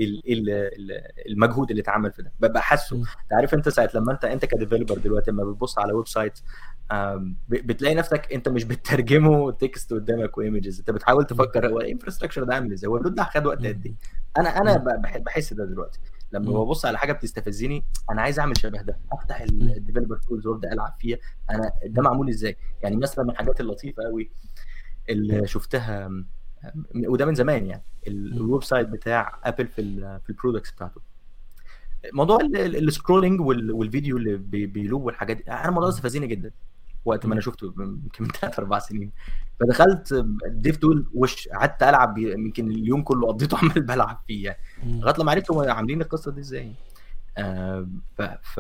المجهود اللي اتعمل في ده، ببقى حاسه. انت عارف، انت ساعه لما انت كديفلوبر دلوقتي لما بتبص على ويب سايت، بتلاقي نفسك انت مش بتترجمه تكست قدامك وايمجز، انت بتحاول تفكر هو الانفراستراكشر ده عامل ازاي، هو الرد ده خد وقت قد ايه. انا بحس ده دلوقتي لما ببص على حاجه بتستفزني، انا عايز اعمل شبه ده، افتح الديفلوبر تولز وابدا العب فيها، انا ده معمول ازاي يعني. مثلا من الحاجات اللطيفه قوي اللي شفتها، وده من زمان يعني، الويب سايت بتاع ابل في البرودكتس بتاعته، موضوع السكرولينج والفيديو اللي بيلوب والحاجات دي، انا الموضوع ده استفزني جدا وقت ما انا شفته يمكن من 3-4 سنين. فدخلت ديف تول قعدت العب، يمكن اليوم كله قضيته عمال بلعب فيه يعني، لغايه لما عرفت هم عاملين القصه دي ازاي. ف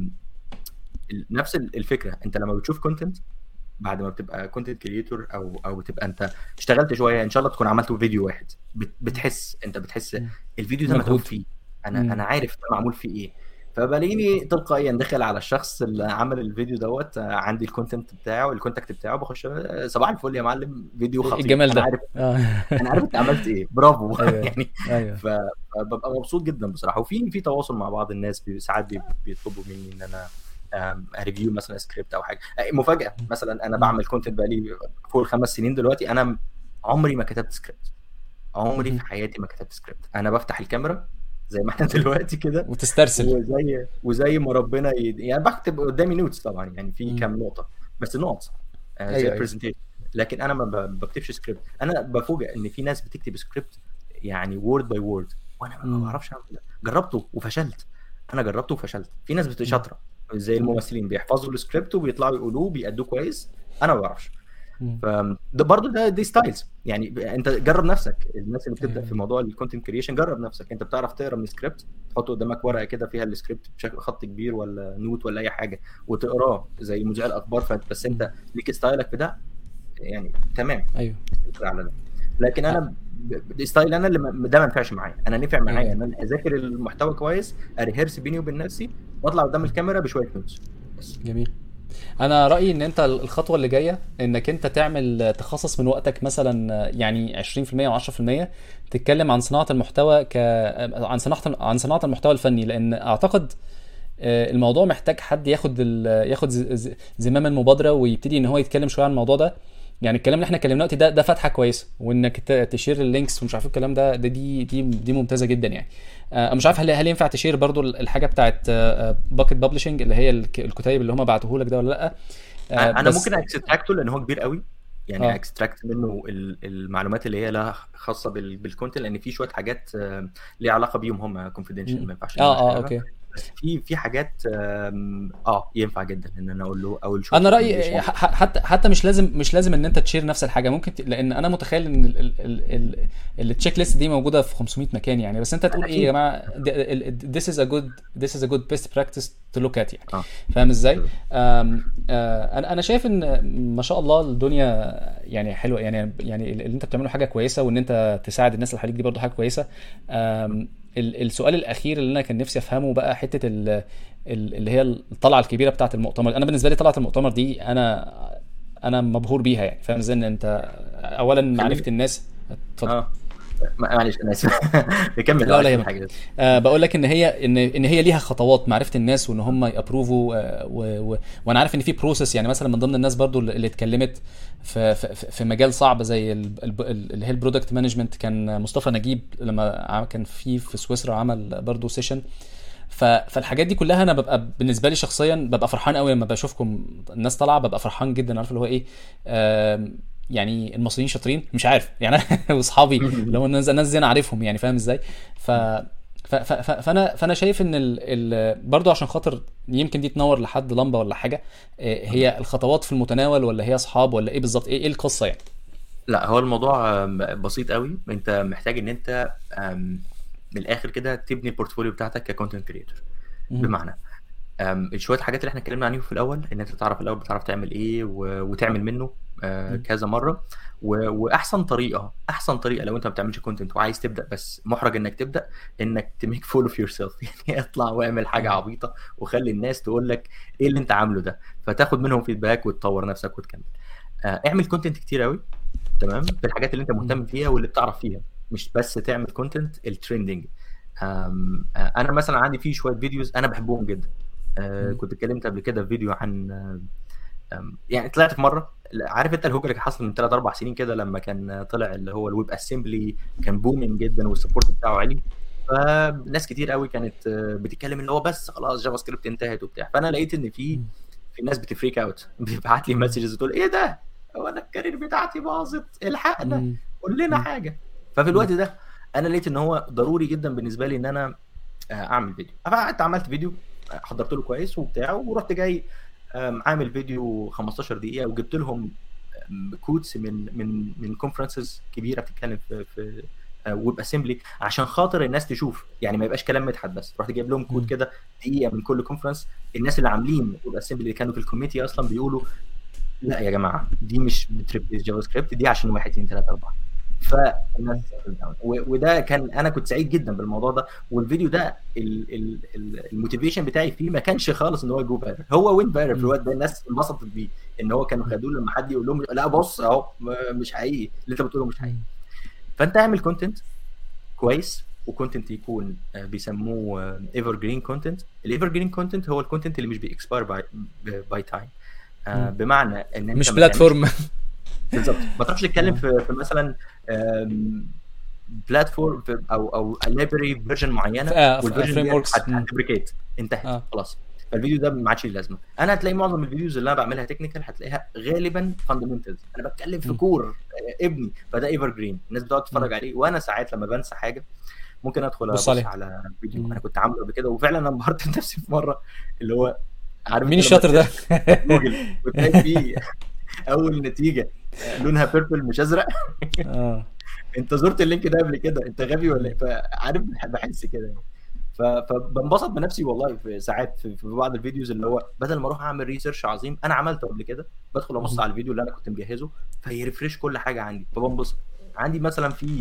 نفس الفكره، انت لما بتشوف كونتنت بعد ما بتبقى كونتنت كريتور او بتبقى انت اشتغلت شويه، ان شاء الله تكون عملت فيديو واحد، بتحس الفيديو ده متعوب فيه، انا عارف ده معمول فيه ايه. فبلاقيني تلقائيا داخل على الشخص اللي عمل الفيديو دوت، عندي الكونتنت بتاعه، الكونتاكت بتاعه، بخش صباح الفل يا معلم، فيديو خطير، الجمال ده. انا عارف انت عملت ايه، برافو. أيوة. يعني أيوة. فببقى مبسوط جدا بصراحه. وفي تواصل مع بعض الناس، ساعات بيطلبوا مني ان انا ريفيو مثلا سكريبت او حاجه مفاجاه. مثلا انا بعمل كونتنت بقالي فوق 5 سنين دلوقتي، انا عمري ما كتبت سكريبت، عمري في حياتي ما كتبت سكريبت. انا بفتح الكاميرا زي ما احنا دلوقتي كده وتسترسل، وزي ما ربنا يعني بكتب قدامي نوتس طبعا يعني، في كام نقطه بس نقط زي البرزنتيشن، لكن انا ما بكتبش سكريبت. انا بفوجئ ان في ناس بتكتب سكريبت يعني وورد باي وورد، وانا ما بعرفش اعمل ده. جربته وفشلت، انا جربته وفشلت. في ناس شاطره زي الممثلين بيحفظوا السكريبت وبيطلعوا يقولوه بيأدوه كويس، انا ما بعرفش. فده برضه دي ستايلز يعني، انت جرب نفسك. الناس اللي بتبدا في موضوع الكونتنت كريشن، جرب نفسك. انت بتعرف تقرا من السكريبت، تحط قدامك ورقه كده فيها السكريبت بشكل خط كبير ولا نوت ولا اي حاجه، وتقراه زي مذيع الاخبار، بس انت ليك ستايلك في ده يعني، تمام. ايوه على ده. لكن انا ستايل انا اللي ده ما ينفعش معايا. انا نفع معايا ان انا اذاكر المحتوى كويس، اريهرس بيني وبين نفسي، واطلع قدام الكاميرا بشويه نوتس بس. جميل. انا رايي ان انت الخطوه اللي جايه انك انت تعمل تخصص من وقتك مثلا يعني 20% او 10% تتكلم عن صناعه المحتوى عن صناعه المحتوى الفني، لان اعتقد الموضوع محتاج حد ياخد زمام المبادره ويبتدي ان هو يتكلم شويه عن الموضوع ده. يعني الكلام اللي احنا اتكلمناه دلوقتي ده فتحه كويسه، وانك تشير اللينكس ومش عارف الكلام ده دي ممتازه جدا يعني. مش عارف هل ينفع تشير برضو الحاجه بتاعت باكيت بابليشنج اللي هي الكتيب اللي هم بعتوه لك ده ولا لا؟ انا ممكن اكستراكته لان هو كبير قوي يعني، اكستراكت منه المعلومات اللي هي لها خاصه بالكونتنت، لان في شويه حاجات ليها علاقه بيهم هم كونفيدنشال، ما ينفعش. اوكي. بس في حاجات ينفع جدا ان انا اقول له او انا رايي حتى مش لازم ان انت تشير نفس الحاجه، ممكن لان انا متخيل ان التشيك ليست دي موجوده في 500 مكان يعني، بس انت تقول ايه يا جماعه this is a good best practice to look at يعني. فاهم ازاي؟ انا شايف ان ما شاء الله الدنيا يعني حلوه يعني اللي انت بتعمله حاجه كويسه، وان انت تساعد الناس اللي حواليك دي برضو حاجه كويسه. السؤال الاخير اللي انا كان نفسي افهمه بقى حته اللي هي الطلعه الكبيره بتاعه المؤتمر. انا بالنسبه لي طلعه المؤتمر دي انا انا مبهور بيها يعني. فاهم ازاي ان انت اولا معرفه خليني الناس. اتفضل. اه معلش انا اسف. نكمل لا لو ولا عايز تقول يهمك. حاجه. بقول لك ان هي ان هي ليها خطوات معرفه الناس وان هم يابروفوا. وانا عارف ان في بروسيس يعني. مثلا من ضمن الناس برضو اللي اتكلمت في مجال صعب زي اللي هي البرودكت مانجمنت، كان مصطفى نجيب لما كان في سويسرا عمل برضو سيشن. فالحاجات دي كلها انا ببقى بالنسبه لي شخصيا ببقى فرحان قوي لما بشوفكم الناس طالعه، ببقى فرحان جدا. عارف اللي هو ايه؟ يعني المصريين شاطرين مش عارف يعني. واصحابي اللي هو الناس دي انا عارفهم يعني. فاهم ازاي؟ ف فانا شايف ان برضو عشان خاطر يمكن دي تنور لحد لمبه ولا حاجه. هي الخطوات في المتناول ولا هي اصحاب ولا ايه بالظبط؟ ايه القصه يعني؟ لا هو الموضوع بسيط قوي. انت محتاج ان انت من الاخر كده تبني البورتفوليو بتاعتك ككونتنت كريتور. مم. بمعنى شويه حاجات اللي احنا اتكلمنا عنهم في الاول، ان انت تعرف الاول بتعرف تعمل ايه وتعمل منه مم. كذا مره. واحسن طريقه لو انت ما بتعملش كونتنت وعايز تبدا بس محرج انك تبدا، انك تميك فول اوف يور سيلف. يعني اطلع واعمل حاجه اه. عبيطه وخلي الناس تقول لك ايه اللي انت عامله ده، فتاخد منهم فيدباك وتطور نفسك وتكمل. اعمل كونتنت كتير قوي، تمام، في الحاجات اللي انت مم. مهتم فيها واللي بتعرف فيها، مش بس تعمل كونتنت الترندنج. انا مثلا عندي فيه شويه فيديوز انا بحبهم جدا. مم. كنت اتكلمت قبل كده في فيديو عن يعني طلعت في مره، عارف انت الهوجه اللي حصل من 3 4 سنين كده لما كان طلع اللي هو الويب اسمبلي، كان بومينج جدا والسبورت بتاعه عالي. فناس كتير قوي كانت بتتكلم اللي هو بس خلاص جافا سكريبت انتهت وبتاع. فانا لقيت ان مم. في ناس بتفريك اوت، بتبعت لي مم. مسجز تقول ايه ده، هو انا الكارير بتاعتي باظت، الحقنا، مم. قول لنا مم. حاجه. ففي مم. الوقت ده انا لقيت ان هو ضروري جدا بالنسبه لي ان انا اعمل فيديو. فقعدت عملت فيديو، حضرت له كويس وبتاع، ورحت جاي عامل فيديو 15 دقيقه، وجبت لهم كودز من كونفرنسز كبيره بتتكلم في ويب اسمبلي، عشان خاطر الناس تشوف، يعني ما يبقاش كلام مدحت بس. رحت جايب لهم كود مم. كده دقيقه من كل كونفرنس. الناس اللي عاملين ويب اسمبلي اللي كانوا في الكوميتي اصلا بيقولوا لا يا جماعه دي مش بتريبليس جافا سكريبت، دي عشان 1 2 3 4. فالناس وده كان انا كنت سعيد جدا بالموضوع ده. والفيديو ده الموتيفيشن بتاعي فيه ما كانش خالص ان هو يجو فايرل، هو وين فايرل في مم. الوقت ده. الناس انبسطت بيه، ان هو كانوا خدوه لما حد يقول لهم لا بص اهو مش حقيقي اللي انت بتقوله، مش حقيقي. مم. فانت اعمل كونتنت كويس، وكونتنت يكون بيسموه ايفر جرين كونتنت. الايفر جرين كونتنت هو الكونتنت اللي مش بيكسباير باي تايم. مم. بمعنى ان انت مش ما تعملش بلاتفورم. بالظبط، ما تروحش تتكلم اه. في مثلا بلاتفورم او لايبرري فيرجن معينه، والفيرجن فريم دي وركس. هتبريكيت، انتهت اه. خلاص. فالفيديو ده ما عادش ليه لازمه. انا هتلاقي معظم الفيديوز اللي انا بعملها تكنيكال هتلاقيها غالبا فاندمنتالز، انا بتكلم في مم. كور ابني، فده ايفر جرين الناس بتقعد مم. تتفرج عليه. وانا ساعات لما بنسى حاجه ممكن ادخل بص ابص عليه. على فيديو مم. انا كنت عامله قبل كده، وفعلا انا انبهرت بنفسي في مره. اللي هو عارف مين انت لما الشاطر ده؟ تسيرش في جوجل وتلاقي فيه اول نتيجه لونها بيربل مش ازرق، اه. انت زرت اللينك ده قبل كده، انت غبي ولا ايه؟ فعارف بحس كده يعني. فبنبسط بنفسي والله في ساعات في بعض الفيديوز، اللي هو بدل ما اروح اعمل ريسيرش عظيم انا عملته قبل كده، بدخل ابص مم. على الفيديو اللي انا كنت مجهزه فيرفرش كل حاجه عندي، فبنبسط. عندي مثلا في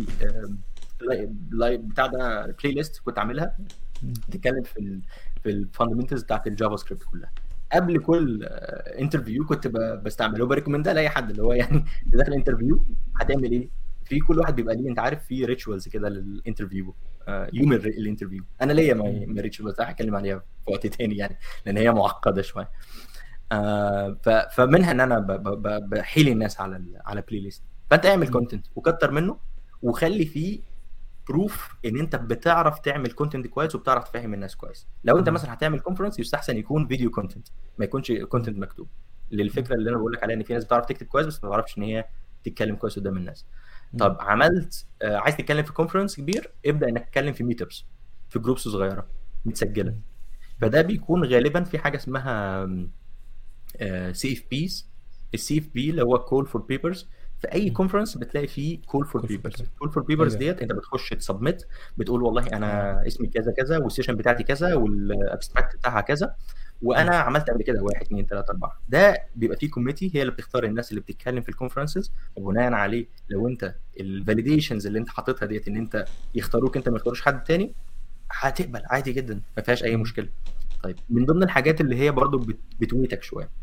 بتاع ده بلاي ليست كنت عاملها مم. بتتكلم في الفاندمنتالز بتاعت الجافا سكريبت كلها. قبل كل انترفيو كنت بستعمله وبريكومندها لاي حد، اللي هو يعني داخل انترفيو هتعمل ايه. في كل واحد بيبقى ليه، انت عارف، في ريتشوالز كده للانترفيو، يوم الانترفيو. انا ليا مم. ما ريتشوالز هتكلم عليها في وقت تاني يعني، لان هي معقده شويه. فمنها ان انا بحيل الناس على بلاي ليست. فانت اعمل مم. كونتنت وكتر منه، وخلي فيه بروف ان انت بتعرف تعمل كونتنت كويس وبتعرف تفهم الناس كويس. لو انت مم. مثلا هتعمل كونفرنس يستحسن يكون فيديو كونتنت، ما يكونش مم. كونتنت مكتوب. للفكره اللي انا بقول لك عليها، ان في ناس بتعرف تكتب كويس بس ما بتعرفش ان هي تتكلم كويس قدام الناس. مم. طب عملت عايز تتكلم في كونفرنس كبير، ابدا انك تتكلم في ميت ابس، في جروبس صغيره متسجله. مم. فده بيكون غالبا في حاجه اسمها سي اف بيز. السي اف بي اللي هو كول فور بيبرز. في اي مم. كونفرنس بتلاقي فيه كول فور كل فكرة. بيبرز. الكول فور بيبرز ايوه. ديت انت بتخش تسبميت، بتقول والله اه. انا اسمي كذا كذا، والسيشن بتاعتي كذا، والابستراكت بتاعها كذا، مم. وانا عملت قبل كده 1 2 3 4. ده بيبقى فيه كوميتي هي اللي بتختار الناس اللي بتتكلم في الكونفرنسز، وبناء عليه لو انت الفاليديشنز اللي انت حاططها ديت ان انت يختاروك انت ما يختاروش حد تاني، هتقبل عادي جدا، ما فيهاش اي مم. مشكله. طيب من ضمن الحاجات اللي هي برضو بتويتك شويه،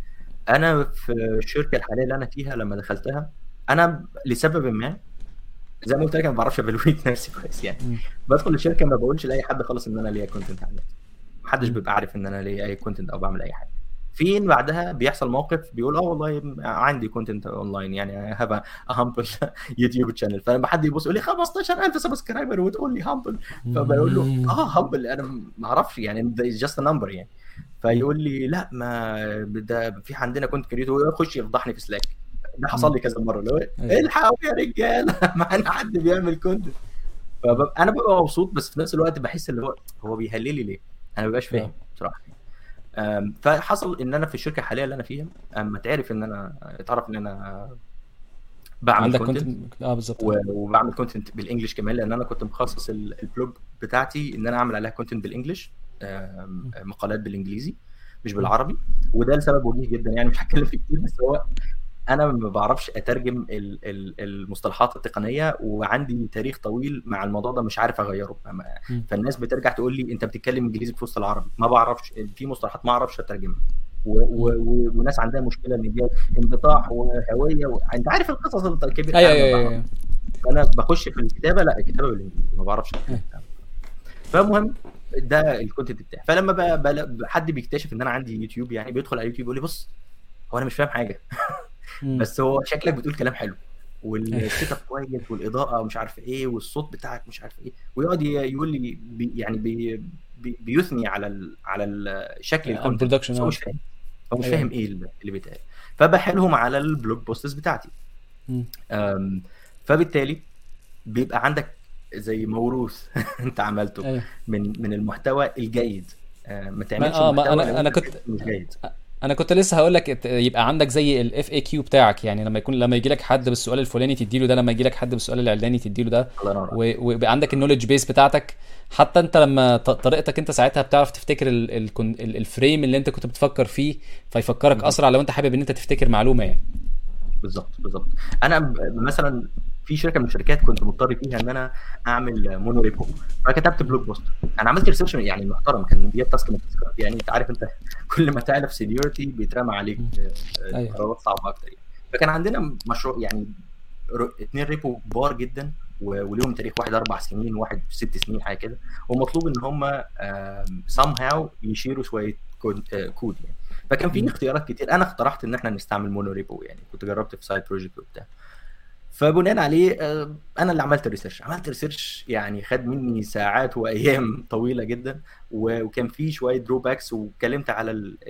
انا في الشركه الحاليه اللي انا فيها لما دخلتها، انا لسبب ما زي ما قلت لك انا ما بعرفش افالويت نفسي كويس يعني. مم. بدخل الشركه ما بقولش لاي حد خالص ان انا ليا كونتنت على النت، محدش مم. بيبقى عارف ان انا ليا اي كونتنت او بعمل اي حاجه. فين بعدها بيحصل موقف بيقول والله عندي كونتنت اونلاين يعني هاف هامبل يوتيوب شانل، فلما حد يبص يقول لي 15000 سبسكرايبر وتقول لي هامبل، فبقول له هامبل انا ما اعرفش يعني جاست نمبر يعني. فيقول لي لا ما ده في عندنا كونتنت كريتور، ويخش يفضحني في سلاك. ده حصل لي كذا مره، اللي هو الحقوا يا رجاله معانا حد بيعمل كونتنت. فانا ببقى مبسوط، بس في نفس الوقت بحس اللي هو بيهلل لي ليه، انا ما ببقاش فاهم بصراحه. فحصل ان انا في الشركه الحاليه اللي انا فيها اما اتعرف ان انا بعمل عندك كونتنت بالظبط، وبعمل كونتنت بالانجلش كمان، لان انا كنت مخصص البلوج بتاعتي ان انا اعمل عليها كونتنت بالانجلش، مقالات بالانجليزي مش بالعربي. وده لسبب وجيه جدا يعني مش هتكلم فيه كتير، بس هو انا ما بعرفش اترجم المصطلحات التقنيه، وعندي تاريخ طويل مع الموضوع ده مش عارف اغيره. فالناس بترجع تقول لي انت بتتكلم انجليزي في وسط العربي، ما بعرفش في مصطلحات ما اعرفش اترجمها، وناس عندها مشكله ان دي انبطاح وهويه انت عارف القصص الكبيره. ايوه انا بخش في الكتابه، لا الكتابه بالانجليزي ما بعرفش فالمهم ده الكونتنت بتاعي. فلما حد بيكتشف ان انا عندي يوتيوب يعني بيدخل على يوتيوب يقول لي بص هو انا مش فاهم حاجه بس هو شكلك بتقول كلام حلو والسيت اب كويس والاضاءه ومش عارف ايه والصوت بتاعك مش عارف ايه، ويقعد يقول لي بيثني على الشكل الكونتنت، هو مش فاهم فاهم ايه اللي بيتقال. فبحلهم على البلوج بوستس بتاعتي. فبالتالي بيبقى عندك زي موروث انت عملته من المحتوى الجيد. ما تعملش محتوى انا كنت مش جيد. انا كنت لسه هقول لك يبقى عندك زي الاف اي كيو بتاعك، يعني لما يجي لك حد بالسؤال الفلاني تديله ده، لما يجي لك حد بالسؤال العلاني تديله ده، ويبقى عندك النوليدج بيس بتاعتك. حتى انت لما طريقتك انت ساعتها بتعرف تفتكر الفريم اللي انت كنت بتفكر فيه، فيفكرك اسرع لو انت حابب ان انت تفتكر معلومه يعني. بالظبط. انا مثلا في شركه من الشركات كنت مضطر فيها ان انا اعمل مونوريبو، فكتبت بلوج بوست. انا عملت ريسيرش يعني محترم، كان دي تاسك يعني انت عارف انت كل ما تعرف سينيورتي بيترمى عليك قرارات صعبه اكتر يعني. فكان عندنا مشروع يعني 2 ريبو كبار جدا وليهم تاريخ، واحد 4 سنين وواحد 6 سنين حاجه كده، ومطلوب ان هم somehow يشيروا شويه كود يعني. فكان في اختيارات كتير، انا اقترحت ان احنا نستعمل مونوريبو يعني، كنت جربت في سايد بروجكت وبتاع. فبناء عليه انا اللي عملت ريسيرش يعني خد مني ساعات وايام طويله جدا، وكان في شويه دروباكس، واتكلمت على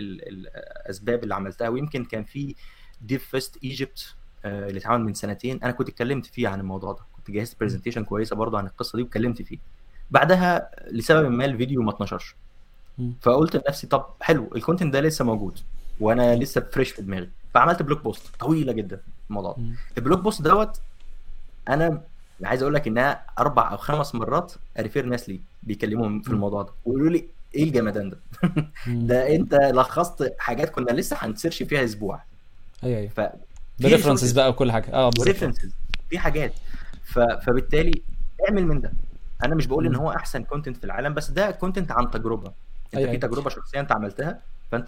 الاسباب اللي عملتها. ويمكن كان في ديف فيست ايجيبت اللي اتعمل من سنتين، انا كنت اتكلمت فيه عن الموضوع ده، كنت جهزت برزنتيشن كويسه برضه عن القصه دي واتكلمت فيه. بعدها لسبب ما الفيديو ما اتنشرش، فقلت لنفسي طب حلو الكونتنت ده لسه موجود وانا لسه فريش في دماغي، فعملت بلوج بوست طويله جدا الموضوع ده. البلوج بوست دوت انا عايز اقول لك انها 4 أو 5 مرات اريفير ناس لي بيكلموهم في الموضوع ده ويقولوا لي ايه الجمدان ده ده انت لخصت حاجات كنا لسه هنسيرش فيها اسبوع. ايوه ريفرنسز بقى وكل حاجه ريفرنسز في حاجات. فبالتالي اعمل من ده. انا مش بقول ان هو احسن كونتنت في العالم، بس ده كونتنت عن تجربه، انت في تجربه شخصيه انت عملتها، فانت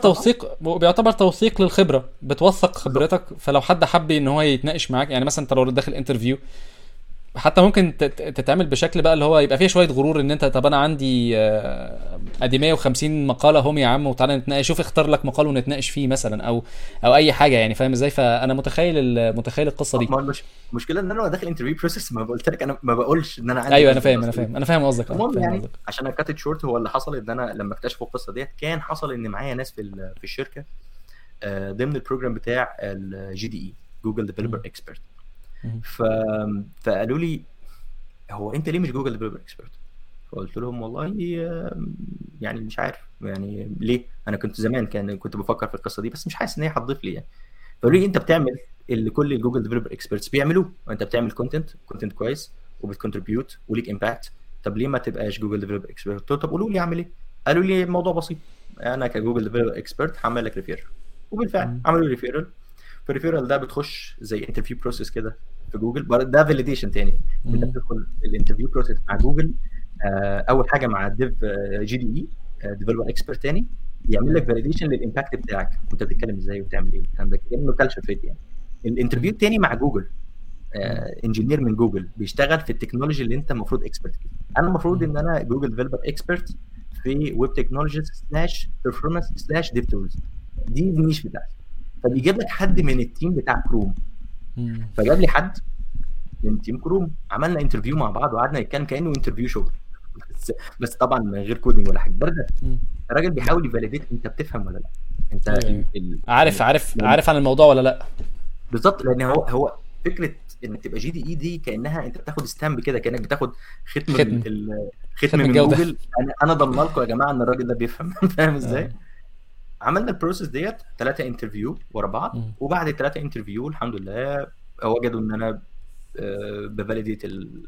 بيعتبر توثيق للخبره، بتوثق خبرتك. فلو حد حب ان هو يتناقش معاك، يعني مثلا انت لو داخل انترفيو حتى ممكن تتعمل بشكل بقى اللي هو يبقى فيه شويه غرور، ان انت طب انا عندي ادي 150 مقاله هم يا عم، وتعالى نتناقش، شوف اختار لك مقال ونتناقش فيه مثلا، او اي حاجه يعني، فاهم ازاي؟ فانا متخيل القصه دي. المشكله ان انا داخل انترفيو بروسيس، ما قلت لك انا ما بقولش ان انا عندي. ايوه انا فاهم قصدك. يعني عشان اكتت شورت، هو اللي حصل ان انا لما اكتشفوا القصه ديت كان حصل ان معايا ناس في الشركه ضمن البروجرام بتاع الجي دي اي جوجل ديفلوبر اكسبرت. فقالوا لي هو انت ليه مش جوجل ديفلوبر اكسبرت؟ فقلت لهم والله يعني مش عارف يعني ليه. انا كنت زمان كنت بفكر في القصه دي، بس مش حاسس ان هي هتضيف لي يعني. فقالوا لي انت بتعمل اللي كل الجوجل ديفلوبر اكسبرتس بيعملوه، وانت بتعمل كونتنت كويس وبتكونتريبيوت وليك امباكت، طب ليه ما تبقاش جوجل ديفلوبر اكسبرت؟ قلت طب قولوا لي اعمل ايه. قالوا لي الموضوع بسيط، انا كجوجل ديفلوبر اكسبرت هعمل لك ريفيرال. وبالفعل عملوا ريفيرال. فالريفيرال ده بتخش زي انترفيو بروسيس كده في جوجل، ده فاليديشن تاني. انت بتدخل الانترفيو بروسيس مع جوجل، اول حاجه مع الديف جي دي اي ديفلوبر اكسبرت تاني، يعمل لك فاليديشن للامباكت بتاعك وانت بتتكلم ازاي وبتعمل ايه والكلام ده، كانه كالتشر فيت يعني. الانترفيو الثاني مع جوجل، انجينير من جوجل بيشتغل في التكنولوجي اللي انت المفروض اكسبرت فيه. انا المفروض ان انا جوجل ديفلوبر اكسبرت في ويب تكنولوجيز سلاش بيرفورمانس سلاش ديف تولز، دي النيش بتاعتي. فبيجيب لك حد من التيم بتاع كروم، فجاب لي حد من تيم كروم، عملنا انترفيو مع بعض وقعدنا نتكلم كانه انترفيو شغل بس طبعا من غير كودينج ولا حاجه. برده الراجل بيحاول يفاليديت انت بتفهم ولا لا، انت عارف عن الموضوع ولا لا. بالظبط، لان هو فكره انك تبقى جي دي اي دي كانها انت بتاخد ستامب كده، كانك بتاخد ختم من جوجل. انا ضمن لكم يا جماعه ان الراجل ده بيفهم. فاهم ازاي؟ عملنا البروسيس ديت 3 انترفيو ورا بعض، وبعد ال3 انترفيو الحمد لله وجدوا ان انا بفاليديت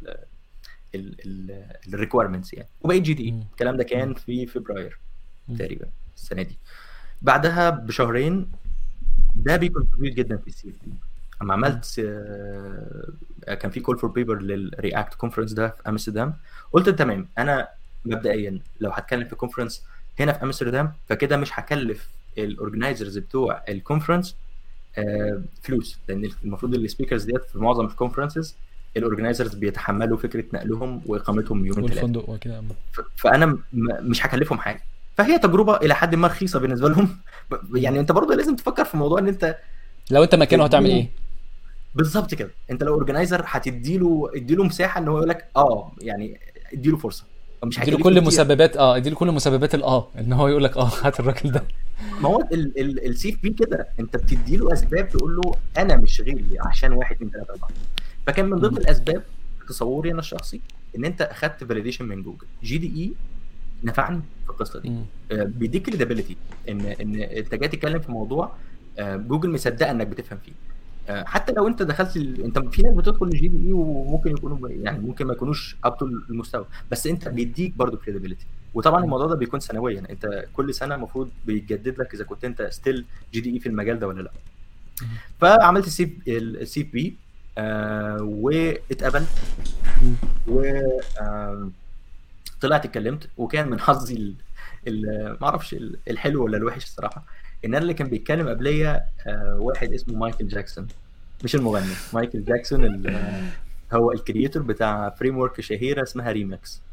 الريكويرمنتس يعني، وبقيت جي دي اي. الكلام ده كان في فبراير تقريبا السنه دي. بعدها بشهرين ده بيكونتريبيوت جدا في السي في. اما عملت كان في كول فور بيبر للرياكت كونفرنس ده في امستردام، قلت تمام انا مبدئيا لو هتكلم في كونفرنس هنا في امستردام فكده مش هكلف الاورجنايزرز بتوع الكونفرنس فلوس، لان المفروض السبيكرز ديت في معظم الكونفرنسز الاورجنايزرز بيتحملوا فكره نقلهم واقامتهم يومين والفندق وكده، فانا مش هكلفهم حاجه. فهي تجربه الى حد ما رخيصه بالنسبه لهم. يعني انت برضه لازم تفكر في موضوع ان انت لو انت مكانه هتعمل ايه بالظبط كده. انت لو اورجنايزر هتديله مساحه ان هو يقول لك يعني اديله فرصه، مش اديله كل مسببات اديله كل مسببات ان هو يقول لك هات الراجل ده. ما هو السي في بي كده، انت بتديله اسباب تقول له انا مش غيري عشان 1 2 3 4. فكان من ضمن الاسباب تصوري انا الشخصي ان انت اخدت فاليديشن من جوجل. جي دي اي نفعني في القصه دي، بيديك كريديبيليتي ان انت جاي تتكلم في موضوع جوجل مصدقه انك بتفهم فيه. حتى لو انت دخلت انت في ناس بتدخل الجي دي اي وممكن يكونوا يعني ممكن ما يكونوش اب تو المستوى، بس انت بيديك برضو كريديبيليتي. وطبعا الموضوع ده بيكون سنويا، انت كل سنه المفروض بيجدد لك اذا كنت انت ستيل جي دي اي في المجال ده ولا لا. فعملت السي بي واتقبلت و طلعت اتكلمت. وكان من حظي ما اعرفش الحلو ولا الوحش الصراحه، ان انا اللي كان بيتكلم قبليه واحد اسمه مايكل جاكسون، مش المغني، مايكل جاكسون هو الكرييتور بتاع فريم ورك شهيره اسمها ريماكس.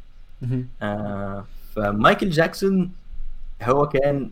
فمايكل جاكسون هو كان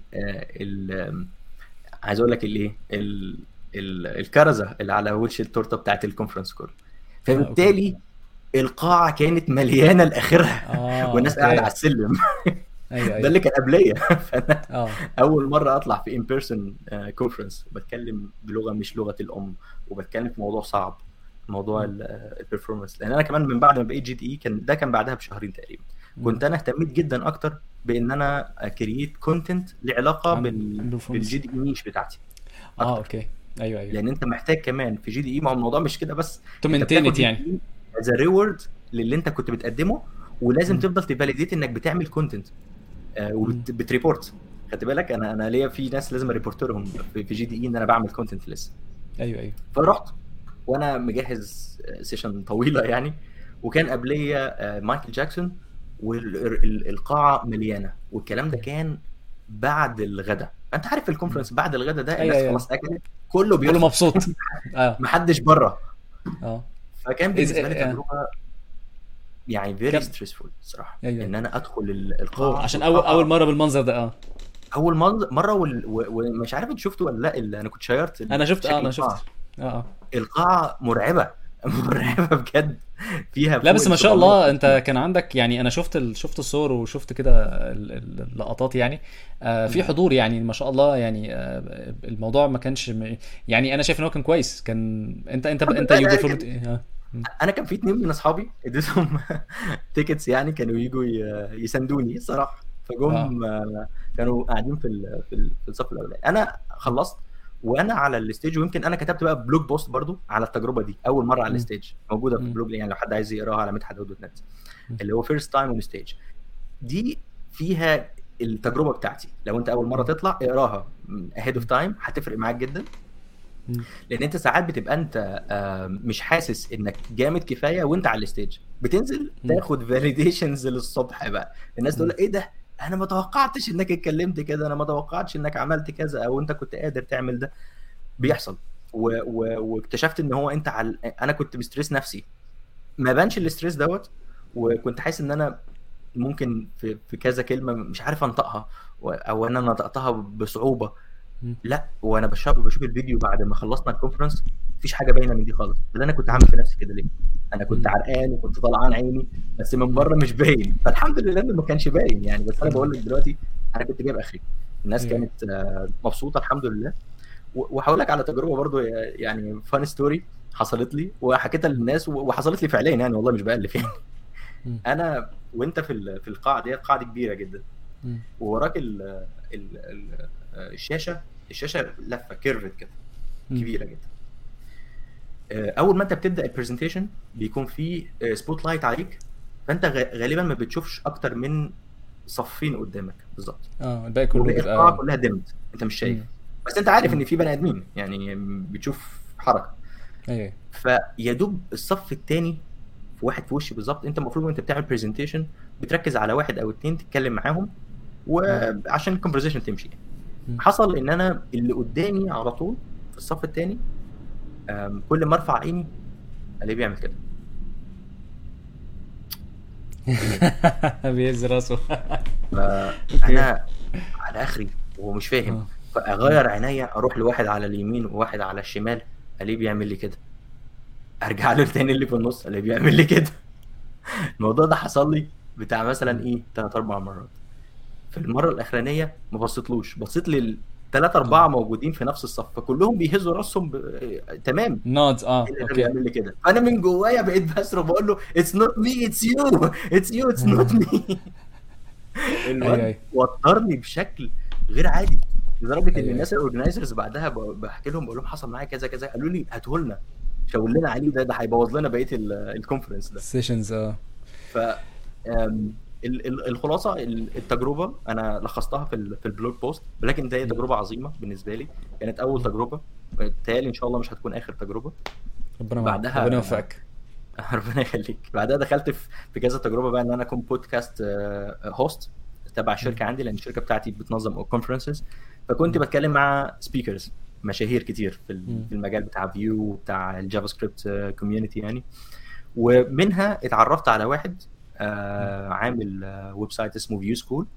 عايز اقول لك الايه الكرزه اللي على وش التورته بتاعت الكونفرنس كله. فبالتالي القاعه كانت مليانه لاخرها والناس قاعده على السلم. أيوة. ده اللي كان قبليه. فانا اول مره اطلع في ان بيرسون كونفرنس وبتكلم بلغه مش لغه الام، وبتكلم في موضوع صعب، موضوع البرفورمانس. لان انا كمان من بعد ما بقيت جي دي اي كان بعدها بشهرين تقريبا كنت انا اهتميت جدا اكتر بان انا كرييت كونتنت له علاقه بالجي دي اي نيش بتاعتي. اوكي ايوه لان انت محتاج كمان في جي دي اي، ما هو الموضوع مش كده بس تمنتينت يعني از ريورد للي انت كنت بتقدمه، ولازم تفضل تفاليديت انك بتعمل كونتنت وبتريبورت. خدت بالك انا ليا في ناس لازم اريبورترهم في جي دي اي ان انا بعمل كونتنت لسه. ايوه فرحت وانا مجهز سيشن طويله يعني، وكان قبليه مايكل جاكسون والقاعه مليانه، والكلام ده كان بعد الغداء. انت عارف الكونفرنس بعد الغداء ده الناس خلاص اكلت، كله مبسوط محدش بره. فكان بالنسبه لي تجربه يعني فيري ستريسفول الصراحه. ان انا ادخل القاعه عشان اول مره بالمنظر ده. اول مره ومش عارف انت شفته ولا لا، اللي انا كنت شيرت انا شفت القاعه مرعبه بجد فيها. لا بس ما شاء الله انت كان عندك يعني، انا شفت الصور وشفت كده اللقطات يعني في حضور يعني ما شاء الله يعني. الموضوع ما كانش يعني انا شايف ان هو كان كويس. كان انت يو انا كان في 2 من اصحابي اديتهم تيكتس يعني، كانوا يجوا يساندوني الصراحه. فجم كانوا قاعدين في الصف الاولاني. انا خلصت وانا على الستيج، ويمكن انا كتبت بقى بلوج بوست برضو على التجربه دي اول مره على الستيج، موجوده في البلوج يعني لو حد عايز يقراها على مدحت.net، اللي هو فيرست تايم اون ستيج. دي فيها التجربه بتاعتي، لو انت اول مره تطلع اقراها ahead of time هتفرق معاك جدا. لان انت ساعات بتبقى انت مش حاسس انك جامد كفايه وانت على الستيج، بتنزل تاخد فاليديشنز للصبح بقى. الناس تقول ايه ده انا ما توقعتش انك اتكلمت كده، انا ما توقعتش انك عملت كذا او انت كنت قادر تعمل ده. بيحصل. واكتشفت ان هو انت انا كنت بستريس نفسي، ما بانش الاستريس دوت، وكنت حاسس ان انا ممكن في كذا كلمه مش عارف انطقها، او ان انا نطقتها بصعوبه. لا، وانا بشوف الفيديو بعد ما خلصنا الكونفرنس، مفيش حاجه باينه من دي خالص. اللي انا كنت عامل في نفسي كده ليه؟ انا كنت عرقان وكنت طلعان عيني، بس من بره مش باين. فالحمد لله انه ما كانش باين يعني. بس انا بقول لك دلوقتي انا كنت جايب اخري. الناس أيوة. كانت مبسوطه الحمد لله. وهقول لك على تجربه برضو يعني فان ستوري حصلت لي وحكيتها للناس، وحصلت لي فعليا يعني، والله مش بألف يعني. انا وانت في القاعه دي، قاعه كبيره جدا، ووراك الشاشه لفه كيرفت كده كبيره جدا. اول ما انت بتبدا البرزنتيشن بيكون في سبوت لايت عليك، فانت غالبا ما بتشوفش اكتر من صفين قدامك بالظبط. الباقي كله وباقي القاعه بيبقى كلها ديمد، انت مش شايف، بس انت عارف ان في بني ادمين يعني، بتشوف حركه. ايوه فيا دوب الصف الثاني في واحد في وشي بالظبط. انت المفروض وانت بتعمل برزنتيشن بتركز على واحد او اتنين تتكلم معاهم، وعشان الكونفرزيشن تمشي. حصل ان انا اللي قدامي على طول في الصف الثاني، كل ما ارفع عيني الاقيه بيعمل كده. بيهز راسه. فانا على اخري ومش فاهم، فاغير عينيا اروح لواحد على اليمين وواحد على الشمال الاقيه بيعمل لي كده، ارجع له التاني اللي في النص الاقيه بيعمل لي كده. الموضوع ده حصل لي بتاع مثلا ايه 3 4 مرات. في المره الاخرانيه ما بصيتلوش، بصيت لل 3 4 موجودين في نفس الصف، فكلهم بيهزوا راسهم تمام. نودز اللي ده اوكي. بيعمل لي كده، انا من جوايا بقيت بسرب بقول له اتس نوت مي اتس يو، اتس يو اتس نوت مي. الواد وترني بشكل غير عادي، لدرجه ان الناس الاورجنايزرز بعدها بحكي لهم بقول لهم حصل معايا كذا كذا، قالوا لي هاته لنا، شاور لنا عليه، ده هيبوظ لنا بقيه الكونفرنس ده سيشنز. ف الخلاصه التجربه انا لخصتها في البلوج بوست، ولكن ده هي تجربه عظيمه بالنسبه لي، كانت اول تجربه، بالتالي ان شاء الله مش هتكون اخر تجربه. ربنا بعدها يوفقك. ربنا يخليك. بعدها دخلت في كذا تجربه بقى، ان انا اكون بودكاست هوست تبع الشركه عندي، لان الشركه بتاعتي بتنظم كونفرنسز، فكنت بتكلم مع سبيكرز مشاهير كتير في المجال بتاع فيو بتاع الجافا سكريبت كوميونتي يعني. ومنها اتعرفت على واحد عامل ويب سايت اسمه فيو سكول.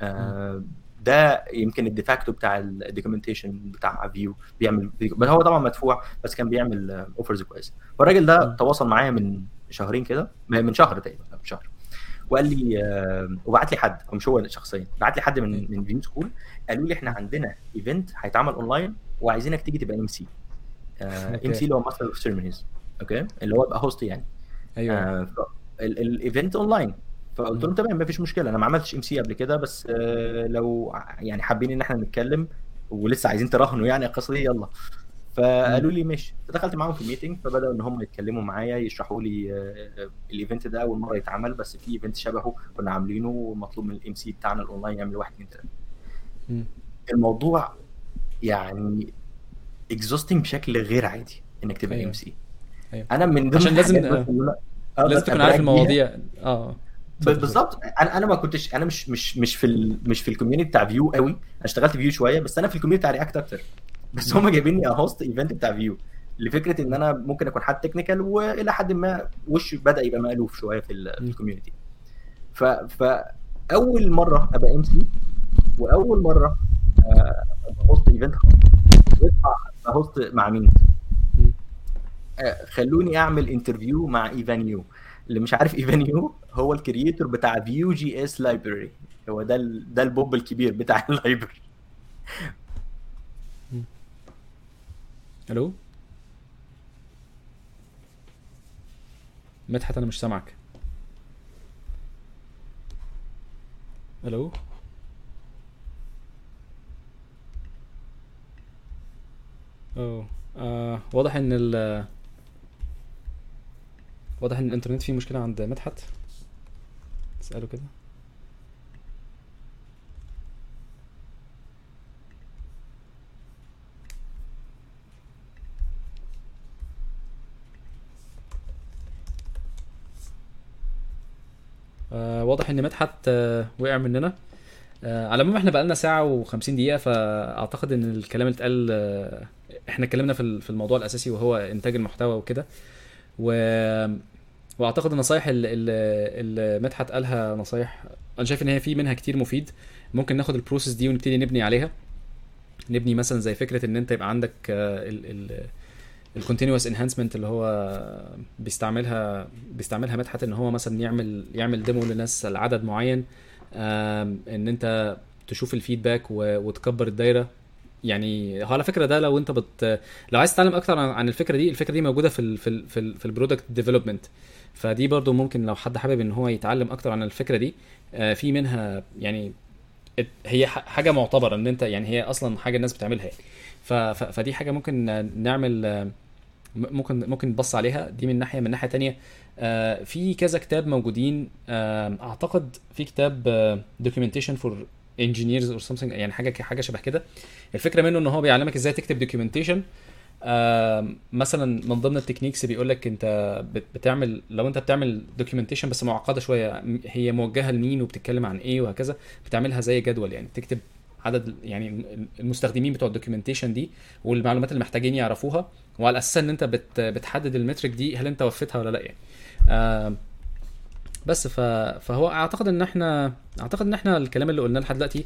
ده يمكن الديفاكتو بتاع الدوكيومنتيشن بتاع فيو، بيعمل بس هو طبعا مدفوع، بس كان بيعمل اوفرز كويسه. فالراجل ده تواصل معايا من شهرين كده، من شهر تقريبا، شهر، وقال لي وبعت لي حد، او مش هو شخصيا، بعت لي حد من فيو سكول، قالوا لي احنا عندنا ايفنت هيتعمل اونلاين وعايزينك تيجي تبقى ام سي. ام سي اللي هو ماستر اوف سيرمونيز، اوكي، اللي هو يبقى هوست يعني. ايوه الايفنت اونلاين. فقلت لهم تمام، مفيش مشكله، انا ما عملتش ام سي قبل كده، بس لو يعني حابين ان احنا نتكلم ولسه عايزين تراهنوا يعني القصه دي، يلا. فقالوا لي ماشي. فدخلت معاهم في الميتنج، فبداوا ان هم يتكلموا معايا، يشرحوا لي الايفنت ده اول مره يتعمل، بس في ايفنت شبهه كنا عاملينه، ومطلوب من الام سي بتاعنا الاونلاين يعمل 1 2 3. الموضوع يعني اكزوستنج بشكل غير عادي انك تبقى ام سي. انا من ضمن عشان لازم لازم تكون عارف المواضيع. بالظبط. انا ما كنتش، انا مش في الكوميونتي بتاع فيو قوي، انا اشتغلت فيو شويه، بس انا في الكوميونتي بتاع رياكت اكتر. بس هم جايبيني هوست ايفنت بتاع فيو، لفكره ان انا ممكن اكون حد تكنيكال، والى حد ما وش بدا يبقى مألوف شويه في الكوميونتي. فاول مره ابقى ام سي، واول مره هوست ايفنت، هوست مع مين؟ خلوني اعمل انترفيو مع ايفانيو. اللي مش عارف ايفانيو، هو الكرييتور بتاع فيو جي اس لايبراري، هو ده البوب الكبير بتاع اللايبراري. الو مدحت، انا مش سامعك. الو واضح ان الانترنت فيه مشكله عند مدحت. اساله كده. واضح ان مدحت وقع مننا. على العموم احنا بقالنا ساعة و50 دقيقة، فأعتقد إن الكلام اللي اتقال احنا اتكلمنا في الموضوع الأساسي وهو إنتاج المحتوى وكده. و... وأعتقد النصايح اللي مدحت قالها نصايح أنا شايف إن هي في منها كتير مفيد. ممكن ناخد البروسيس دي ونبتدي نبني عليها. نبني مثلا زي فكرة إن أنت يبقى عندك الكونتينوس انهانسمنت اللي هو بيستعملها مدحت، ان هو مثلا يعمل ديمو لناس لعدد معين، ان انت تشوف الفيدباك وتكبر الدايره. يعني هو على فكره ده لو انت لو عايز تتعلم اكتر عن الفكره دي موجوده في البرودكت ديفلوبمنت. فدي برضو ممكن لو حد حابب ان هو يتعلم اكتر عن الفكره دي، في منها يعني هي حاجه معتبره ان انت يعني هي اصلا حاجه الناس بتعملها يعني. فدي حاجه ممكن نعمل، ممكن نبص عليها دي من ناحيه. من ناحيه تانية في كذا كتاب موجودين. اعتقد في كتاب documentation for engineers or something، يعني حاجه شبه كده. الفكره منه ان هو بيعلمك ازاي تكتب documentation. مثلا من ضمن التكنيكس بيقول لك انت بتعمل، لو انت بتعمل documentation بس معقده شويه، هي موجهه لمين وبتتكلم عن ايه وهكذا، بتعملها زي جدول. يعني تكتب عدد يعني المستخدمين بتوع الدوكيومنتيشن دي والمعلومات اللي محتاجين يعرفوها، وعلى اساس ان انت بتحدد المترك دي هل انت وفيتها ولا لا يعني. بس فهو اعتقد ان احنا الكلام اللي قلناه لحد دلوقتي،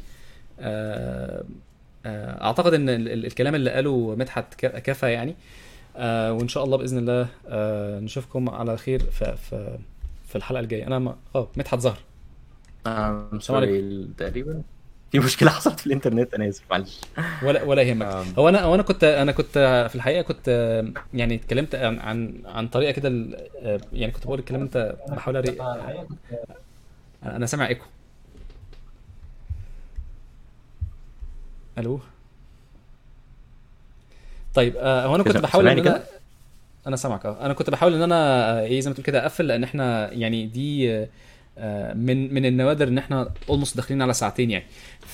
اعتقد ان الكلام اللي قاله مدحت كفى يعني. وان شاء الله باذن الله نشوفكم على خير في الحلقه الجايه. انا مدحت ظهر. سوري تقريبا في مشكله حصلت في الانترنت، انا اسف معلش. ولا يهمك. هو انا كنت في الحقيقه كنت يعني اتكلمت عن طريقه كده، يعني كنت بقول الكلام انت بحاول انا سامع ايكو. الو. طيب هو انا كنت بحاول ان انا سامعك. انا كنت بحاول ان انا زي ما تقول كده اقفل، لان احنا يعني دي من النوادر ان احنا اولموست داخلين على ساعتين يعني.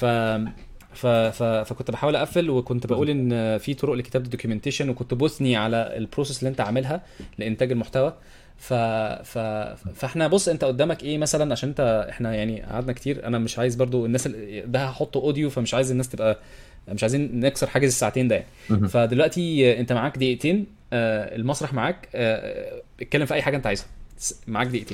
فكنت بحاول اقفل، وكنت بقول ان في طرق لكتابه الدوكيومنتيشن، وكنت بثني على البروسيس اللي انت عاملها لانتاج المحتوى. فاحنا بص انت قدامك ايه مثلا، عشان احنا يعني قعدنا كتير. انا مش عايز برضو الناس ده هحطه اوديو، فمش عايز الناس تبقى مش عايزين نكسر حاجز الساعتين ده يعني. فدلوقتي انت معاك دقيقتين، المسرح معاك، اتكلم في اي حاجه انت عايزها، معاك دقيقتين.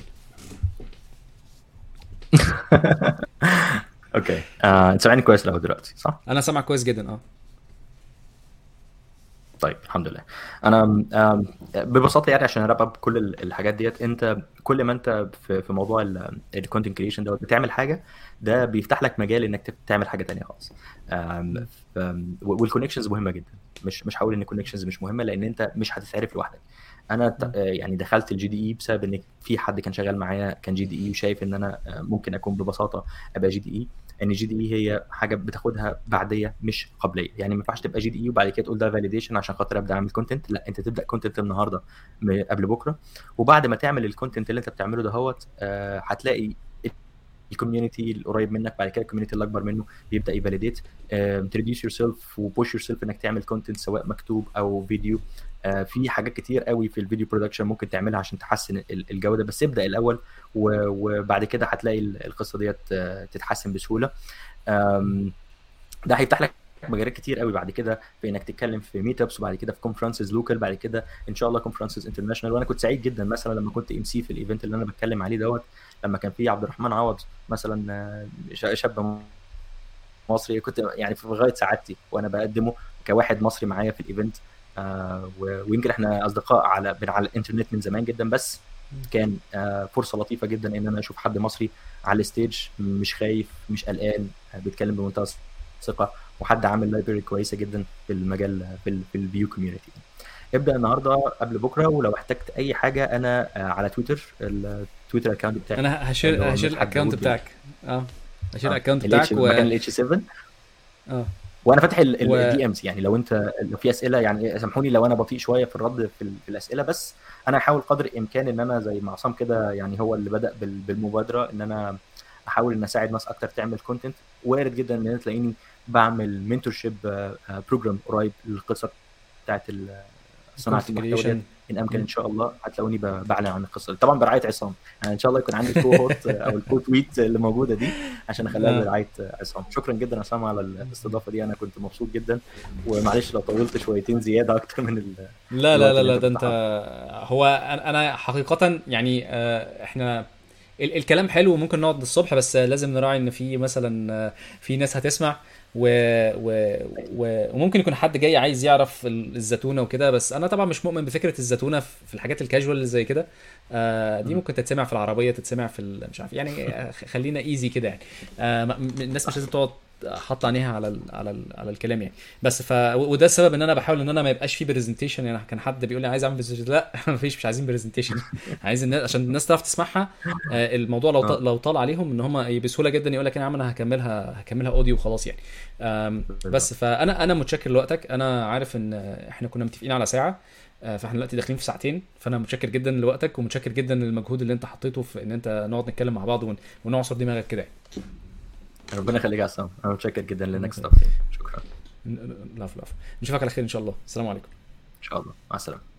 اوكي. انت سامعني كويس لو دلوقتي صح؟ انا سامعك كويس جدا. طيب الحمد لله. انا ببساطه يعني عشان اربط كل الحاجات ديت، انت كل ما انت في موضوع الكونتنت كريشن دوت بتعمل حاجه، ده بيفتح لك مجال انك تعمل حاجه تانية خالص. والكونكشنز مهمه جدا. مش هقول ان الكونكشنز مش مهمه، لان انت مش هتتعرف لوحدك. انا يعني دخلت الجي دي اي بسبب ان في حد كان شغال معايا كان جي دي اي، وشايف ان انا ممكن اكون ببساطه ابقى جي دي اي. ان جي دي اي هي حاجه بتاخدها بعديه مش قبليه، يعني ما ينفعش تبقى جي دي اي وبعد كده تقول ده فاليديشن عشان خاطر ابدا اعمل كونتنت. لا، انت تبدا كونتنت النهارده قبل بكره، وبعد ما تعمل الكونتنت اللي انت بتعمله دهوت هتلاقي الكوميونتي القريب منك، بعد كده الكوميونتي اللي اكبر منه بيبدا يفاليديت. تريديوس يور سيلف وبوش يور سيلف انك تعمل كونتنت سواء مكتوب او فيديو. في حاجات كتير قوي في الفيديو برودكشن ممكن تعملها عشان تحسن الجوده، بس ابدا الاول وبعد كده هتلاقي القصه ديت تتحسن بسهوله. ده هيفتح لك مجالات كتير قوي بعد كده في انك تتكلم في ميت ابس، وبعد كده في كونفرنسز لوكال، بعد كده ان شاء الله كونفرنسز انترناشونال. وانا كنت سعيد جدا مثلا لما كنت ام سي في الايفنت اللي انا بتكلم عليه دوت، لما كان في عبد الرحمن عوض مثلا، شاب مصري، كنت يعني في غايه سعادتي وانا بقدمه كواحد مصري معايا في الايفنت. ويمكن احنا اصدقاء على الانترنت من زمان جدا، بس كان فرصه لطيفه جدا ان انا اشوف حد مصري على الستيج مش خايف مش قلقان، بيتكلم بمنتهى الثقه، وحد عامل لايبرري كويسه جدا في المجال في الفيو كوميونتي. ابدا النهارده قبل بكره، ولو احتجت اي حاجه انا على تويتر، التويتر اكونت بتاعي. انا هشير الاكونت بتاعك. هشير الاكونت بتاعك مكان الاتش 7. وانا فاتح الدي امز، يعني لو في اسئله، يعني سامحوني لو انا بطيء شويه في الرد في الاسئله، بس انا هحاول قدر الامكان ان انا زي ما عصام كده، يعني هو اللي بدا بالمبادره ان انا احاول ان اساعد ناس اكتر تعمل كونتنت. وارد جدا ان تلاقيني بعمل منتورشيب بروجرام قريب للقصه بتاعت صناعه المحتوى ان امكن ان شاء الله هتلاقوني بعلن عن القصه دي، طبعا برعايه عصام. يعني ان شاء الله يكون عندي الكو هوت او الكو تويت اللي موجوده دي عشان اخليها برعايه عصام. شكرا جدا عصام على الاستضافه دي، انا كنت مبسوط جدا، ومعلش لو طولت شويتين زياده اكتر من لا لا الوقت لا اللي لا، انت ده كنت انت حاطه. هو انا حقيقة يعني احنا الكلام حلو وممكن نقعد للصبح، بس لازم نراعي ان في مثلا في ناس هتسمع و... و... وممكن يكون حد جاي عايز يعرف الزتونة وكده، بس انا طبعا مش مؤمن بفكرة الزتونة في الحاجات الكاجوال اللي زي كده. دي ممكن تتسمع في العربية، تتسمع في مش عارف يعني، خلينا ايزي كده يعني. الناس مش لازم تقعد حاطه عينيها على الكلام يعني. بس وده السبب ان انا بحاول ان انا ما يبقاش في برزنتيشن. يعني كان حد بيقول لي عايز اعمل برزنتيشن، لا مفيش، مش عايزين برزنتيشن. عايز الناس عشان الناس تعرف تسمعها. الموضوع لو طال عليهم ان هم بسهوله جدا يقول لك انا عم انا هكملها اوديو وخلاص يعني. بس فانا متشكر لوقتك. انا عارف ان احنا كنا متفقين على ساعه، فاحنا دلوقتي داخلين في ساعتين، فانا متشكر جدا لوقتك ومتشكر جدا للمجهود اللي انت حطيته في ان انت نقعد نتكلم مع بعض ونعصر دماغك كده. ربنا يخليك يا عصام، انا متشكر جدا لانك استضفتني. شكرا. لا، نشوفك على خير ان شاء الله. السلام عليكم. ان شاء الله، مع السلامه.